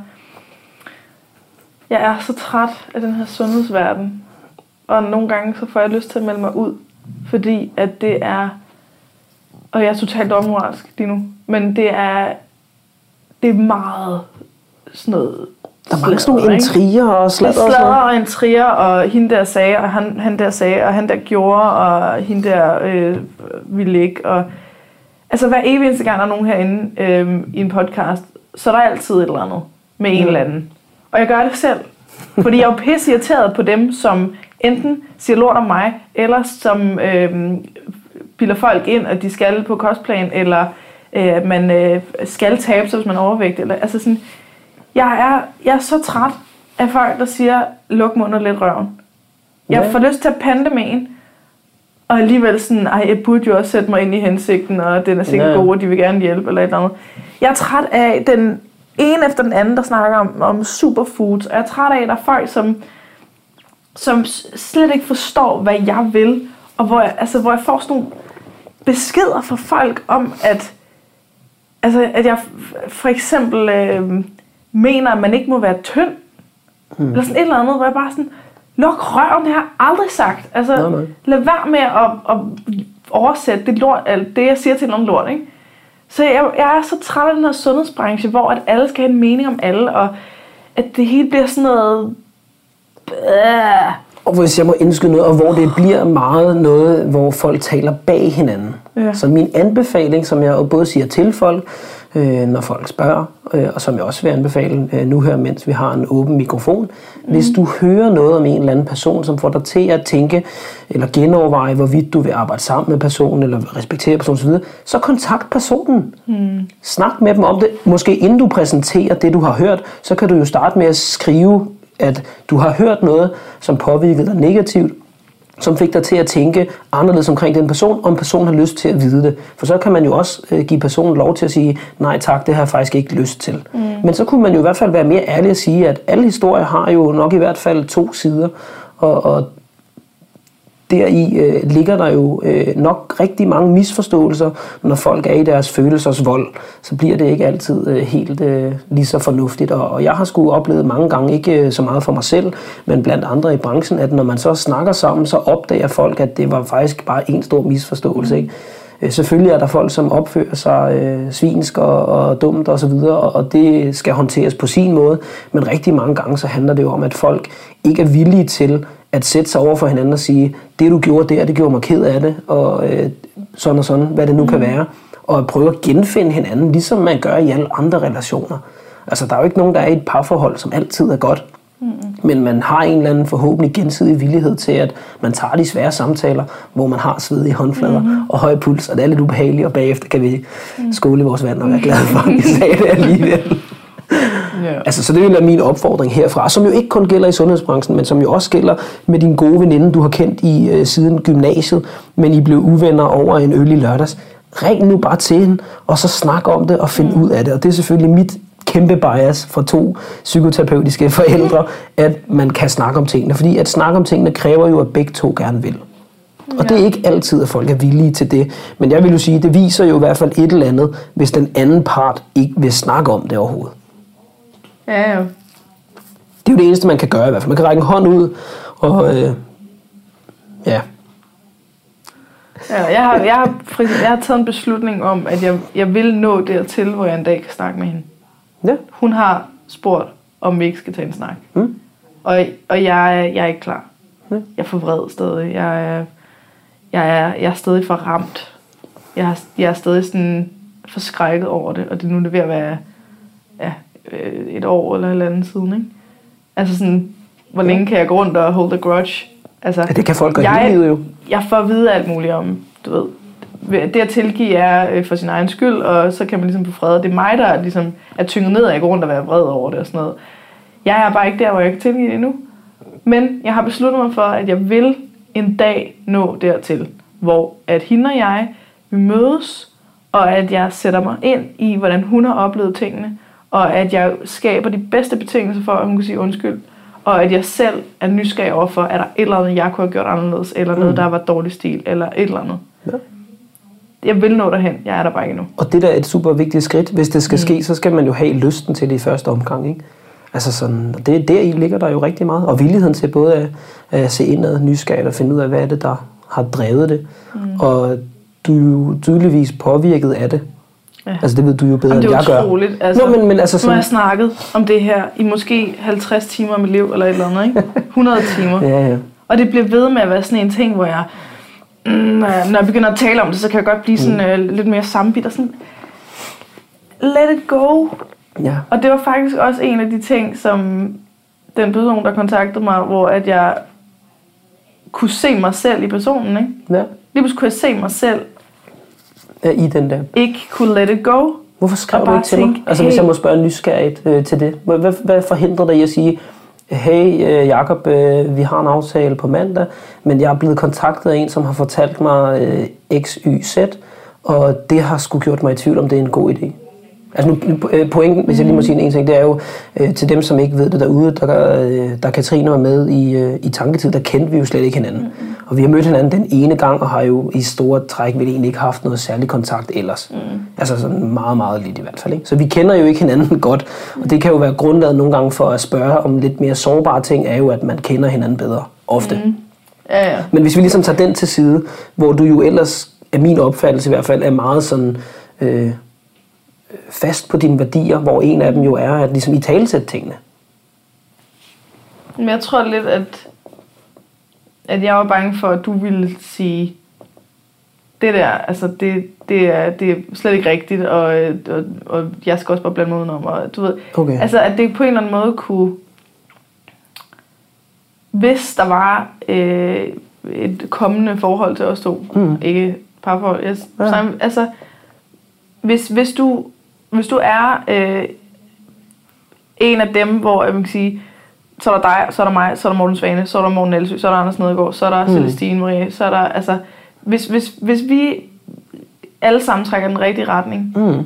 jeg er så træt af den her sundhedsverden. Og nogle gange så får jeg lyst til at melde mig ud, fordi at det er, og jeg er totalt omoralsk lige nu, men det er, det er meget sådan noget. Der er mange sådan nogle intriger og sladder. Sladder og intriger, og hende der sagde, og han, han der sagde, og han der gjorde, og hende der øh, ville ikke. Og, altså hver evig eneste gang, der er nogen herinde øh, i en podcast, så er der altid et eller andet med en mm. eller anden. Og jeg gør det selv. Fordi jeg er jo pisse irriteret på dem, som enten siger lort om mig, eller som øh, bilder folk ind, at de skal på kostplan, eller øh, man øh, skal tabe sig, hvis man er overvægtig. Eller, altså sådan, jeg, er, jeg er så træt af folk, der siger, luk munden og lidt røven. Jeg får lyst til at pande med en, og alligevel sådan, ej, jeg burde jo også sætte mig ind i hensigten, og den er sikkert god, og de vil gerne hjælpe, eller et eller andet. Jeg er træt af den ene efter den anden, der snakker om, om superfoods, og jeg er træt af, at der er folk, som, som slet ikke forstår, hvad jeg vil, og hvor jeg, altså, hvor jeg får sådan nogle beskeder fra folk om, at, altså, at jeg for eksempel øh, mener, at man ikke må være tynd, hmm. eller sådan et eller andet, hvor jeg bare sådan, luk røven, det har jeg aldrig sagt. Altså, nej, nej. Lad være med at, at oversætte det, lort, det, jeg siger til en anden lort, ikke? Så jeg, jeg er så træt af den her sundhedsbranche, hvor at alle skal have en mening om alle, og at det hele bliver sådan noget. Øh. Og hvis jeg må indskyde noget, og hvor det bliver meget noget, hvor folk taler bag hinanden. Ja. Så min anbefaling, som jeg både siger til folk, øh, når folk spørger, øh, og som jeg også vil anbefale øh, nu her, mens vi har en åben mikrofon. Mm. Hvis du hører noget om en eller anden person, som får dig til at tænke, eller genoverveje, hvorvidt du vil arbejde sammen med personen, eller respektere personen osv., så kontakt personen. Mm. Snak med dem om det. Måske inden du præsenterer det, du har hørt, så kan du jo starte med at skrive, at du har hørt noget, som påvirkede dig negativt, som fik dig til at tænke anderledes omkring den person, om personen har lyst til at vide det. For så kan man jo også øh, give personen lov til at sige, nej tak, det har jeg faktisk ikke lyst til. Mm. Men så kunne man jo i hvert fald være mere ærlig at sige, at alle historier har jo nok i hvert fald to sider, og, og deri øh, ligger der jo øh, nok rigtig mange misforståelser, når folk er i deres følelsesvold, så bliver det ikke altid øh, helt øh, lige så fornuftigt. Og, og jeg har sgu oplevet mange gange, ikke øh, så meget for mig selv, men blandt andre i branchen, at når man så snakker sammen, så opdager folk, at det var faktisk bare en stor misforståelse. Ikke? Øh, selvfølgelig er der folk, som opfører sig øh, svinsk og, og dumt og så videre, og, og det skal håndteres på sin måde, men rigtig mange gange så handler det jo om, at folk ikke er villige til at sætte sig over for hinanden og sige, det du gjorde der, det gjorde mig ked af det, og øh, sådan og sådan, hvad det nu mm. kan være. Og at prøve at genfinde hinanden, ligesom man gør i alle andre relationer. Altså, der er jo ikke nogen, der er i et parforhold, som altid er godt. Mm. Men man har en eller anden forhåbentlig gensidig villighed til, at man tager de svære samtaler, hvor man har svedige håndflader mm. og høj puls, og det er lidt ubehageligt, og bagefter kan vi mm. skåle i vores vand og være glade for, at vi sagde det alligevel. Yeah. Altså, så det vil være min opfordring herfra, som jo ikke kun gælder i sundhedsbranchen, men som jo også gælder med din gode veninde, du har kendt i uh, siden gymnasiet, men I blev uvenner over en øl i lørdags. ring nu bare til hende, og så snak om det og find mm. ud af det. Og det er selvfølgelig mit kæmpe bias for to psykoterapeutiske forældre, at man kan snakke om tingene. Fordi at snakke om tingene kræver jo, at begge to gerne vil. Og ja. Det er ikke altid, at folk er villige til det. Men jeg vil jo sige, at det viser jo i hvert fald et eller andet, hvis den anden part ikke vil snakke om det overhovedet. Ja, jo. Det er jo det eneste, man kan gøre i hvert fald. Man kan række en hånd ud, og øh, ja. Ja, jeg har, jeg, har, jeg har taget en beslutning om, at jeg, jeg vil nå dertil, hvor jeg en dag kan snakke med hende. Ja. Hun har spurgt, om vi ikke skal tage en snak. Mm. Og, og jeg, jeg er ikke klar. Mm. Jeg er for vred stadig. Jeg er, jeg er, jeg er stadig for ramt. Jeg er, jeg er stadig sådan forskrækket over det, og det er nu det ved at være ja, et år eller et eller andet siden. Ikke? Altså sådan, hvor længe kan jeg gå rundt og hold a grudge? Altså, ja, det kan folk gøre jeg, hele livet jo. Jeg får at vide alt muligt om, du ved, det at tilgive er for sin egen skyld, og så kan man ligesom få fred. Det er mig, der ligesom er tynget ned, og jeg går rundt og være vred over det og sådan noget. Jeg er bare ikke der, hvor jeg kan tilgive det endnu. Men jeg har besluttet mig for, at jeg vil en dag nå dertil, hvor at hende og jeg vil mødes, og at jeg sætter mig ind i, hvordan hun har oplevet tingene, og at jeg skaber de bedste betingelser for, at hun kan sige undskyld, og at jeg selv er nysgerrig overfor, at der et eller andet, jeg kunne have gjort anderledes, eller noget, mm. der var dårlig stil, eller et eller andet. Ja. Jeg vil nå derhen, jeg er der bare ikke nu. Og det der er et super vigtigt skridt. Hvis det skal mm. ske, så skal man jo have lysten til det i første omgang, ikke? Altså sådan, og det, deri ligger der jo rigtig meget. Og villigheden til både at, at se indad, nysgerrigt og finde ud af, hvad er det, der har drevet det. Mm. Og du er jo tydeligvis påvirket af det. Ja. Altså det ved du jo bedre, end jeg gør. Det er utroligt. Altså, Nå, men, men altså sådan... Nu har jeg snakket om det her i måske halvtreds timer af mit liv, eller et eller andet, ikke? hundrede timer. Ja, ja. Og det bliver ved med at være sådan en ting, hvor jeg... Mm, når jeg begynder at tale om det, så kan jeg godt blive sådan mm. uh, lidt mere sammenbidt og sådan... Let it go. Ja. Og det var faktisk også en af de ting, som den person, der kontaktede mig, hvor at jeg kunne se mig selv i personen, ikke? Ja. Lige pludselig kunne jeg se mig selv ja, i den der. Ikke kunne let it go. Hvorfor skrev du ikke til tænke, mig? Altså hey. Hvis jeg må spørge nysgerrigt øh, til det. Hvad, hvad, hvad forhindrer dig i at sige, hey øh, Jakob, øh, vi har en aftale på mandag, men jeg er blevet kontaktet af en, som har fortalt mig øh, X, Y, Z, og det har sgu gjort mig i tvivl, om det er en god idé. Altså nu, pointen, hvis jeg lige må sige en ting, det er jo øh, til dem, som ikke ved det derude, der, øh, der Katrine var med i, øh, i Tanketid, der kendte vi jo slet ikke hinanden. Mm-hmm. Og vi har mødt hinanden den ene gang, og har jo i store træk vel egentlig ikke haft noget særlig kontakt ellers. Mm. Altså sådan meget, meget lidt i hvert fald. Ikke? Så vi kender jo ikke hinanden godt, og det kan jo være grundlaget nogle gange for at spørge om lidt mere sårbare ting, er jo, at man kender hinanden bedre ofte. Mm. Ja, ja. Men hvis vi ligesom tager den til side, hvor du jo ellers, af min opfattelse i hvert fald, er meget sådan... Øh, fast på dine værdier, hvor en af dem jo er at ligesom italesætte tingene. Men jeg tror lidt, at, at jeg var bange for, at du ville sige, det der, altså det, det, er, det er slet ikke rigtigt, og, og, og jeg skal også bare blande mig udenom, og du ved, okay. Altså at det på en eller anden måde kunne, hvis der var øh, et kommende forhold til os to, mm. ikke parforhold, jeg, ja. sammen, altså hvis, hvis du Hvis du er øh, en af dem, hvor jeg vil sige, så er der dig, så er der mig, så er der Morten Svane, så er der Morten Elsø, så er der Anders Nedergaard, så er der mm. Celestine Marie, så er der, altså, hvis, hvis, hvis vi alle sammen trækker den rigtige retning, mm.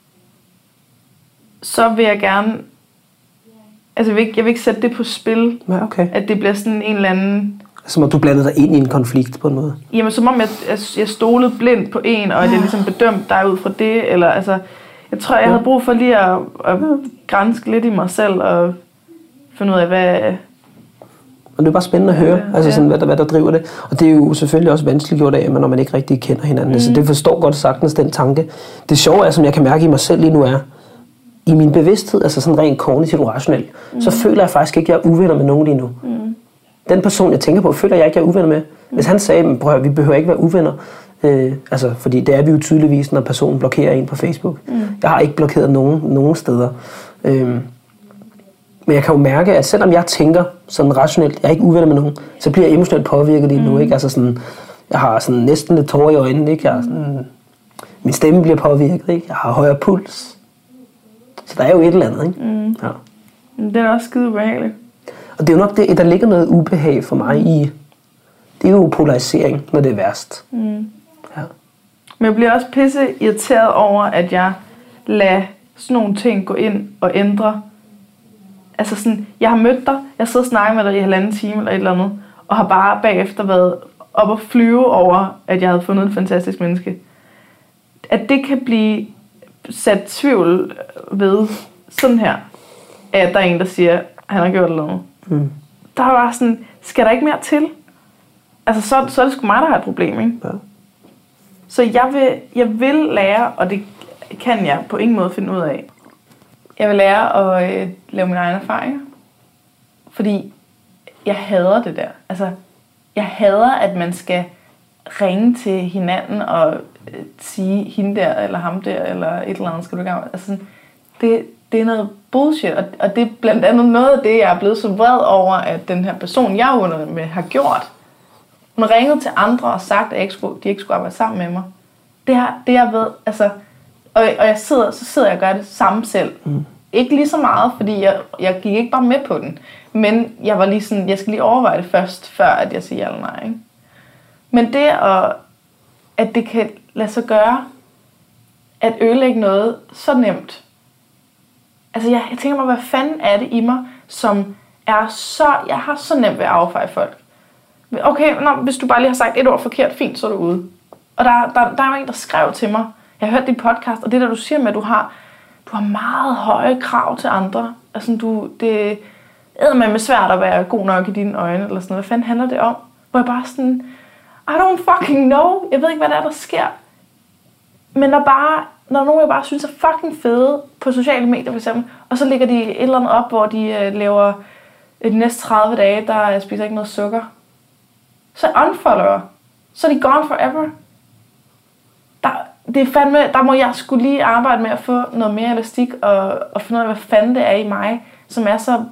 så vil jeg gerne, altså jeg vil ikke, jeg vil ikke sætte det på spil, ja, okay. At det bliver sådan en eller anden... Som om du blandede dig ind i en konflikt på en måde? Jamen, som om jeg, jeg, jeg stolede blindt på en, og at jeg ligesom bedømte dig ud fra det, eller altså... Jeg tror, jeg havde brug for lige at, at granske lidt i mig selv og finde ud af, hvad... Og det er bare spændende at høre, ja, altså sådan, hvad, der, hvad der driver det. Og det er jo selvfølgelig også vanskeligt gjort af, når man ikke rigtig kender hinanden. Mm. Så det forstår godt sagtens den tanke. Det sjove er, som jeg kan mærke i mig selv lige nu er, i min bevidsthed, altså sådan rent kognitivt rationelt, mm. så føler jeg faktisk ikke, at jeg er uvenner med nogen lige nu. Mm. Den person, jeg tænker på, føler jeg ikke, at jeg er uvenner med. Hvis han sagde, prøv at vi behøver ikke være uvenner, Øh, altså, fordi det er vi jo tydeligvis, når personen blokerer en på Facebook. Mm. Jeg har ikke blokeret nogen, nogen steder. Øh, men jeg kan jo mærke, at selvom jeg tænker sådan rationelt, jeg er ikke uvenner med nogen, så bliver jeg emotionelt påvirket lige nu. Mm. Ikke? Altså sådan, jeg har sådan næsten lidt tårer i øjnene. Ikke? Jeg er sådan, min stemme bliver påvirket. Ikke? Jeg har højere puls. Så der er jo et eller andet. Ikke? Mm. Ja. Det er også skide ubehageligt. Og det er jo nok det, der ligger noget ubehag for mig i. Det er jo polarisering, når det er værst. Mm. Ja. Men jeg bliver også pisse irriteret over, at jeg lader sådan nogle ting gå ind og ændre. Altså sådan, jeg har mødt dig, jeg sidder og snakker med dig i halvanden time eller et eller andet, og har bare bagefter været op og flyve over, at jeg havde fundet et fantastisk menneske. At det kan blive sat tvivl ved sådan her, at der er en, der siger, at han har gjort noget. Mm. Der er bare sådan, skal der ikke mere til? Altså, så, så er det sgu mig, der har et problem, ikke? Ja. Så jeg vil, jeg vil lære, og det kan jeg på ingen måde finde ud af. Jeg vil lære at øh, lave mine egne erfaringer. Fordi jeg hader det der. Altså, jeg hader, at man skal ringe til hinanden og øh, sige hende der, eller ham der, eller et eller andet, skal du gøre. Altså, sådan, det, det er noget bullshit, og, og det er blandt andet noget af det, jeg er blevet så vred over, at den her person, jeg er med, har gjort. Hun har ringet til andre og sagt, at jeg ikke skulle, de ikke skulle arbejde sammen med mig. Det er det, jeg ved, altså, og, og jeg sidder, så sidder jeg og gør det samme selv. Mm. Ikke lige så meget, fordi jeg, jeg gik ikke bare med på den. Men jeg var lige sådan, jeg skal lige overveje det først, før at jeg siger ja eller nej. Ikke? Men det, at, at det kan lade sig gøre, at ødelægge noget så nemt. Altså jeg, jeg tænker mig, hvad fanden er det i mig, som er så, jeg har så nemt ved at affeje folk. Okay, nå, hvis du bare lige har sagt et ord forkert, fint, så er du ude. Og der, der, der er en, der skrev til mig, jeg har hørt din podcast, og det der du siger med, at du har, du har meget høje krav til andre. Altså du, det er med svært at være god nok i dine øjne, eller sådan noget. Hvad fanden handler det om? Hvor jeg bare sådan, I don't fucking know. Jeg ved ikke, hvad der er, der sker. Men når bare, når nogen jeg bare synes er fucking fede på sociale medier for eksempel, og så lægger de et eller andet op, hvor de øh, laver de næste tredive dage, der spiser ikke noget sukker. Så unfollower. Så er de gone forever. Der, det er fandme, der må jeg skulle lige arbejde med at få noget mere elastik, og, og finde ud af, hvad fanden det er i mig, som er så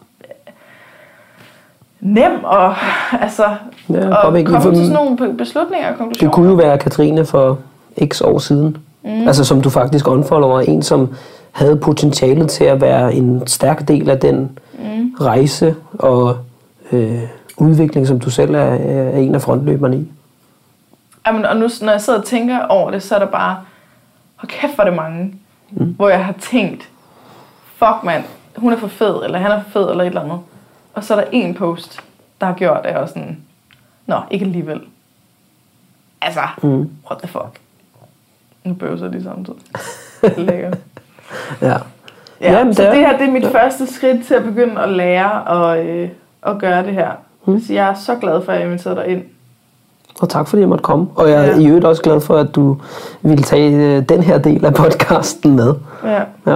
nem og altså ja, og komme til sådan nogle beslutninger og konklusioner. Det kunne jo være Katrine for x år siden. Mm. Altså som du faktisk unfollower. En, som havde potentialet til at være en stærk del af den mm. rejse og øh, udvikling, som du selv er, er en af frontløberne i. Jamen, og nu, når jeg sidder og tænker over det, så er der bare, hold kæft for det mange, mm. hvor jeg har tænkt, fuck mand, hun er for fed, eller han er for fed, eller et eller andet. Og så er der en post, der har gjort det, og sådan, nå, ikke alligevel. Altså, mm. what the fuck. Nu bøvser de samtidig. Lækkert. ja. Ja, Jamen, så det her, det er mit ja. første skridt til at begynde at lære at, øh, at gøre det her. Mm. Så jeg er så glad for, at jeg inviterede dig ind. Og tak fordi jeg måtte komme. Og jeg er ja. i øvrigt også glad for, at du ville tage den her del af podcasten med. Ja. ja.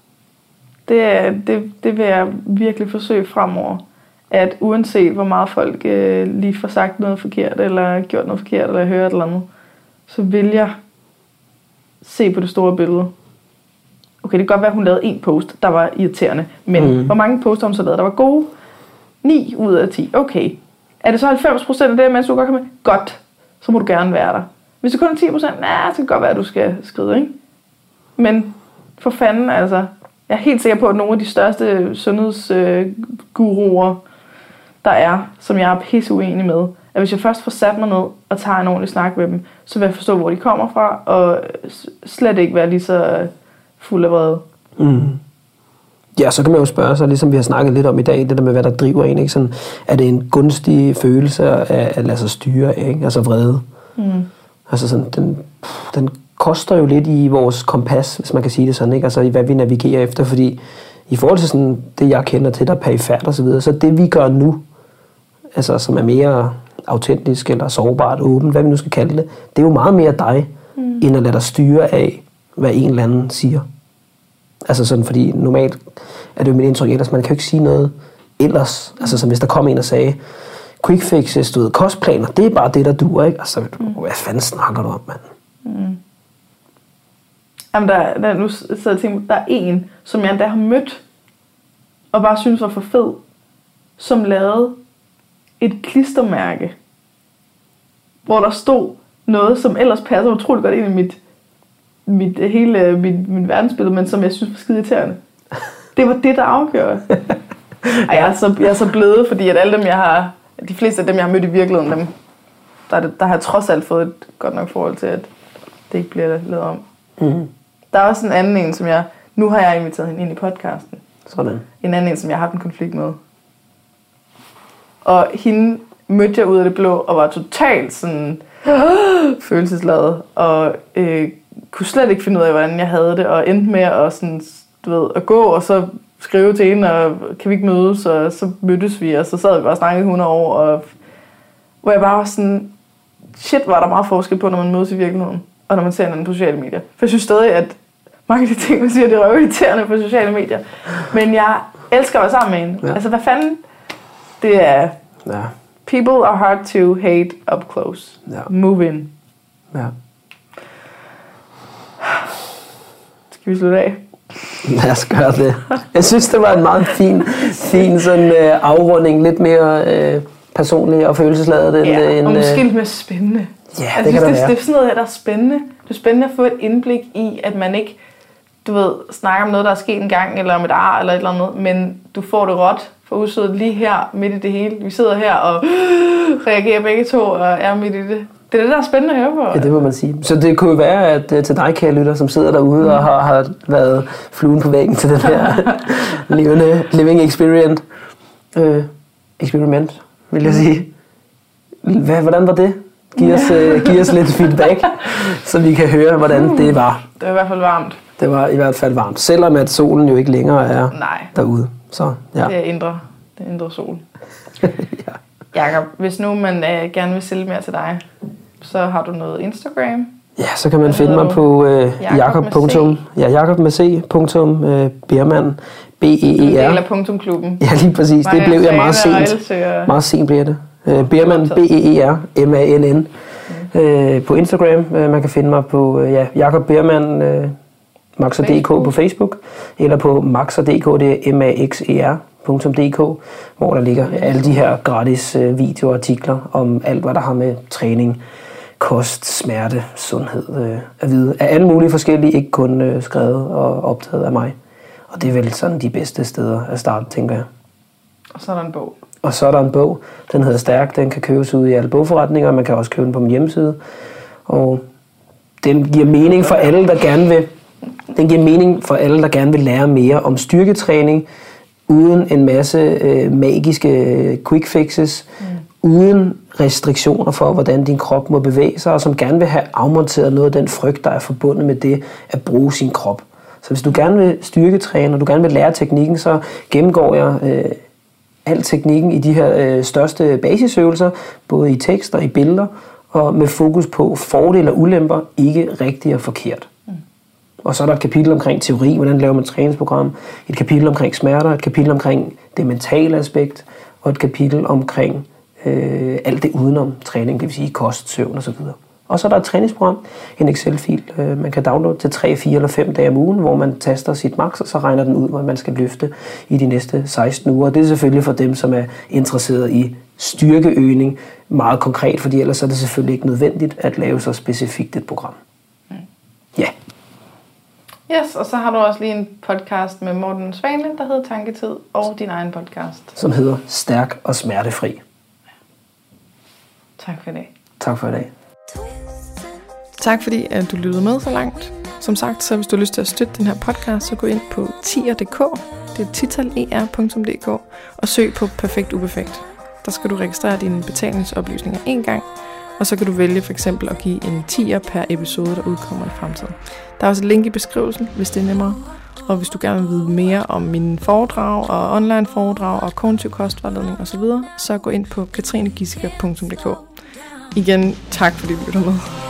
Det, det, det vil jeg virkelig forsøge fremover. At uanset hvor meget folk øh, lige får sagt noget forkert, eller gjort noget forkert, eller hørt eller andet, så vil jeg se på det store billede. Okay, det kan godt være, at hun lavede en post, der var irriterende. Men mm. hvor mange poster hun så lavede, der var gode? ni ud af ti. Okay. Er det så halvfems procent af det, mens du godt kan med? Godt. Så må du gerne være der. Hvis det kun er ti procent, nah, så kan det godt være, at du skal skride, ikke? Men for fanden, altså. Jeg er helt sikker på, at nogle af de største sundhedsguruer, der er, som jeg er pisse uenig med, at hvis jeg først får sat mig ned og tager en ordentlig snak med dem, så vil jeg forstå, hvor de kommer fra, og slet ikke være lige så fuld af vrede. Mm. Ja, så kan man jo spørge sig, ligesom vi har snakket lidt om i dag, det der med, hvad der driver en, ikke? Sådan, er det en gunstig følelse af at lade sig styre, ikke? Altså vrede. Mm. Altså sådan, den, den koster jo lidt i vores kompas, hvis man kan sige det sådan, ikke? Altså i hvad vi navigerer efter, fordi i forhold til sådan det, jeg kender til, der er perifært og så videre, så det vi gør nu, altså som er mere autentisk eller sårbart, åbent, hvad vi nu skal kalde det, det er jo meget mere dig, mm. end at lade dig styre af, hvad en eller anden siger. Altså sådan, fordi normalt er det jo mit indtryk, ellers man kan jo ikke sige noget ellers. Altså som hvis der kom en og sagde, quick fixes, du ved, kostplaner, det er bare det, der duer, ikke? Altså, mm. hvad fanden snakker du om, mand? Mm. Jamen, der, der, nu sidder jeg tænker, der er en, som jeg endda har mødt, og bare synes var for fed, som lavede et klistermærke, hvor der stod noget, som ellers passer utroligt godt ind i mit, mit hele mit, mit verdensbillede, men som jeg synes var skide irriterende. Det var det, der afgjorde. Ej, jeg, er så, jeg er så blevet, fordi at alle dem, jeg har, de fleste af dem, jeg har mødt i virkeligheden, dem, der, der har jeg trods alt fået et godt nok forhold til, at det ikke bliver lavet om. Mm. Der er også en anden en, som jeg... Nu har jeg inviteret hende ind i podcasten. Sådan. En anden en, som jeg har haft en konflikt med. Og hende mødte jeg ud af det blå, og var totalt sådan... følelsesladet. Og øh, kunne slet ikke finde ud af, hvordan jeg havde det. Og endte med at, sådan, du ved, at gå, og så skrive til hende, og kan vi ikke mødes? Og så mødtes vi, og så sad vi bare og snakkede hundrede år. Og, hvor jeg bare var sådan... Shit, var der meget forskel på, når man mødes i virkeligheden. Og når man ser hinanden på sociale medier. For jeg synes stadig, at mange af de ting, man siger, det er røvirriterende på sociale medier. Men jeg elsker at være sammen med hende. Ja. Altså, hvad fanden? Det er... Ja. People are hard to hate up close. Ja. Move in. Ja. Skal vi slutte af? Lad os gøre det. Jeg synes, det var en meget fin, fin sådan, øh, afrunding. Lidt mere øh, personlig og følelsesladet. End, ja, en, og måske lidt mere spændende. Ja, altså, det kan det, det være. Det er sådan noget, der er spændende. Det er spændende at få et indblik i, at man ikke, du ved, snakker om noget, der er sket en gang, eller om et ar, eller et eller andet, men du får det råt for udsødet lige her, midt i det hele. Vi sidder her og øh, reagerer begge to, og er midt i det. Det er det, der er spændende at høre på. Ja, det må man sige. Så det kunne jo være, at til dig, kære lytter, som sidder derude mm. og har, har været fluen på væggen til den her levende, living experience, øh, experiment, vil jeg sige. Hvad, hvordan var det? Giv os, øh, giv os lidt feedback, så vi kan høre, hvordan det var. Det var i hvert fald varmt. Det var i hvert fald varmt, selvom at solen jo ikke længere er Nej. derude. Så, ja. Det er indre, det er indre sol. ja. Jakob, hvis nu man øh, gerne vil sælge mere til dig, så har du noget Instagram. Ja, så kan man finde mig du? på øh, Jakob. Ja, Jakob med C. Punktum, øh, Bermann. B E E R. En del af punktumklubben. Ja, lige præcis. Det blev jeg meget sent. Meget sent bliver det. Øh, Bermann, B E E R, M A N N. Mm. Øh, på Instagram. Øh, man kan finde mig på øh, ja, Jakob Bermann, øh, Maxer punktum d k på Facebook. Eller på Maxer punktum d k, det er M A X E R. .dk, hvor der ligger alle de her gratis øh, videoartikler om alt, hvad der har med træning, kost, smerte, sundhed øh, at vide. Af alle mulige forskellige, ikke kun øh, skrevet og optaget af mig. Og det er vel sådan de bedste steder at starte, tænker jeg. Og så er der en bog. Og så er der en bog, den hedder Stærk, den kan købes ud i alle bogforretninger, man kan også købe den på min hjemmeside. Og den giver mening for alle, der gerne vil, den giver mening for alle, der gerne vil lære mere om styrketræning, uden en masse øh, magiske quick fixes, mm. uden restriktioner for, hvordan din krop må bevæge sig, og som gerne vil have afmonteret noget af den frygt, der er forbundet med det at bruge sin krop. Så hvis du gerne vil styrketræne, og du gerne vil lære teknikken, så gennemgår jeg øh, al teknikken i de her øh, største basisøvelser, både i tekst og i billeder, og med fokus på fordele og ulemper, ikke rigtigt og forkert. Mm. Og så er der et kapitel omkring teori, hvordan laver man et træningsprogram, et kapitel omkring smerter, et kapitel omkring det mentale aspekt, og et kapitel omkring øh, alt det udenom træning, det vil sige kost, søvn osv. Og så er der et træningsprogram, en Excel-fil, øh, man kan downloade til tre, fire eller fem dage om ugen, hvor man taster sit max, og så regner den ud, hvor man skal løfte i de næste seksten uger. Det er selvfølgelig for dem, som er interesseret i styrkeøgning meget konkret, fordi ellers er det selvfølgelig ikke nødvendigt at lave så specifikt et program. Mm. Ja. Yes, og så har du også lige en podcast med Morten Svanle, der hedder Tanketid, og din egen podcast. Som hedder Stærk og Smertefri. Tak for i dag. Tak for i dag. Tak fordi at du lyttede med så langt. Som sagt, så hvis du har lyst til at støtte den her podcast, så gå ind på tier punktum d k, det er titaler punktum d k, og søg på Perfekt Uperfekt. Der skal du registrere dine betalingsoplysninger en gang, og så kan du vælge for eksempel at give en tier per episode, der udkommer i fremtiden. Der er også et link i beskrivelsen, hvis det er nemmere. Og hvis du gerne vil vide mere om mine foredrag og online foredrag og kognitiv kostvejledning osv., så gå ind på katrinegissiker punktum d k. Igen, tak fordi du lytter med.